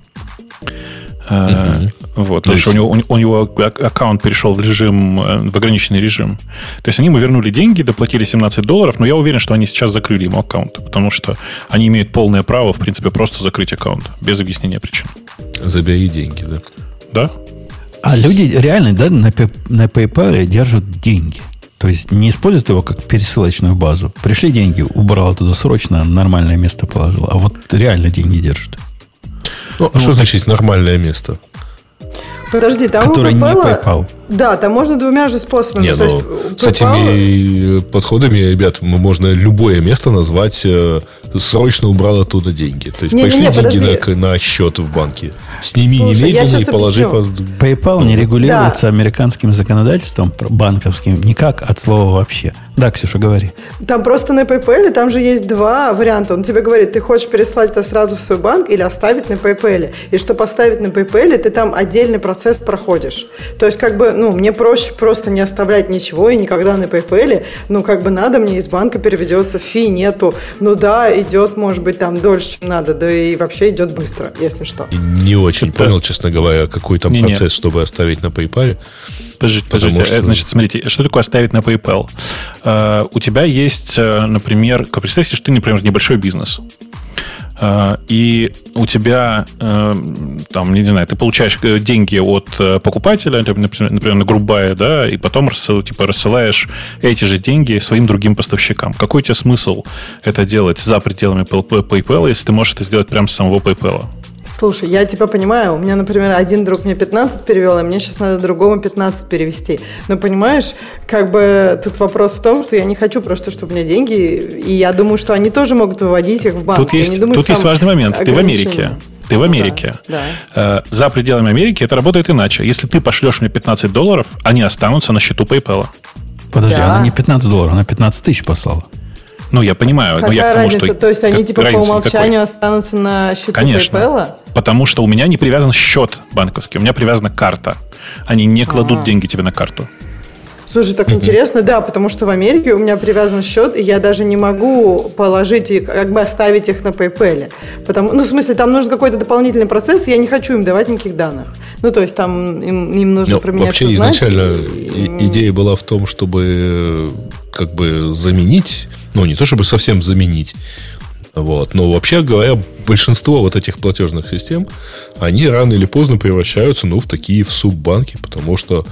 Вот, потому что у него аккаунт перешел в ограниченный режим. То есть они ему вернули деньги, доплатили $17, но я уверен, что они сейчас закрыли ему аккаунт, потому что они имеют полное право, в принципе, просто закрыть аккаунт без объяснения причин. Забери деньги, да? Да. А люди реально, да, на PayPal держат деньги. То есть не используют его как пересылочную базу. Пришли деньги, убрал оттуда срочно, нормальное место положил. А вот реально деньги держат. Ну, а что значит нормальное место? Подожди, там который не PayPal. Да, там можно двумя же способами. Не, то есть, с этими подходами, ребят, можно любое место назвать срочно убрал оттуда деньги. То есть пошли деньги на счет в банке. Сними немедленно и положи под... PayPal не регулируется американским законодательством банковским никак от слова вообще. Да, Ксюша, говори. Там просто на PayPal, там же есть два варианта. Он тебе говорит, ты хочешь переслать это сразу в свой банк или оставить на PayPal. И чтобы оставить на PayPal, ты там отдельный процесс проходишь. То есть, как бы, мне проще просто не оставлять ничего и никогда на PayPal. Надо, мне из банка переведется, фи нету. Да, идет, может быть, там дольше, чем надо, да и вообще идет быстро, если что. И не очень понял, честно говоря, какой там процесс, чтобы оставить на PayPal. Подождите. Значит, смотрите, что такое оставить на PayPal? У тебя есть, например, представьте, что ты, например, небольшой бизнес. И у тебя, не знаю, ты получаешь деньги от покупателя, например, на Грубая, да, и потом рассылаешь эти же деньги своим другим поставщикам. Какой тебе смысл это делать за пределами PayPal, если ты можешь это сделать прямо с самого PayPal? Слушай, я тебя понимаю. У меня, например, один друг мне 15 перевел, а мне сейчас надо другому 15 перевести. Но понимаешь, как бы тут вопрос в том, что я не хочу просто, чтобы у меня деньги, и я думаю, что они тоже могут выводить их в банк. Тут есть важный момент. Ты в Америке. Ты в Америке. Да. За пределами Америки это работает иначе. Если ты пошлешь мне $15, они останутся на счету PayPal. Подожди, она не $15, она 15 тысяч послала. Ну, я понимаю. Какая но я разница? Тому, что... То есть они типа по умолчанию останутся на счету PayPal? Потому что у меня не привязан счет банковский, у меня привязана карта. Они не кладут деньги тебе на карту. Слушай, так интересно, да, потому что в Америке у меня привязан счет, и я даже не могу положить их, как бы оставить их на PayPal. В смысле, там нужен какой-то дополнительный процесс, и я не хочу им давать никаких данных. Ну, то есть там им нужно про меня вообще все знать. Вообще изначально идея была в том, чтобы как бы заменить, ну, не то чтобы совсем заменить, вот, но вообще говоря, большинство вот этих платежных систем, они рано или поздно превращаются, в такие в суббанки, потому что,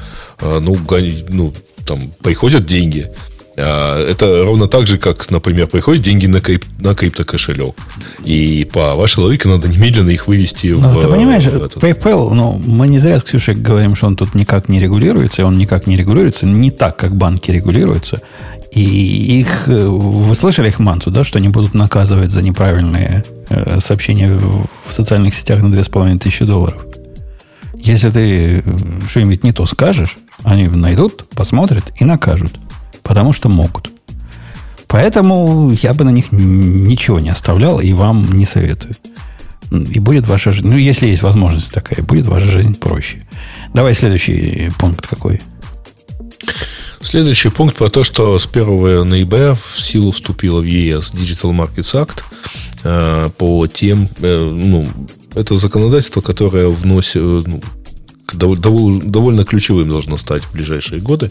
там приходят деньги. Это ровно так же, как, например, приходят деньги на криптокошелек. И по вашей логике надо немедленно их вывести в... Ты понимаешь, PayPal, мы не зря с Ксюшей говорим, что он тут никак не регулируется, и он никак не регулируется не так, как банки регулируются. И вы слышали их манту, да, что они будут наказывать за неправильные сообщения в социальных сетях на $2500? Если ты что-нибудь не то скажешь, они найдут, посмотрят и накажут. Потому что могут. Поэтому я бы на них ничего не оставлял и вам не советую. И будет ваша жизнь... если есть возможность такая, будет ваша жизнь проще. Давай следующий пункт какой. Следующий пункт про то, что с 1 ноября в силу вступила в ЕС Digital Markets Act по тем... это законодательство, которое вносит... довольно ключевым должно стать в ближайшие годы.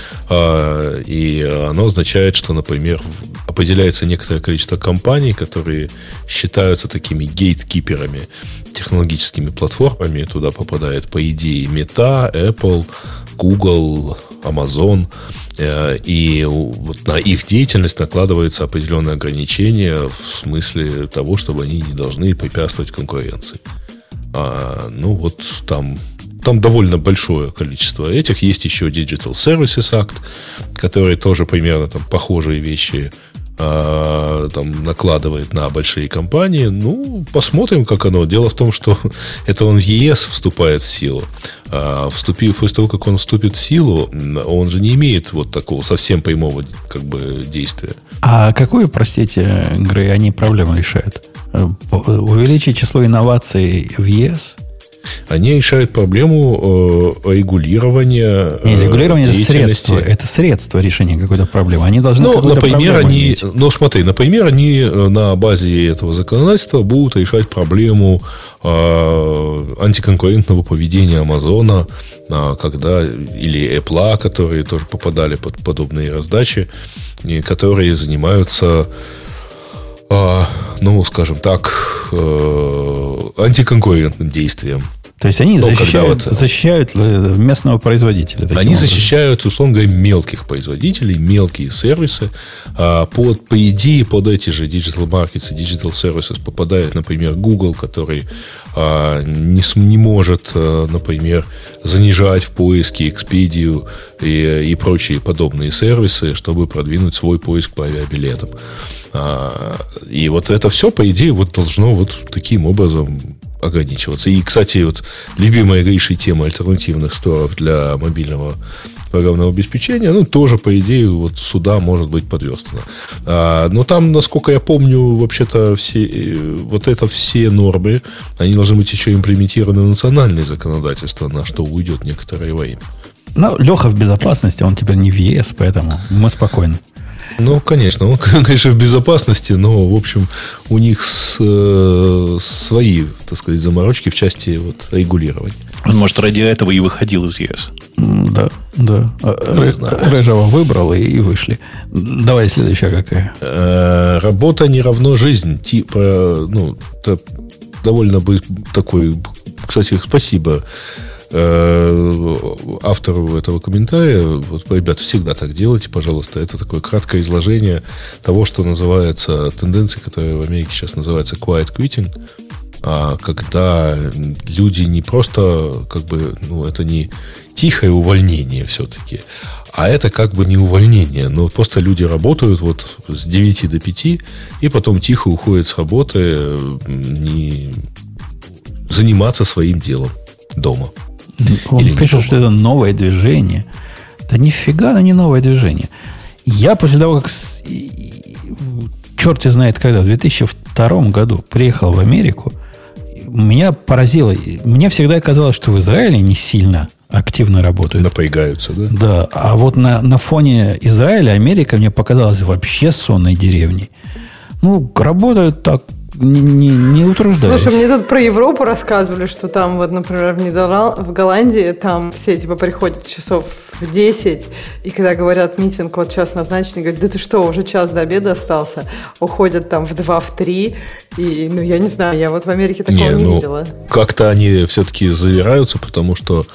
И оно означает, что, например, определяется некоторое количество компаний, которые считаются такими гейткиперами, технологическими платформами. Туда попадает, по идее, Meta, Apple, Google, Amazon. И вот на их деятельность накладывается определенное ограничение в смысле того, чтобы они не должны препятствовать конкуренции. Там довольно большое количество этих. Есть еще Digital Services Act, который тоже примерно похожие вещи накладывает на большие компании. Посмотрим, как оно. Дело в том, что это он в ЕС вступает в силу. После того, как он вступит в силу, он же не имеет вот такого совсем прямого действия. А какую, простите, Грей, они проблему решают? Увеличить число инноваций в ЕС? Они решают проблему регулирования. Регулирование это средство. Это средство решения какой-то проблемы. Они должны какую-то проблему иметь. Например, они на базе этого законодательства будут решать проблему антиконкурентного поведения Амазона, или Apple, которые тоже попадали под подобные раздачи, и которые занимаются, скажем так, антиконкурентным действием. То есть они защищают местного производителя. Они защищают, условно говоря, мелких производителей, мелкие сервисы. По идее, под эти же Digital Markets и Digital Services попадает, например, Google, который не может, например, занижать в поиске Expedia и прочие подобные сервисы, чтобы продвинуть свой поиск по авиабилетам. И вот это все, по идее, должно таким образом ограничиваться. И, кстати, любимая Гришей тема альтернативных сторов для мобильного программного обеспечения, тоже, по идее, сюда может быть подверстано. Но там, насколько я помню, вообще-то все нормы, они должны быть еще имплементированы в национальное законодательство, на что уйдет некоторое время. Леха в безопасности, он теперь не в ЕС, поэтому мы спокойны. Конечно, он, конечно, в безопасности, но, в общем, у них свои, так сказать, заморочки в части регулирования. Он, может, ради этого и выходил из ЕС. Да. Рыжего выбрал и вышли. Давай следующая какая. Работа не равно жизнь. Довольно такой... Кстати, спасибо автору этого комментария. Ребята, всегда так делайте, пожалуйста. Это такое краткое изложение того, что называется тенденцией, которая в Америке сейчас называется quiet quitting. а когда люди не просто, это не тихое увольнение все-таки, а это не увольнение, но просто люди работают с 9 до 5 и потом тихо уходят с работы не заниматься своим делом дома. Он пишет, что это новое движение. Да нифига, оно не новое движение. Я после того, как черти знает когда, в 2002 году приехал в Америку, меня поразило. Мне всегда казалось, что в Израиле не сильно активно работают. Напрягаются, да? Да. А вот на фоне Израиля Америка мне показалась вообще сонной деревней. Работают так, не утруждаясь. Слушай, мне тут про Европу рассказывали, что там, например, в Голландии, там все приходят часов в 10, и когда говорят, митинг час назначен, говорят, да ты что, уже час до обеда остался, уходят там в 2, в 3, и, я не знаю, я в Америке такого не видела. Как-то они все-таки завираются, потому что,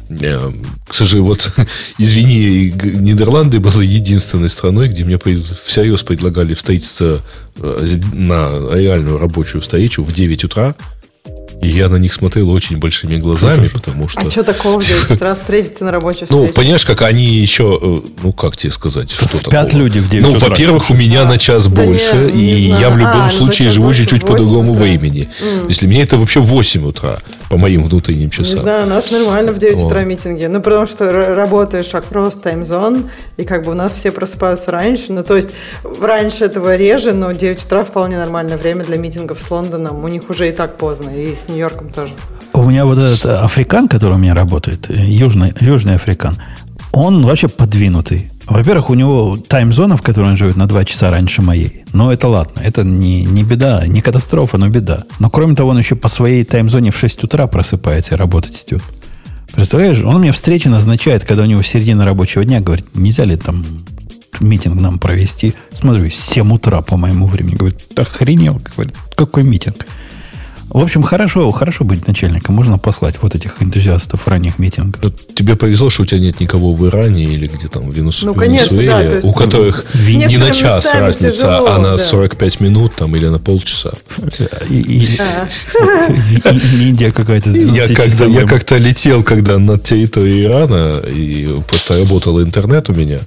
к сожалению, извини, Нидерланды были единственной страной, где мне всерьез предлагали встретиться на реальную рабочую встречу в 9 утра. И я на них смотрел очень большими глазами, потому что... А что такого в 9 утра встретиться на рабочей встрече? Понимаешь, как они еще... как тебе сказать, что такого? Спят люди в 9 утра. Во-первых, у меня на час больше, и я в любом случае живу чуть-чуть по другому времени. Если мне это вообще 8 утра, по моим внутренним часам. Не знаю, у нас нормально в 9 утра митинги. потому что работаешь across time zone, и у нас все просыпаются раньше. То есть, раньше этого реже, но 9 утра вполне нормальное время для митингов с Лондоном. У них уже и так поздно, и с Нью-Йорком тоже. У меня этот африкан, который у меня работает, южный африкан, он вообще подвинутый. Во-первых, у него тайм-зона, в которой он живет, на 2 часа раньше моей. Но это ладно, это не беда, не катастрофа, но беда. Но кроме того, он еще по своей тайм-зоне в 6 утра просыпается и работать идет. Представляешь, он мне встречу назначает, когда у него середина рабочего дня, говорит, нельзя ли там митинг нам провести? Смотрю, 7 утра по моему времени. Говорит, охренел, говорит, какой митинг? В общем, хорошо быть начальником. Можно послать этих энтузиастов ранних митингов. Тебе повезло, что у тебя нет никого в Иране или где там в Венесуэле, конечно, да, есть, у которых не на час разница, тяжело, а на 45 минут или на полчаса. Индия какая-то. Я как-то летел, когда над территорией Ирана, и просто работал интернет у меня.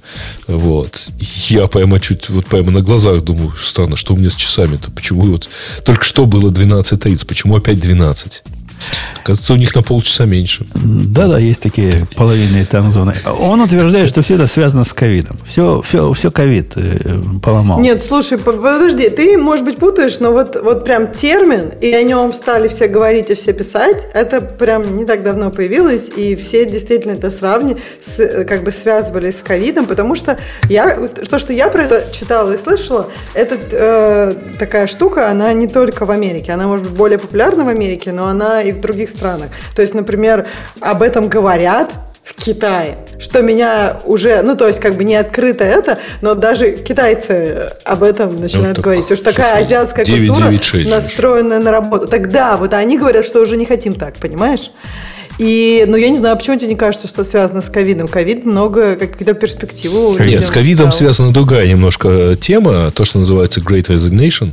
Я прямо на глазах думаю, странно, что у меня с часами-то? Почему только что было 12:30? Почему опять 12? Кажется, у них на полчаса меньше. Да, есть такие половинные таймзоны. Он утверждает, что все это связано с ковидом. Все ковид поломал. Нет, слушай, подожди, ты, может быть, путаешь, но прям термин, и о нем стали все говорить и все писать, это прям не так давно появилось, и все действительно это связывали с ковидом, потому что что я про это читала и слышала, это такая штука, она не только в Америке, она может быть более популярна в Америке, но она и в других странах. То есть, например, об этом говорят в Китае, что меня уже, не открыто это, но даже китайцы об этом начинают говорить. Потому что такая азиатская культура, настроенная на работу. Тогда они говорят, что уже не хотим так, понимаешь? И, я не знаю, почему тебе не кажется, что связано с ковидом? Ковид много какие-то перспективы. Нет, с ковидом связана другая немножко тема, то, что называется Great Resignation,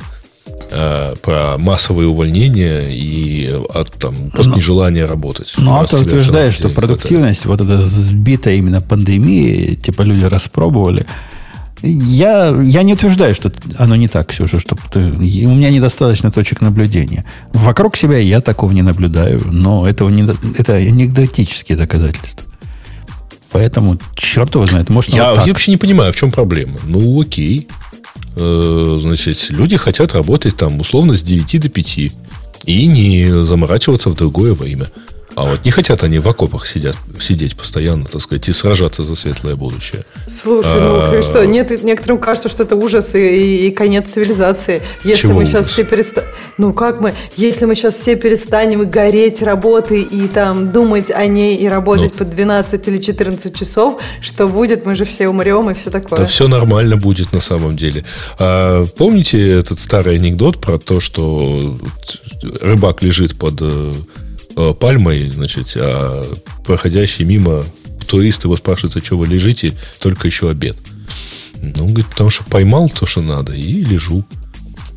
про массовые увольнения и просто нежелание работать. Но автор утверждает, что продуктивность, эта сбитая именно пандемией, люди распробовали. Я не утверждаю, что оно не так, Ксюша, что у меня недостаточно точек наблюдения. Вокруг себя я такого не наблюдаю, но это анекдотические доказательства. Поэтому, черт его знает, может, я вообще не понимаю, в чем проблема. Окей. Значит, люди хотят работать условно с 9 до 5 и не заморачиваться в другое время. А не хотят они в окопах сидеть постоянно, и сражаться за светлое будущее. Слушай, что, некоторым кажется, что это ужас и конец цивилизации. Если мы сейчас все если мы сейчас все перестанем гореть работой и думать о ней и работать по 12 или 14 часов, что будет? Мы же все умрем и все такое. Да все нормально будет на самом деле. Помните этот старый анекдот про то, что рыбак лежит под пальмой, а проходящий мимо турист его спрашивает, а что вы лежите, только еще обед. Он говорит, потому что поймал то, что надо, и лежу.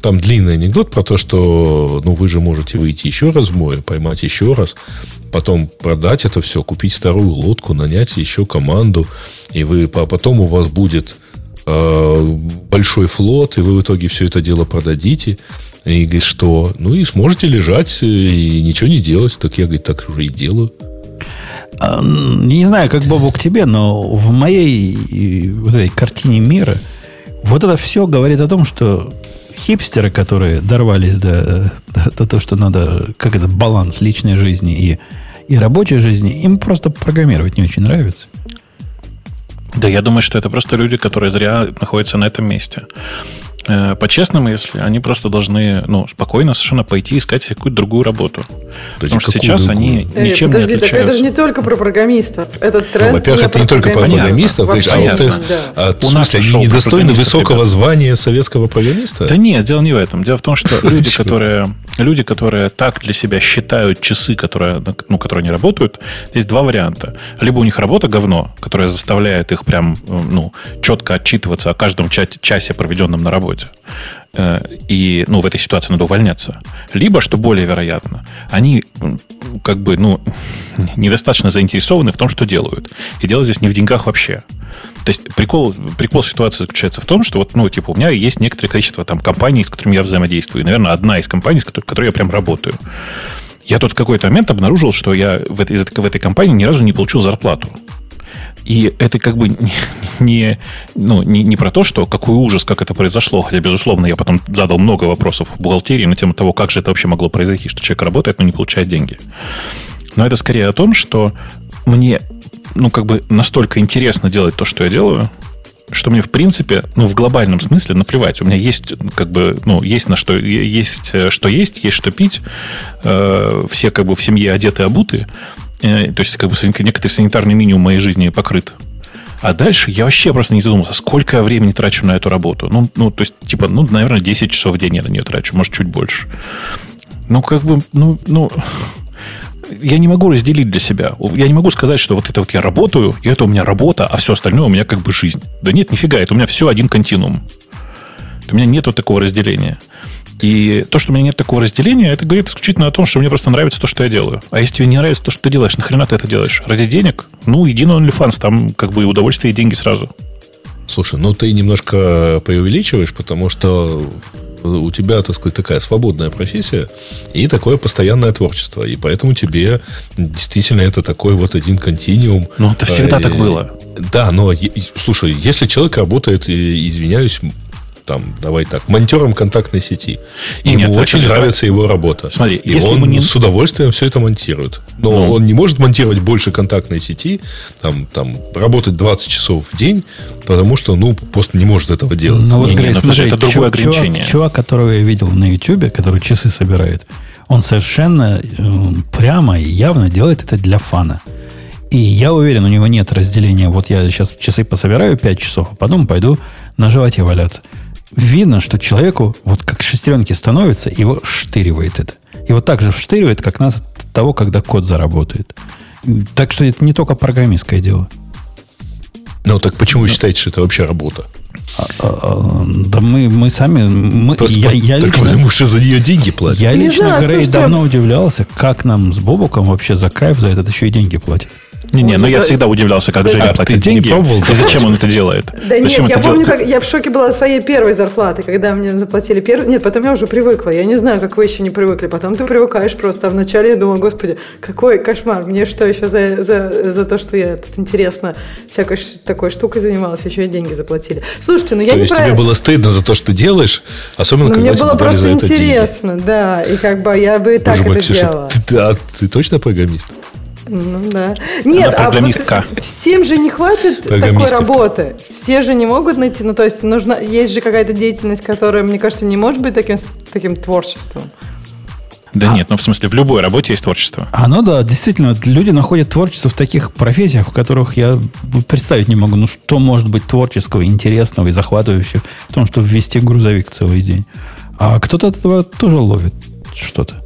там длинный анекдот про то, что вы же можете выйти еще раз в море, поймать еще раз, потом продать это все, купить вторую лодку, нанять еще команду, и потом у вас будет большой флот, и вы в итоге все это дело продадите. И говорит, что? И сможете лежать и ничего не делать. Так я, говорит, так уже и делаю. Не знаю, как, Бобук, тебе, но в моей вот этой картине мира вот это все говорит о том, что хипстеры, которые дорвались до того, что надо, как это, баланс личной жизни и рабочей жизни, им просто программировать не очень нравится. Да, я думаю, что это просто люди, которые зря находятся на этом месте. По-честному, если они просто должны спокойно совершенно пойти искать себе какую-то другую работу. Потому что сейчас другую? Они ничем не отличаются. Так это же не только про программистов. Этот тренд во-первых, это не только про программистов, а во-вторых, в смысле, они недостойны высокого звания советского программиста? Да нет, дело не в этом. Дело в том, что люди, которые так для себя считают часы, которые они работают, есть два варианта. Либо у них работа говно, которая заставляет их прям четко отчитываться о каждом часе, проведенном на работе. И в этой ситуации надо увольняться. Либо, что более вероятно, они недостаточно заинтересованы в том, что делают. И дело здесь не в деньгах вообще. То есть прикол ситуации заключается в том, что у меня есть некоторое количество там компаний, с которыми я взаимодействую. И, наверное, одна из компаний, с которой я прям работаю. Я тут в какой-то момент обнаружил, что я в этой компании ни разу не получил зарплату. И это не про то, что какой ужас, как это произошло. Хотя, безусловно, я потом задал много вопросов в бухгалтерии на тему того, как же это вообще могло произойти, что человек работает, но не получает деньги. Но это скорее о том, что мне настолько интересно делать то, что я делаю, что мне, в принципе, в глобальном смысле наплевать. У меня есть, есть на что есть, есть что пить. Все в семье одеты, обуты. То есть, некоторый санитарный минимум моей жизни покрыт. А дальше я вообще просто не задумался, сколько я времени трачу на эту работу. Наверное, 10 часов в день я на нее трачу, может, чуть больше. Я не могу разделить для себя. Я не могу сказать, что вот это я работаю, и это у меня работа, а все остальное у меня жизнь. Да нет, нифига, это у меня все один континуум. У меня нет такого разделения. И то, что у меня нет такого разделения, это говорит исключительно о том, что мне просто нравится то, что я делаю. А если тебе не нравится то, что ты делаешь, нахрена ты это делаешь? Ради денег? Иди на OnlyFans, там и удовольствие, и деньги сразу. Слушай, ты немножко преувеличиваешь, потому что у тебя, так сказать, такая свободная профессия и такое постоянное творчество. И поэтому тебе действительно это такой один континуум. Это всегда так было. Да, но, слушай, если человек работает, извиняюсь, монтером контактной сети. Ему очень нравится его работа. Смотри, и он с удовольствием все это монтирует. Но он не может монтировать больше контактной сети, работать 20 часов в день, потому что, просто не может этого делать. Смотри, это другое ограничение. Чувак, которого я видел на YouTube, который часы собирает, он совершенно прямо и явно делает это для фана. И я уверен, у него нет разделения. Вот я сейчас часы пособираю 5 часов, а потом пойду на животе валяться. Видно, что человеку, как шестеренки становятся, его штыривает это. Его так же вштыривает, как нас от того, когда код заработает. Так что это не только программистское дело. Так почему вы считаете, что это вообще работа? Да мы сами... Потому что за нее деньги платят. Я лично, Грей, давно удивлялся, как нам с Бобуком вообще за кайф за этот еще и деньги платят. Я всегда удивлялся, как Женя платит деньги. И зачем он это делает? Да нет, я помню, как я в шоке была своей первой зарплаты, когда мне заплатили первую. Нет, потом я уже привыкла. Я не знаю, как вы еще не привыкли. Потом ты привыкаешь просто. А вначале я думала, господи, какой кошмар. Мне что еще за то, что я тут интересно всякой такой штукой занималась, еще и деньги заплатили. Слушайте, я не про... То есть тебе было стыдно за то, что делаешь, особенно когда тебе дали за это деньги. Мне было просто интересно, да. И я бы и так это делала. Ты точно программист? Да. Нет, всем же не хватит такой работы. Все же не могут найти. То есть есть же какая-то деятельность, которая, мне кажется, не может быть таким творчеством. Да нет, в смысле, в любой работе есть творчество. Да, действительно, люди находят творчество в таких профессиях, в которых я представить не могу. Что может быть творческого, интересного и захватывающего в том, что ввести грузовик целый день. А кто-то от этого тоже ловит что-то.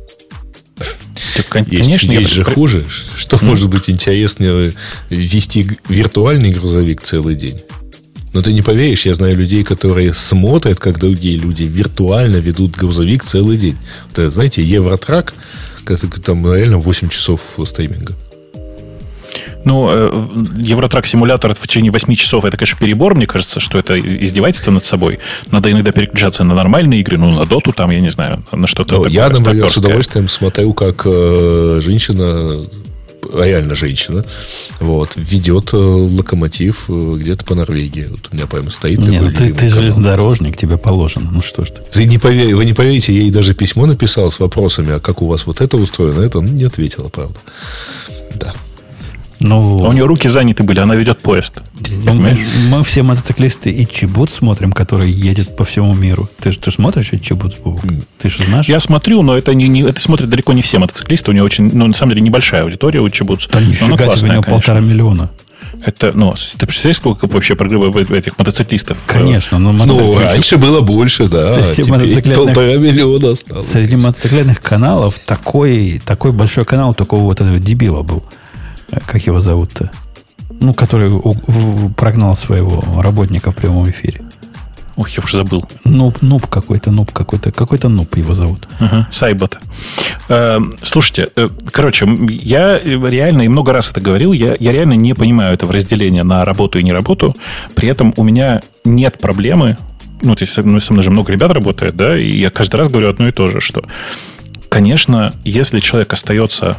Конечно, есть же хуже. Что может быть интереснее вести виртуальный грузовик целый день? Но ты не поверишь, я знаю людей, которые смотрят, как другие люди виртуально ведут грузовик целый день. Вот это, знаете, Евротрак, там реально 8 часов стриминга. Ну, Евротрак-симулятор в течение 8 часов, это, конечно, перебор. Мне кажется, что это издевательство над собой. Надо иногда переключаться на нормальные игры, на доту, там, я не знаю, на что-то такое. Я, например, с удовольствием смотрю, как женщина, реально женщина, ведет локомотив где-то по Норвегии. Вот у меня прямо стоит. Не, ты железнодорожник, тебе положено. Ну что ж ты. Вы не поверите, я ей даже письмо написал с вопросами, а как у вас вот это устроено, это не ответила, правда. Да. Ну, а у нее руки заняты были, она ведет поезд. Мы все мотоциклисты и Чебут смотрим, который едет по всему миру. Ты смотришь Чебут? Ты же знаешь? Я смотрю, но это смотрят далеко не все мотоциклисты. У нее очень, на самом деле, небольшая аудитория у Чебут. Да нифига себе, у него 1,5 миллиона. Это, ты представляешь, сколько вообще этих мотоциклистов? Конечно. Раньше было больше, да. Теперь 1,5 миллиона осталось. Среди мотоциклетных каналов такой большой канал только у вот этого дебила был. Как его зовут-то? Который прогнал своего работника в прямом эфире. Ох, я уже забыл. Нуб какой-то нуб его зовут. Сайбот. Слушайте, я реально, и много раз это говорил, я реально не понимаю этого разделения на работу и не работу. При этом у меня нет проблемы, то есть со мной же много ребят работает, да, и я каждый раз говорю одно и то же, что, конечно, если человек остается...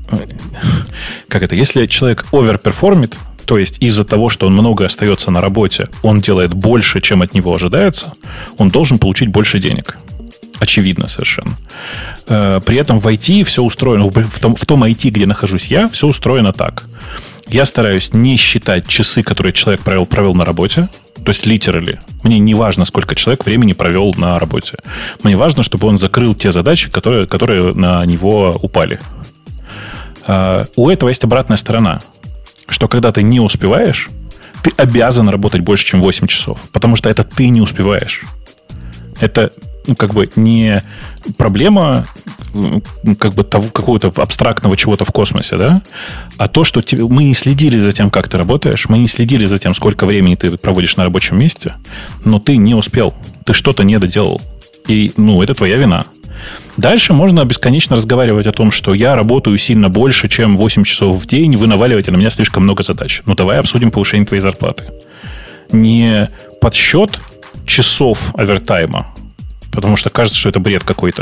Если человек оверперформит, то есть из-за того, что он много остается на работе, он делает больше, чем от него ожидается, он должен получить больше денег. Очевидно совершенно. При этом в IT все устроено, в том IT, где нахожусь я, все устроено так. Я стараюсь не считать часы, которые человек провел на работе. То есть, literally. Мне не важно, сколько человек времени провел на работе. Мне важно, чтобы он закрыл те задачи, которые на него упали. У этого есть обратная сторона, что когда ты не успеваешь, ты обязан работать больше, чем 8 часов, потому что это ты не успеваешь. Это не проблема какого-то абстрактного чего-то в космосе, да? А то, что мы не следили за тем, как ты работаешь, мы не следили за тем, сколько времени ты проводишь на рабочем месте, но ты не успел, ты что-то не доделал. И, это твоя вина. Дальше можно бесконечно разговаривать о том, что я работаю сильно больше, чем 8 часов в день, вы наваливаете на меня слишком много задач. Давай обсудим повышение твоей зарплаты. Не подсчет часов овертайма, потому что кажется, что это бред какой-то.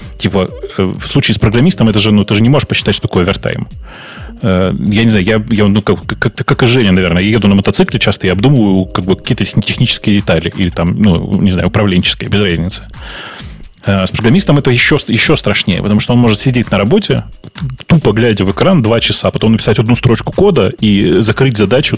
В случае с программистом ты же не можешь посчитать, что такое овертайм. Я не знаю, я как и Женя, наверное, я еду на мотоцикле часто и обдумываю какие-то технические детали или управленческие, без разницы. С программистом это еще страшнее, потому что он может сидеть на работе, тупо глядя в экран 2 часа, потом написать одну строчку кода и закрыть задач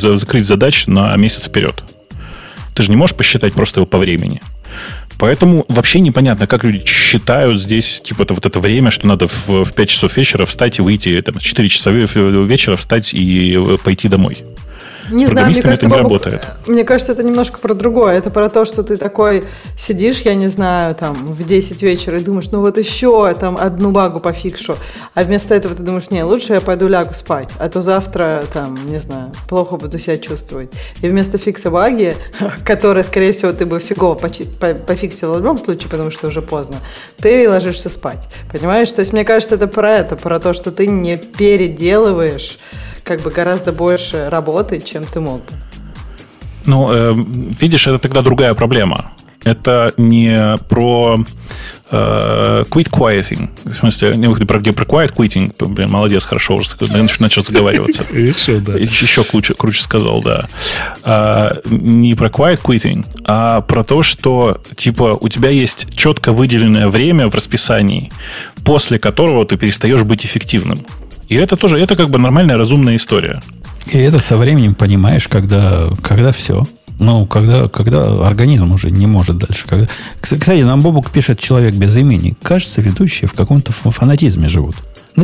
на месяц вперед. Ты же не можешь посчитать просто его по времени. Поэтому вообще непонятно, как люди считают здесь это время, что надо в 5 часов вечера встать и выйти, в 4 часа вечера встать и пойти домой. Не знаю, мне кажется, это не работает. Мне кажется, это немножко про другое. Это про то, что ты такой сидишь, я не знаю, в 10 вечера и думаешь, еще одну багу пофикшу. А вместо этого ты думаешь, лучше я пойду лягу спать, а то завтра, не знаю, плохо буду себя чувствовать. И вместо фикса баги, которая, скорее всего, ты бы фигово пофиксил в любом случае, потому что уже поздно, ты ложишься спать. Понимаешь? То есть, мне кажется, это про то, что ты не переделываешь гораздо больше работы, чем ты мог бы. Видишь, это тогда другая проблема. Это не про quit quieting. В смысле, про quiet quitting. Блин, молодец, хорошо уже начал заговариваться. Еще круче сказал, да. Не про quiet quitting, а про то, что у тебя есть четко выделенное время в расписании, после которого ты перестаешь быть эффективным. И это тоже, это нормальная, разумная история. И это со временем понимаешь, когда все. Когда организм уже не может дальше. Кстати, нам Бобук пишет человек без имени. Кажется, ведущие в каком-то фанатизме живут.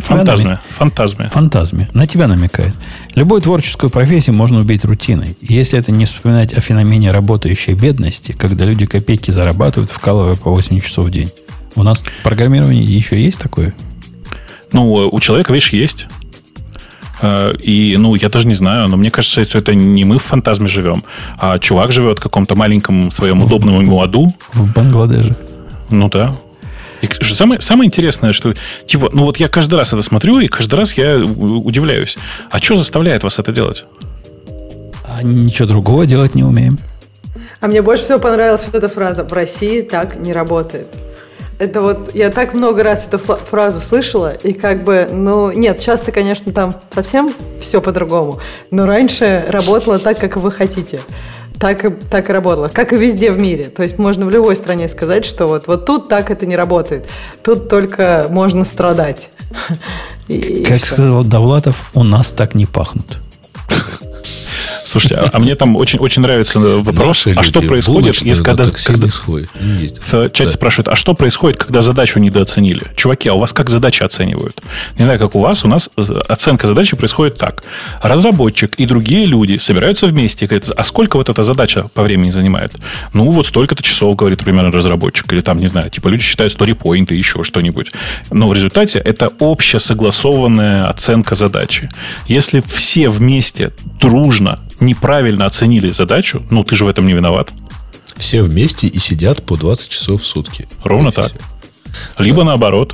Фантазме. На тебя намекает. Любую творческую профессию можно убить рутиной. Если это не вспоминать о феномене работающей бедности, когда люди копейки зарабатывают, вкалывая по 8 часов в день. У нас в программировании еще есть такое? У человека, видишь, есть. И, я даже не знаю, но мне кажется, что это не мы в фантазме живем, а чувак живет в каком-то маленьком своем удобном ему аду. В Бангладеше. Ну да. И самое интересное, что, я каждый раз это смотрю, и каждый раз я удивляюсь. А что заставляет вас это делать? А ничего другого делать не умеем. А мне больше всего понравилась вот эта фраза: в России так не работает. Это я так много раз эту фразу слышала, и нет, часто, конечно, там совсем все по-другому, но раньше работало так, как вы хотите. Так и работало, как и везде в мире. То есть можно в любой стране сказать, что вот тут так это не работает. Тут только можно страдать. Как сказал Довлатов, у нас так не пахнут. Слушайте, а мне там очень нравится вопрос, а что происходит, если когда в чате спрашивают, а что происходит, когда задачу недооценили? Чуваки, а у вас как задачи оценивают? Не знаю, как у вас оценка задачи происходит так. Разработчик и другие люди собираются вместе и говорят, а сколько вот эта задача по времени занимает? Столько-то часов, говорит примерно разработчик. Или там, не знаю, люди считают story-point и еще что-нибудь. Но в результате это общая согласованная оценка задачи. Если все вместе дружно неправильно оценили задачу, ты же в этом не виноват. Все вместе и сидят по 20 часов в сутки. Ровно так. Либо наоборот.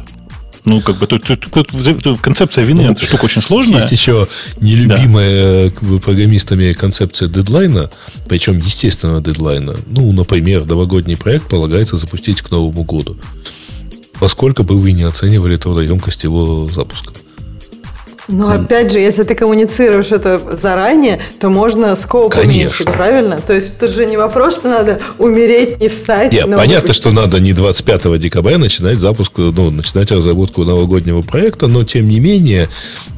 Тут концепция вины, эта штука очень сложная. Есть еще нелюбимая программистами концепция дедлайна, причем естественного дедлайна. Например, новогодний проект полагается запустить к Новому году. Поскольку бы вы не оценивали трудоемкость его запуска. Но опять же, если ты коммуницируешь это заранее, то можно скоуп уменьшить, правильно? То есть тут же не вопрос, что надо умереть, не встать. Понятно, что надо не 25 декабря начинать начинать разработку новогоднего проекта, но тем не менее,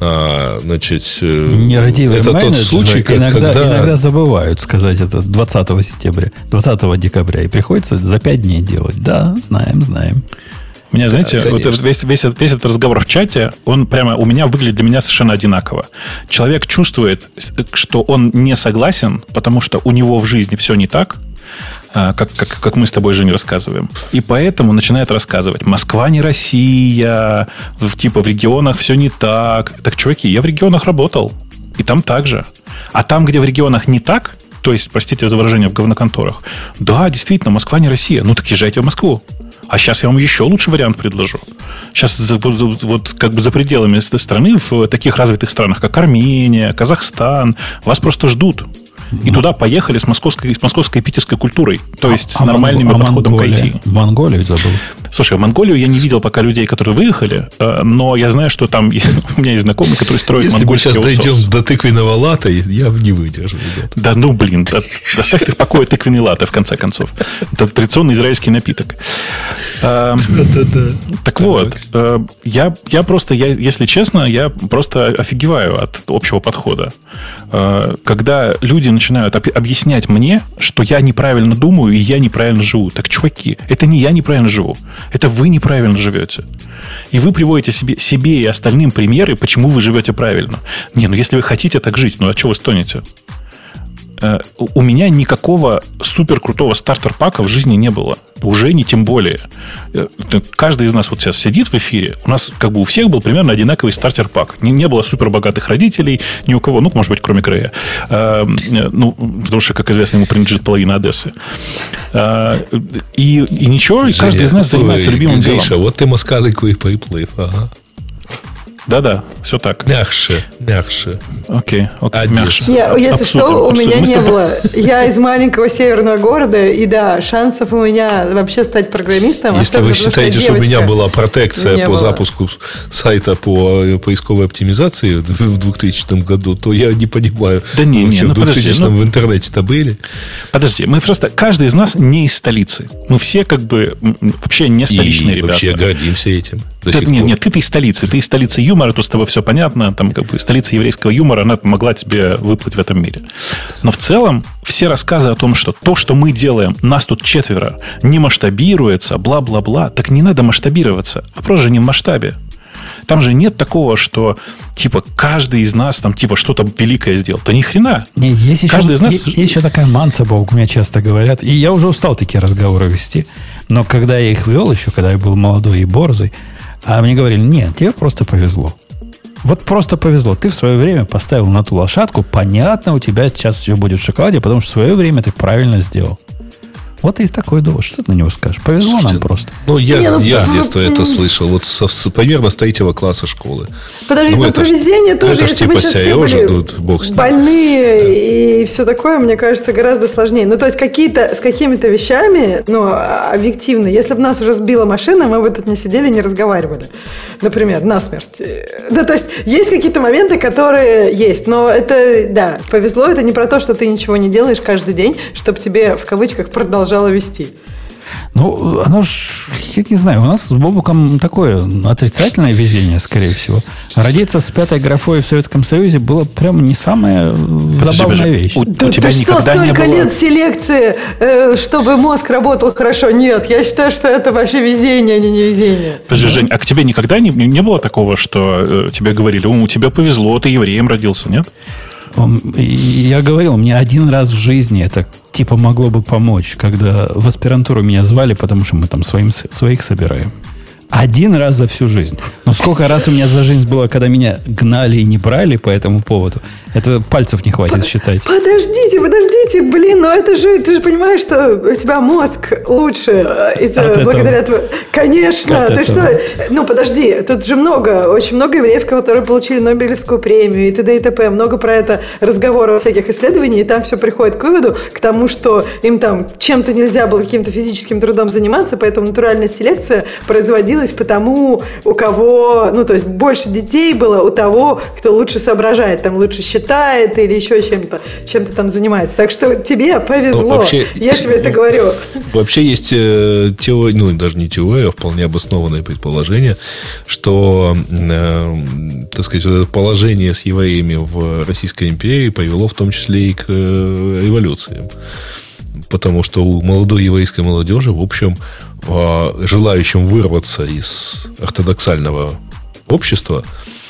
нерадивые это тот случай, иногда забывают сказать это 20 декабря, и приходится за 5 дней делать. Да, знаем. У меня, знаете, весь этот разговор в чате, он прямо у меня выглядит для меня совершенно одинаково. Человек чувствует, что он не согласен, потому что у него в жизни все не так, как мы с тобой, Женя, рассказываем. И поэтому начинает рассказывать: Москва не Россия, в регионах все не так. Так, чуваки, я в регионах работал, и там так же. А там, где в регионах не так, то есть, простите за выражение, в говноконторах, да, действительно, Москва не Россия. Так езжайте в Москву. А сейчас я вам еще лучший вариант предложу. Сейчас за пределами этой страны, в таких развитых странах, как Армения, Казахстан, вас просто ждут. И туда поехали с московской и питерской культурой. То есть с нормальным подходом к IT. Монголию забыл. Слушай, в Монголию я не видел пока людей, которые выехали, но я знаю, что там у меня есть знакомый, который строит монгольский аутсорс. Если мы сейчас дойдем до тыквенного латте, я не выдержу, ребят. Да, доставь ты в покое тыквенный латте, в конце концов. Это традиционный израильский напиток. Так вот, я просто, если честно, я просто офигеваю от общего подхода. Когда люди начинают объяснять мне, что я неправильно думаю и я неправильно живу. Так, чуваки, это не я неправильно живу. Это вы неправильно живете. И вы приводите себе и остальным примеры, почему вы живете правильно. Если вы хотите так жить, а чего вы стонете? У меня никакого суперкрутого стартер-пака в жизни не было. Уже не тем более. Каждый из нас вот сейчас сидит в эфире. У нас у всех был примерно одинаковый стартер-пак. Не было супербогатых родителей ни у кого. Может быть, кроме Грея. Потому что, как известно, ему принадлежит половина Одессы. И ничего, каждый из нас занимается любимым делом. Гриша, вот ты москалику и приплыв. Ага. Да, все так. Мягче. Окей, мягче. Если что, у меня не было. Я из маленького северного города, и да, шансов у меня вообще стать программистом. Если вы считаете, что у меня была протекция по запуску сайта по поисковой оптимизации в 2000 году, то я не понимаю. Да не, в 2000 в интернете-то были. Подожди, мы просто, каждый из нас не из столицы. Мы все вообще не столичные ребята. И вообще гордимся этим. Нет, ты из столицы. Ты из столицы юмора, тут с тобой все понятно. Там столица еврейского юмора, она помогла тебе выплыть в этом мире. Но в целом все рассказы о том, что то, что мы делаем, нас тут 4, не масштабируется, бла-бла-бла, так не надо масштабироваться. Вопрос же не в масштабе. Там же нет такого, что каждый из нас что-то великое сделал. Да ни хрена. Нет, есть еще такая мансабовка, мне часто говорят. И я уже устал такие разговоры вести. Но когда я их вел еще, когда я был молодой и борзый, а мне говорили: нет, тебе просто повезло. Вот просто повезло. Ты в свое время поставил на ту лошадку. Понятно, у тебя сейчас все будет в шоколаде, потому что в свое время ты правильно сделал. Вот есть такой довод. Что ты на него скажешь? Повезло. Слушайте, нам просто. Ну, я с детства это слышал. Вот примерно с 3 класса школы. Подожди, но про везение тоже, это если мы сейчас все были больные и все такое, мне кажется, гораздо сложнее. Ну, то есть, с какими-то вещами, ну, объективно, если бы нас уже сбила машина, мы бы тут не сидели, не разговаривали. Например, насмерть. Да, то есть, есть какие-то моменты, которые есть. Но это, да, повезло. Это не про то, что ты ничего не делаешь каждый день, чтобы тебе, в кавычках, продолжало вести. Ну, оно ж, я не знаю, у нас с Бобуком такое отрицательное везение, скорее всего. Родиться с 5-й графой в Советском Союзе было прям не самая забавная вещь. У тебя никогда не было... столько лет селекции, чтобы мозг работал хорошо? Нет, я считаю, что это вообще везение, а не невезение. Подожди, Жень, а к тебе никогда не было такого, что тебе говорили, у тебя повезло, ты евреем родился, нет? Я говорил, мне один раз в жизни это типа могло бы помочь, когда в аспирантуру меня звали, потому что мы там своих собираем. Один раз за всю жизнь. Но сколько раз у меня за жизнь было, когда меня гнали и не брали по этому поводу, это пальцев не хватит считать. Подождите, блин, но это же, ты же понимаешь, что у тебя мозг лучше благодаря твоему... Конечно, ты что? Ну, подожди, тут же очень много евреев, которые получили Нобелевскую премию и т.д. и т.п. Много про это разговоров, всяких исследований, и там все приходит к выводу, к тому, что им там чем-то нельзя было каким-то физическим трудом заниматься, поэтому натуральная селекция производилась потому, у кого, ну, то есть больше детей было у того, кто лучше соображает, там лучше считает или еще чем-то там занимается. Так что тебе повезло, я тебе это говорю. Вообще есть теория, ну, даже не теория, а вполне обоснованное предположение, что, так сказать, вот это положение с евреями в Российской империи привело в том числе и к революции. Потому что у молодой еврейской молодежи, в общем, желающим вырваться из ортодоксального общества,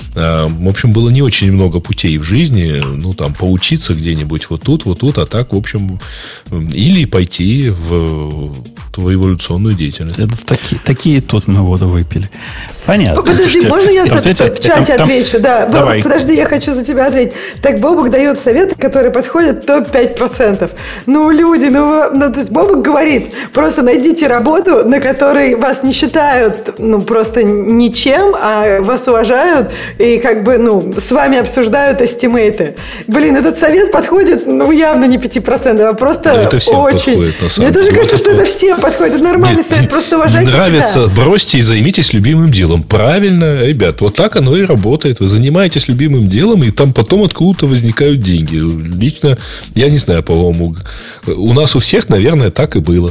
в общем, было не очень много путей в жизни, ну, там, поучиться где-нибудь вот тут, а так, в общем, или пойти в эволюционную деятельность. Это такие тут мы воду выпили. Понятно. Подожди, можно я в чате отвечу? Да, Бобук, подожди, я хочу за тебя ответить. Так, Бобук дает советы, которые подходят топ-5%. Ну, люди, то есть Бобук говорит, просто найдите работу, на которой вас не считают, ну, просто ничем, а вас уважают и как бы, ну, с вами обсуждают эстимейты. Блин, этот совет подходит, ну, явно не 5%, а просто это всем очень. Подходит, на самом Мне тоже кажется, что это всем подходит. Это нормальный совет, просто уважайте нравится, себя. Бросьте и займитесь любимым делом. Правильно, ребят, вот так оно и работает. Вы занимаетесь любимым делом, и там потом откуда-то возникают деньги. Лично, я не знаю, по-моему, у нас у всех, наверное, так и было.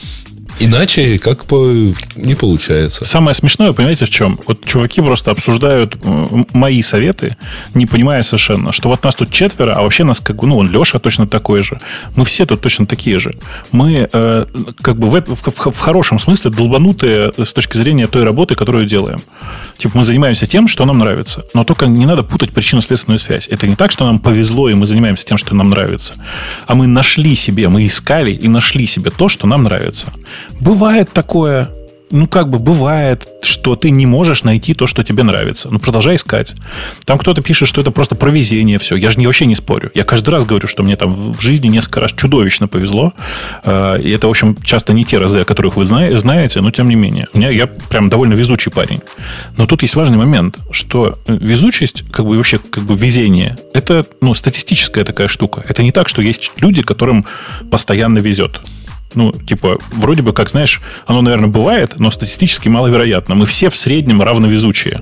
Иначе как бы не получается. Самое смешное, понимаете, в чем? Вот чуваки просто обсуждают мои советы, не понимая совершенно, что вот нас тут 4, а вообще нас как бы, ну, Леша точно такой же. Мы все тут точно такие же. Мы как бы в хорошем смысле долбанутые с точки зрения той работы, которую делаем. Типа мы занимаемся тем, что нам нравится. Но только не надо путать причинно-следственную связь. Это не так, что нам повезло, и мы занимаемся тем, что нам нравится. А мы нашли себе, мы искали и нашли себе то, что нам нравится. Бывает такое, ну, как бы бывает, что ты не можешь найти то, что тебе нравится. Ну, продолжай искать. Там кто-то пишет, что это просто про везение все. Я же вообще не спорю. Я каждый раз говорю, что мне там в жизни несколько раз чудовищно повезло. И это, в общем, часто не те разы, о которых вы знаете, но тем не менее. Я прям довольно везучий парень. Но тут есть важный момент, что везучесть, как бы вообще как бы везение, это, ну, статистическая такая штука. Это не так, что есть люди, которым постоянно везет. Ну, типа, вроде бы, как, знаешь, оно, наверное, бывает, но статистически маловероятно. Мы все в среднем равновезучие.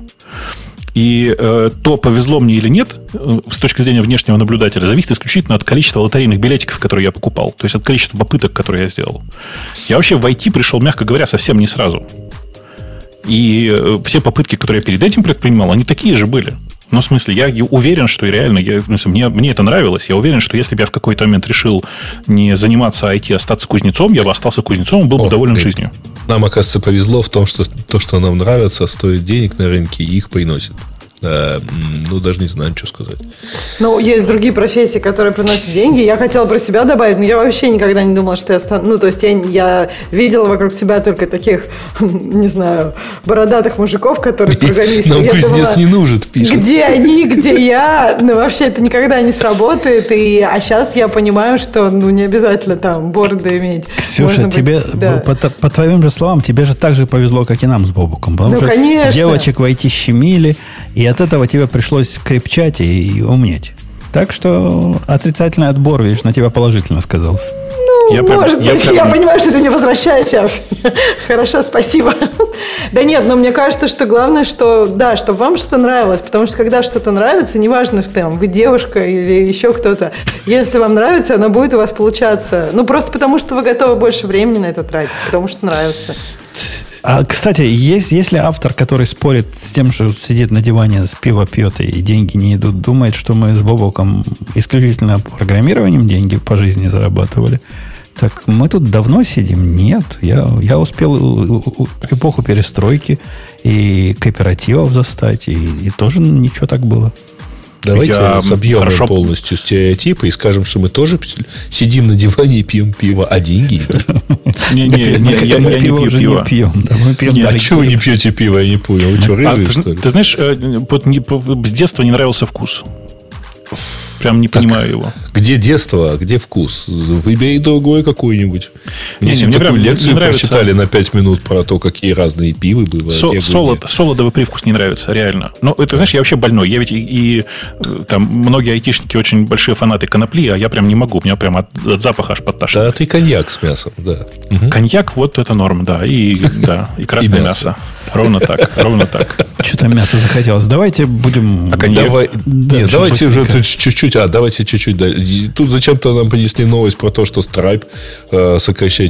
И то, повезло мне или нет, с точки зрения внешнего наблюдателя, зависит исключительно от количества лотерейных билетиков, которые я покупал. То есть от количества попыток, которые я сделал. Я вообще в IT пришел, мягко говоря, совсем не сразу. И все попытки, которые я перед этим предпринимал, они такие же были. Ну, в смысле, я уверен, что реально, мне это нравилось. Я уверен, что если бы я в какой-то момент решил не заниматься IT, а остаться кузнецом, я бы остался кузнецом и был бы доволен жизнью. Нам, оказывается, повезло в том, что то, что нам нравится, стоит денег на рынке и их приносит. Ну, даже не знаю, что сказать. Ну, есть другие профессии, которые приносят деньги. Я хотела про себя добавить, но я вообще никогда не думала, что я стану... Ну, то есть я видела вокруг себя только таких, не знаю, бородатых мужиков, которые программисты. Нам кузнец не нужен, пишет. Где они, где я? Ну, вообще это никогда не сработает. А сейчас я понимаю, что не обязательно там бороды иметь. Ксюша, тебе, по твоим же словам, тебе же так же повезло, как и нам с Бобуком. Потому что конечно. Девочек в IT щемили, и от этого тебе пришлось крепчать и умнеть. Так что отрицательный отбор, видишь, на тебя положительно сказался. Может быть, я понимаю, что ты мне возвращаешь сейчас. Хорошо, спасибо. Да нет, но мне кажется, что главное, что чтобы вам что-то нравилось. Потому что когда что-то нравится, неважно, что вы девушка или еще кто-то, если вам нравится, оно будет у вас получаться. Ну, просто потому, что вы готовы больше времени на это тратить, потому что нравится. Кстати, если автор, который спорит с тем, что сидит на диване, с пиво пьет и деньги не идут, думает, что мы с Бобоком исключительно программированием деньги по жизни зарабатывали, так мы тут давно сидим? Нет. Я успел эпоху перестройки и кооперативов застать, и тоже ничего так было. Давайте собьем полностью стереотипы и скажем, что мы тоже сидим на диване и пьем пиво, а деньги идут. Не, я не пью пиво. Не пьем. А чего вы не пьете пиво, я не понял. Вы что, рыжие, что ли? Ты знаешь, с детства не нравился вкус. Прям не понимаю его. Где детство, а где вкус? Выбери другой какой-нибудь. Мне такую лекцию прочитали на 5 минут про то, какие разные пивы бывают. Солодовый привкус не нравится, реально. Но это, знаешь, я вообще больной. Я ведь и там многие айтишники очень большие фанаты конопли, а я прям не могу. Меня прям от запаха аж подташнивает. Да, ты коньяк с мясом, да. Коньяк, вот это норм, да. И красное мясо. Ровно так. Что-то мясо захотелось. Давайте будем... Давайте уже чуть-чуть. Давайте чуть-чуть. Тут зачем-то нам принесли новость про то, что Stripe сокращает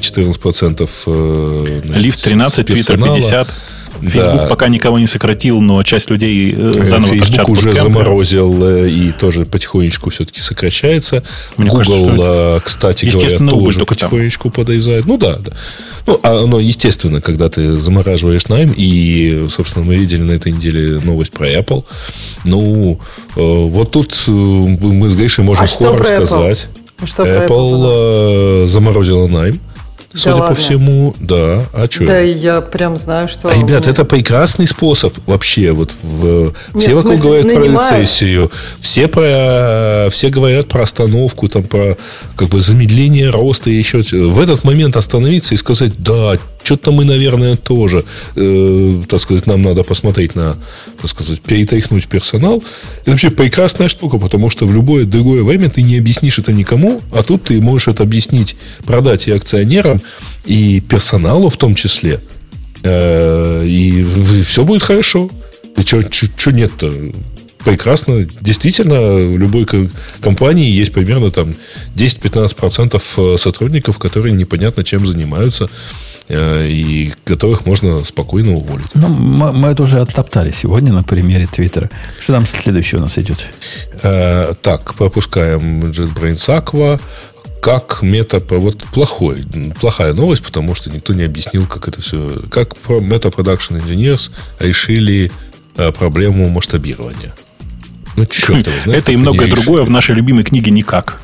14%. Лифт 13, Twitter 50. Facebook пока никого не сократил, но часть людей заново торчат. Facebook уже заморозил и тоже потихонечку все-таки сокращается. Google, кстати говоря, тоже потихонечку подъезжает. Ну да. Ну, оно естественно, когда ты замораживаешь найм, и, собственно, мы видели на этой неделе новость про Apple. Ну, вот тут мы с Гришей можем хором сказать. Apple заморозила найм. Судя по всему, да. А что? Да, я прям знаю, что... Ребят, это прекрасный способ вообще. Вот все вокруг говорят про рецессию. Все говорят про остановку, там, про как бы замедление роста и еще. В этот момент остановиться и сказать, да, что-то мы, наверное, тоже, так сказать, нам надо посмотреть на, так сказать, перетряхнуть персонал. Это вообще прекрасная штука, потому что в любое другое время ты не объяснишь это никому, а тут ты можешь это объяснить, продать и акционерам, и персоналу в том числе. И все будет хорошо. И что нет-то? Прекрасно. Действительно, в любой компании есть примерно там 10-15% сотрудников, которые непонятно чем занимаются, и которых можно спокойно уволить. Ну, мы это уже оттоптали сегодня на примере Твиттера. Что там следующее у нас идет? Так, пропускаем JetBrains Aqua. Как вот плохая новость, потому что никто не объяснил, как это все... Как Meta Production Engineers решили проблему масштабирования. Ну, черт его знает. Это и многое другое в нашей любимой книге «Никак».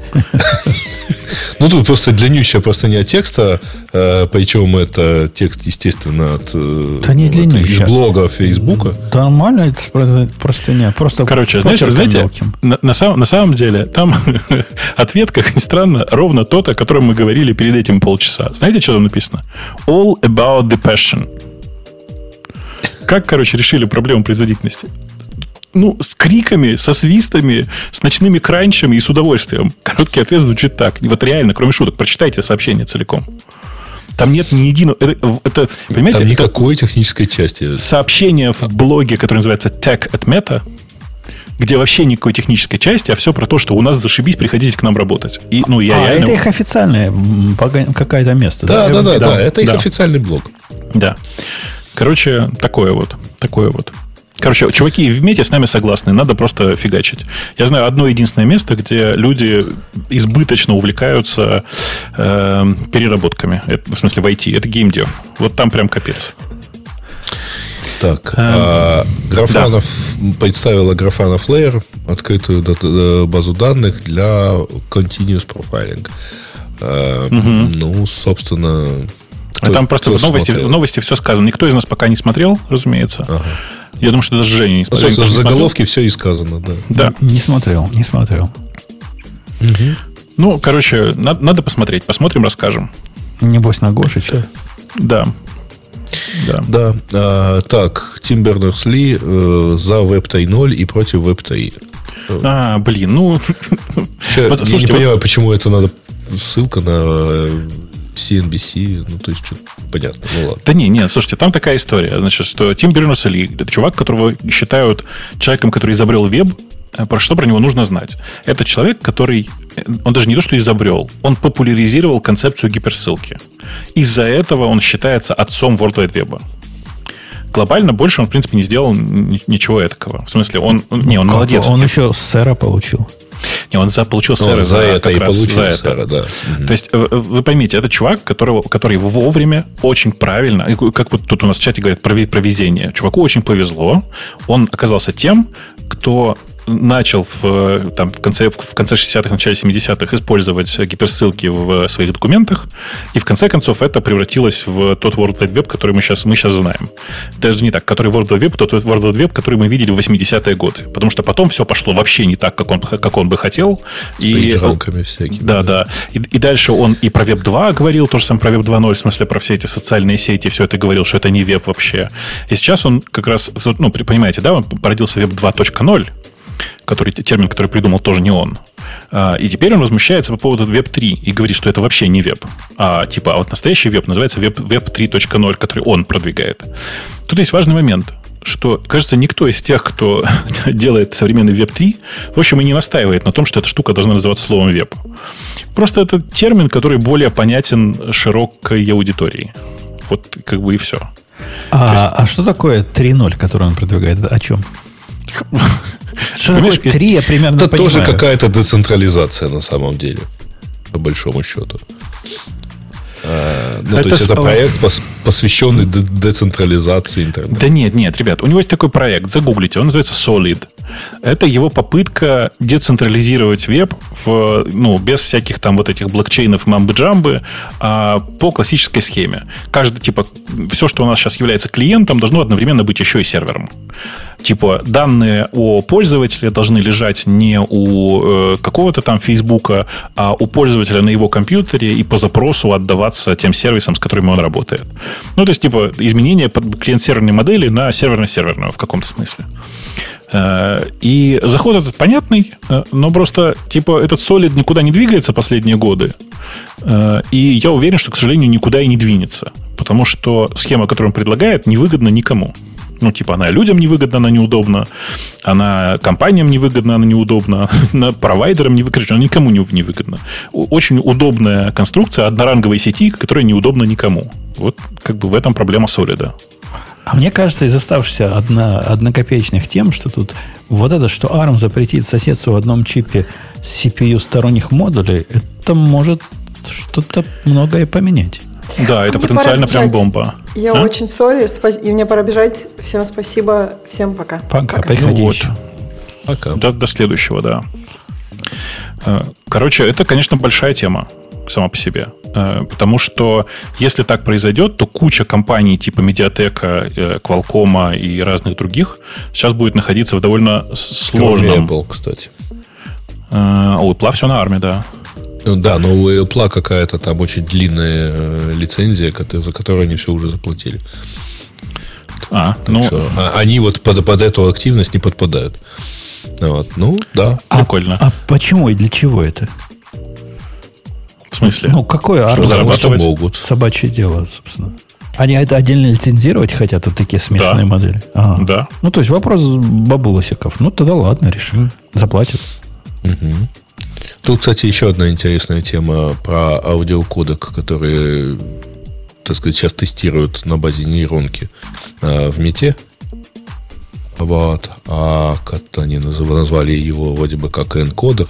Ну, тут просто длиннющая простыня текста, причем это текст, естественно, из блога Фейсбука. Нормально, это простыня. Просто короче, знаете, на самом деле, там ответ, как ни странно, ровно тот, о котором мы говорили перед этим полчаса. Знаете, что там написано? All about the passion. Как, решили проблему производительности? Ну, с криками, со свистами, с ночными кранчами и с удовольствием. Короткий ответ звучит так. Вот реально, кроме шуток, прочитайте сообщение целиком. Там нет ни единого... Это, понимаете, там никакой технической части. Сообщение в блоге, которое называется Tech at Meta, где вообще никакой технической части, а все про то, что у нас зашибись, приходите к нам работать. И, реально... это их официальное какое-то место. Да, это их официальный блог. Да. Такое вот. Чуваки в мете с нами согласны. Надо просто фигачить. Я знаю одно единственное место, где люди избыточно увлекаются переработками. В смысле в IT. Это геймдев. Вот там прям капец. Так, Графанов представила Grafana Layer, открытую базу данных для Continuous Profiling. Ну, собственно... Там просто в новости все сказано. Никто из нас пока не смотрел, разумеется. Ага. Я думаю, что даже Женя не смотрел. В заголовке все и сказано, да. Не смотрел. Угу. Ну, короче, надо посмотреть. Посмотрим, расскажем. Небось, на Гошича. Да. Так, Тим Бернерс-Ли за Web 3.0 и против Web 3. Я не понимаю, почему это надо... Ссылка на CNBC, ну, то есть, что-то понятно. Ну, ладно. Да нет, слушайте, там такая история. Значит, что Тим Бернерс-Ли, это чувак, которого считают человеком, который изобрел веб. Что про него нужно знать? Это человек, который... Он даже не то, что изобрел, он популяризировал концепцию гиперссылки. Из-за этого он считается отцом World Wide Web. Глобально больше он, в принципе, не сделал ничего этакого. В смысле, он молодец. Он еще сэра получил. Не, он получил сэра за это и получил сэра, да. То есть, вы поймите, это чувак, который вовремя, очень правильно, как вот тут у нас в чате говорят про везение. Чуваку очень повезло. Он оказался тем, кто начал в конце 60-х, начале 70-х использовать гиперссылки в своих документах, и в конце концов это превратилось в тот World Wide Web, который мы сейчас знаем. Даже не так, который World Wide Web, тот World Wide Web, который мы видели в 80-е годы. Потому что потом все пошло вообще не так, как он бы хотел. С пейджранками всякими. Да. И дальше он и про Web 2 говорил, то же самое про Web 2.0, в смысле про все эти социальные сети, все это говорил, что это не веб вообще. И сейчас он как раз, понимаете, да, он породился Web 2.0, термин, который придумал тоже не он. И теперь он возмущается по поводу Web 3 и говорит, что это вообще не веб. А вот настоящий веб называется Web 3.0, который он продвигает. Тут есть важный момент, что, кажется, никто из тех, кто делает современный Web 3, в общем, и не настаивает на том, что эта штука должна называться словом веб. Просто это термин, который более понятен широкой аудитории. Вот как бы и все. А что такое 3.0, который он продвигает? О чем? Что такое 3, я примерно это понимаю. Это тоже какая-то децентрализация на самом деле, по большому счету. То есть это проект, посвященный децентрализации интернета. Да нет, ребят, у него есть такой проект, загуглите, он называется Solid. Это его попытка децентрализировать веб без всяких там вот этих блокчейнов, мамбы-джамбы, по классической схеме. Все, что у нас сейчас является клиентом, должно одновременно быть еще и сервером. Данные о пользователе должны лежать не у какого-то там Фейсбука, а у пользователя на его компьютере и по запросу отдаваться тем сервисом, с которыми он работает. То есть, изменение клиент-серверной модели на серверно-серверную в каком-то смысле. И заход этот понятный, но просто, этот Solid никуда не двигается последние годы. И я уверен, что, к сожалению, никуда и не двинется. Потому что схема, которую он предлагает, невыгодна никому. Она людям невыгодна, она неудобна, она компаниям невыгодна, она неудобна, провайдерам невыгодна, никому не выгодна. Очень удобная конструкция одноранговой сети, которая неудобна никому. Вот в этом проблема Solid. А мне кажется, из оставшихся однокопеечных тем, что тут что ARM запретит соседство в одном чипе с CPU сторонних модулей, это может что-то многое поменять. Да, это потенциально прям бомба. Я очень сори, и мне пора бежать. Всем спасибо, всем пока. Пока. Приходи еще. Пока. До следующего, да. Короче, это, конечно, большая тема сама по себе. Потому что если так произойдет, то куча компаний типа Mediatek, Qualcomm и разных других сейчас будет находиться в довольно сложном... Apple, кстати. У Apple все на ARM, да. Да, но у Apple какая-то там очень длинная лицензия, за которую они все уже заплатили. Они под эту активность не подпадают. Да. Прикольно. А почему и для чего это? В смысле? Какое зарабатывать могут. Собачье дело, собственно. Они это отдельно лицензировать хотят, вот такие смешанные модели? Да. То есть вопрос бабулосиков. Тогда ладно, решим. Заплатят. Угу. Тут, кстати, еще одна интересная тема про аудиокодек, который, так сказать, сейчас тестируют на базе нейронки в Мете. А как они назвали его вроде бы как энкодек.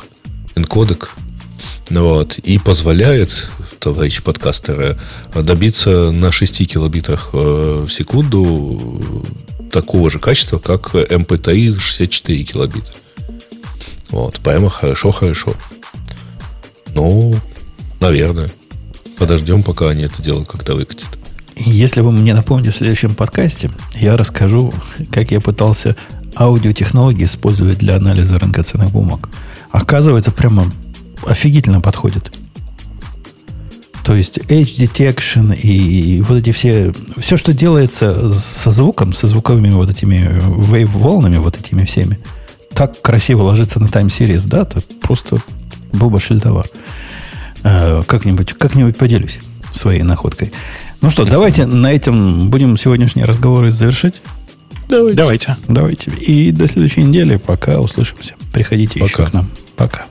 И позволяет, товарищи подкастеры, добиться на 6 килобитах в секунду такого же качества, как MP3 64 килобита. Вот, прямо хорошо. Ну, наверное. Подождем, пока они это дело как-то выкатят. Если вы мне напомните в следующем подкасте, я расскажу, как я пытался аудиотехнологии использовать для анализа рынка ценных бумаг. Оказывается, прямо офигительно подходит. То есть Edge Detection и вот эти все, что делается со звуком, со звуковыми вот этими вейв-волнами, вот этими всеми, так красиво ложится на Time Series Data, просто Буба шельдова. Как-нибудь поделюсь своей находкой. Ну что, давайте на этом будем сегодняшние разговоры завершить. Давайте. И до следующей недели. Пока услышимся. Приходите еще к нам. Пока.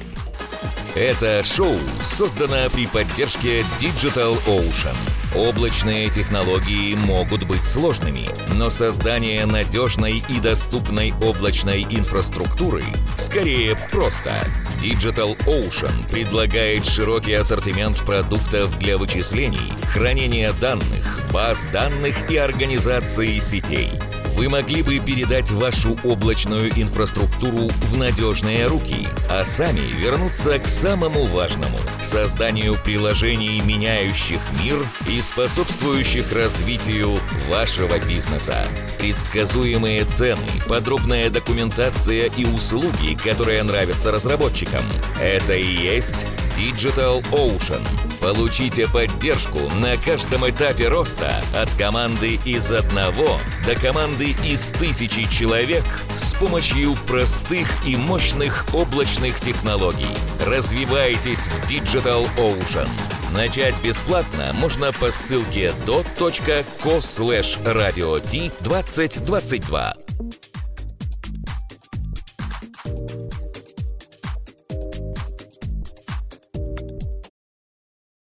Это шоу создано при поддержке Digital Ocean. Облачные технологии могут быть сложными, но создание надежной и доступной облачной инфраструктуры скорее просто. Digital Ocean предлагает широкий ассортимент продуктов для вычислений, хранения данных, баз данных и организации сетей. Вы могли бы передать вашу облачную инфраструктуру в надежные руки, а сами вернуться к самому важному – созданию приложений, меняющих мир и способствующих развитию вашего бизнеса. Предсказуемые цены, подробная документация и услуги, которые нравятся разработчикам – это и есть Digital Ocean. Получите поддержку на каждом этапе роста от команды из 1 до команды из 1000 человек с помощью простых и мощных облачных технологий. Развивайтесь в Digital Ocean. Начать бесплатно можно по ссылке dot.co/radio-t2022.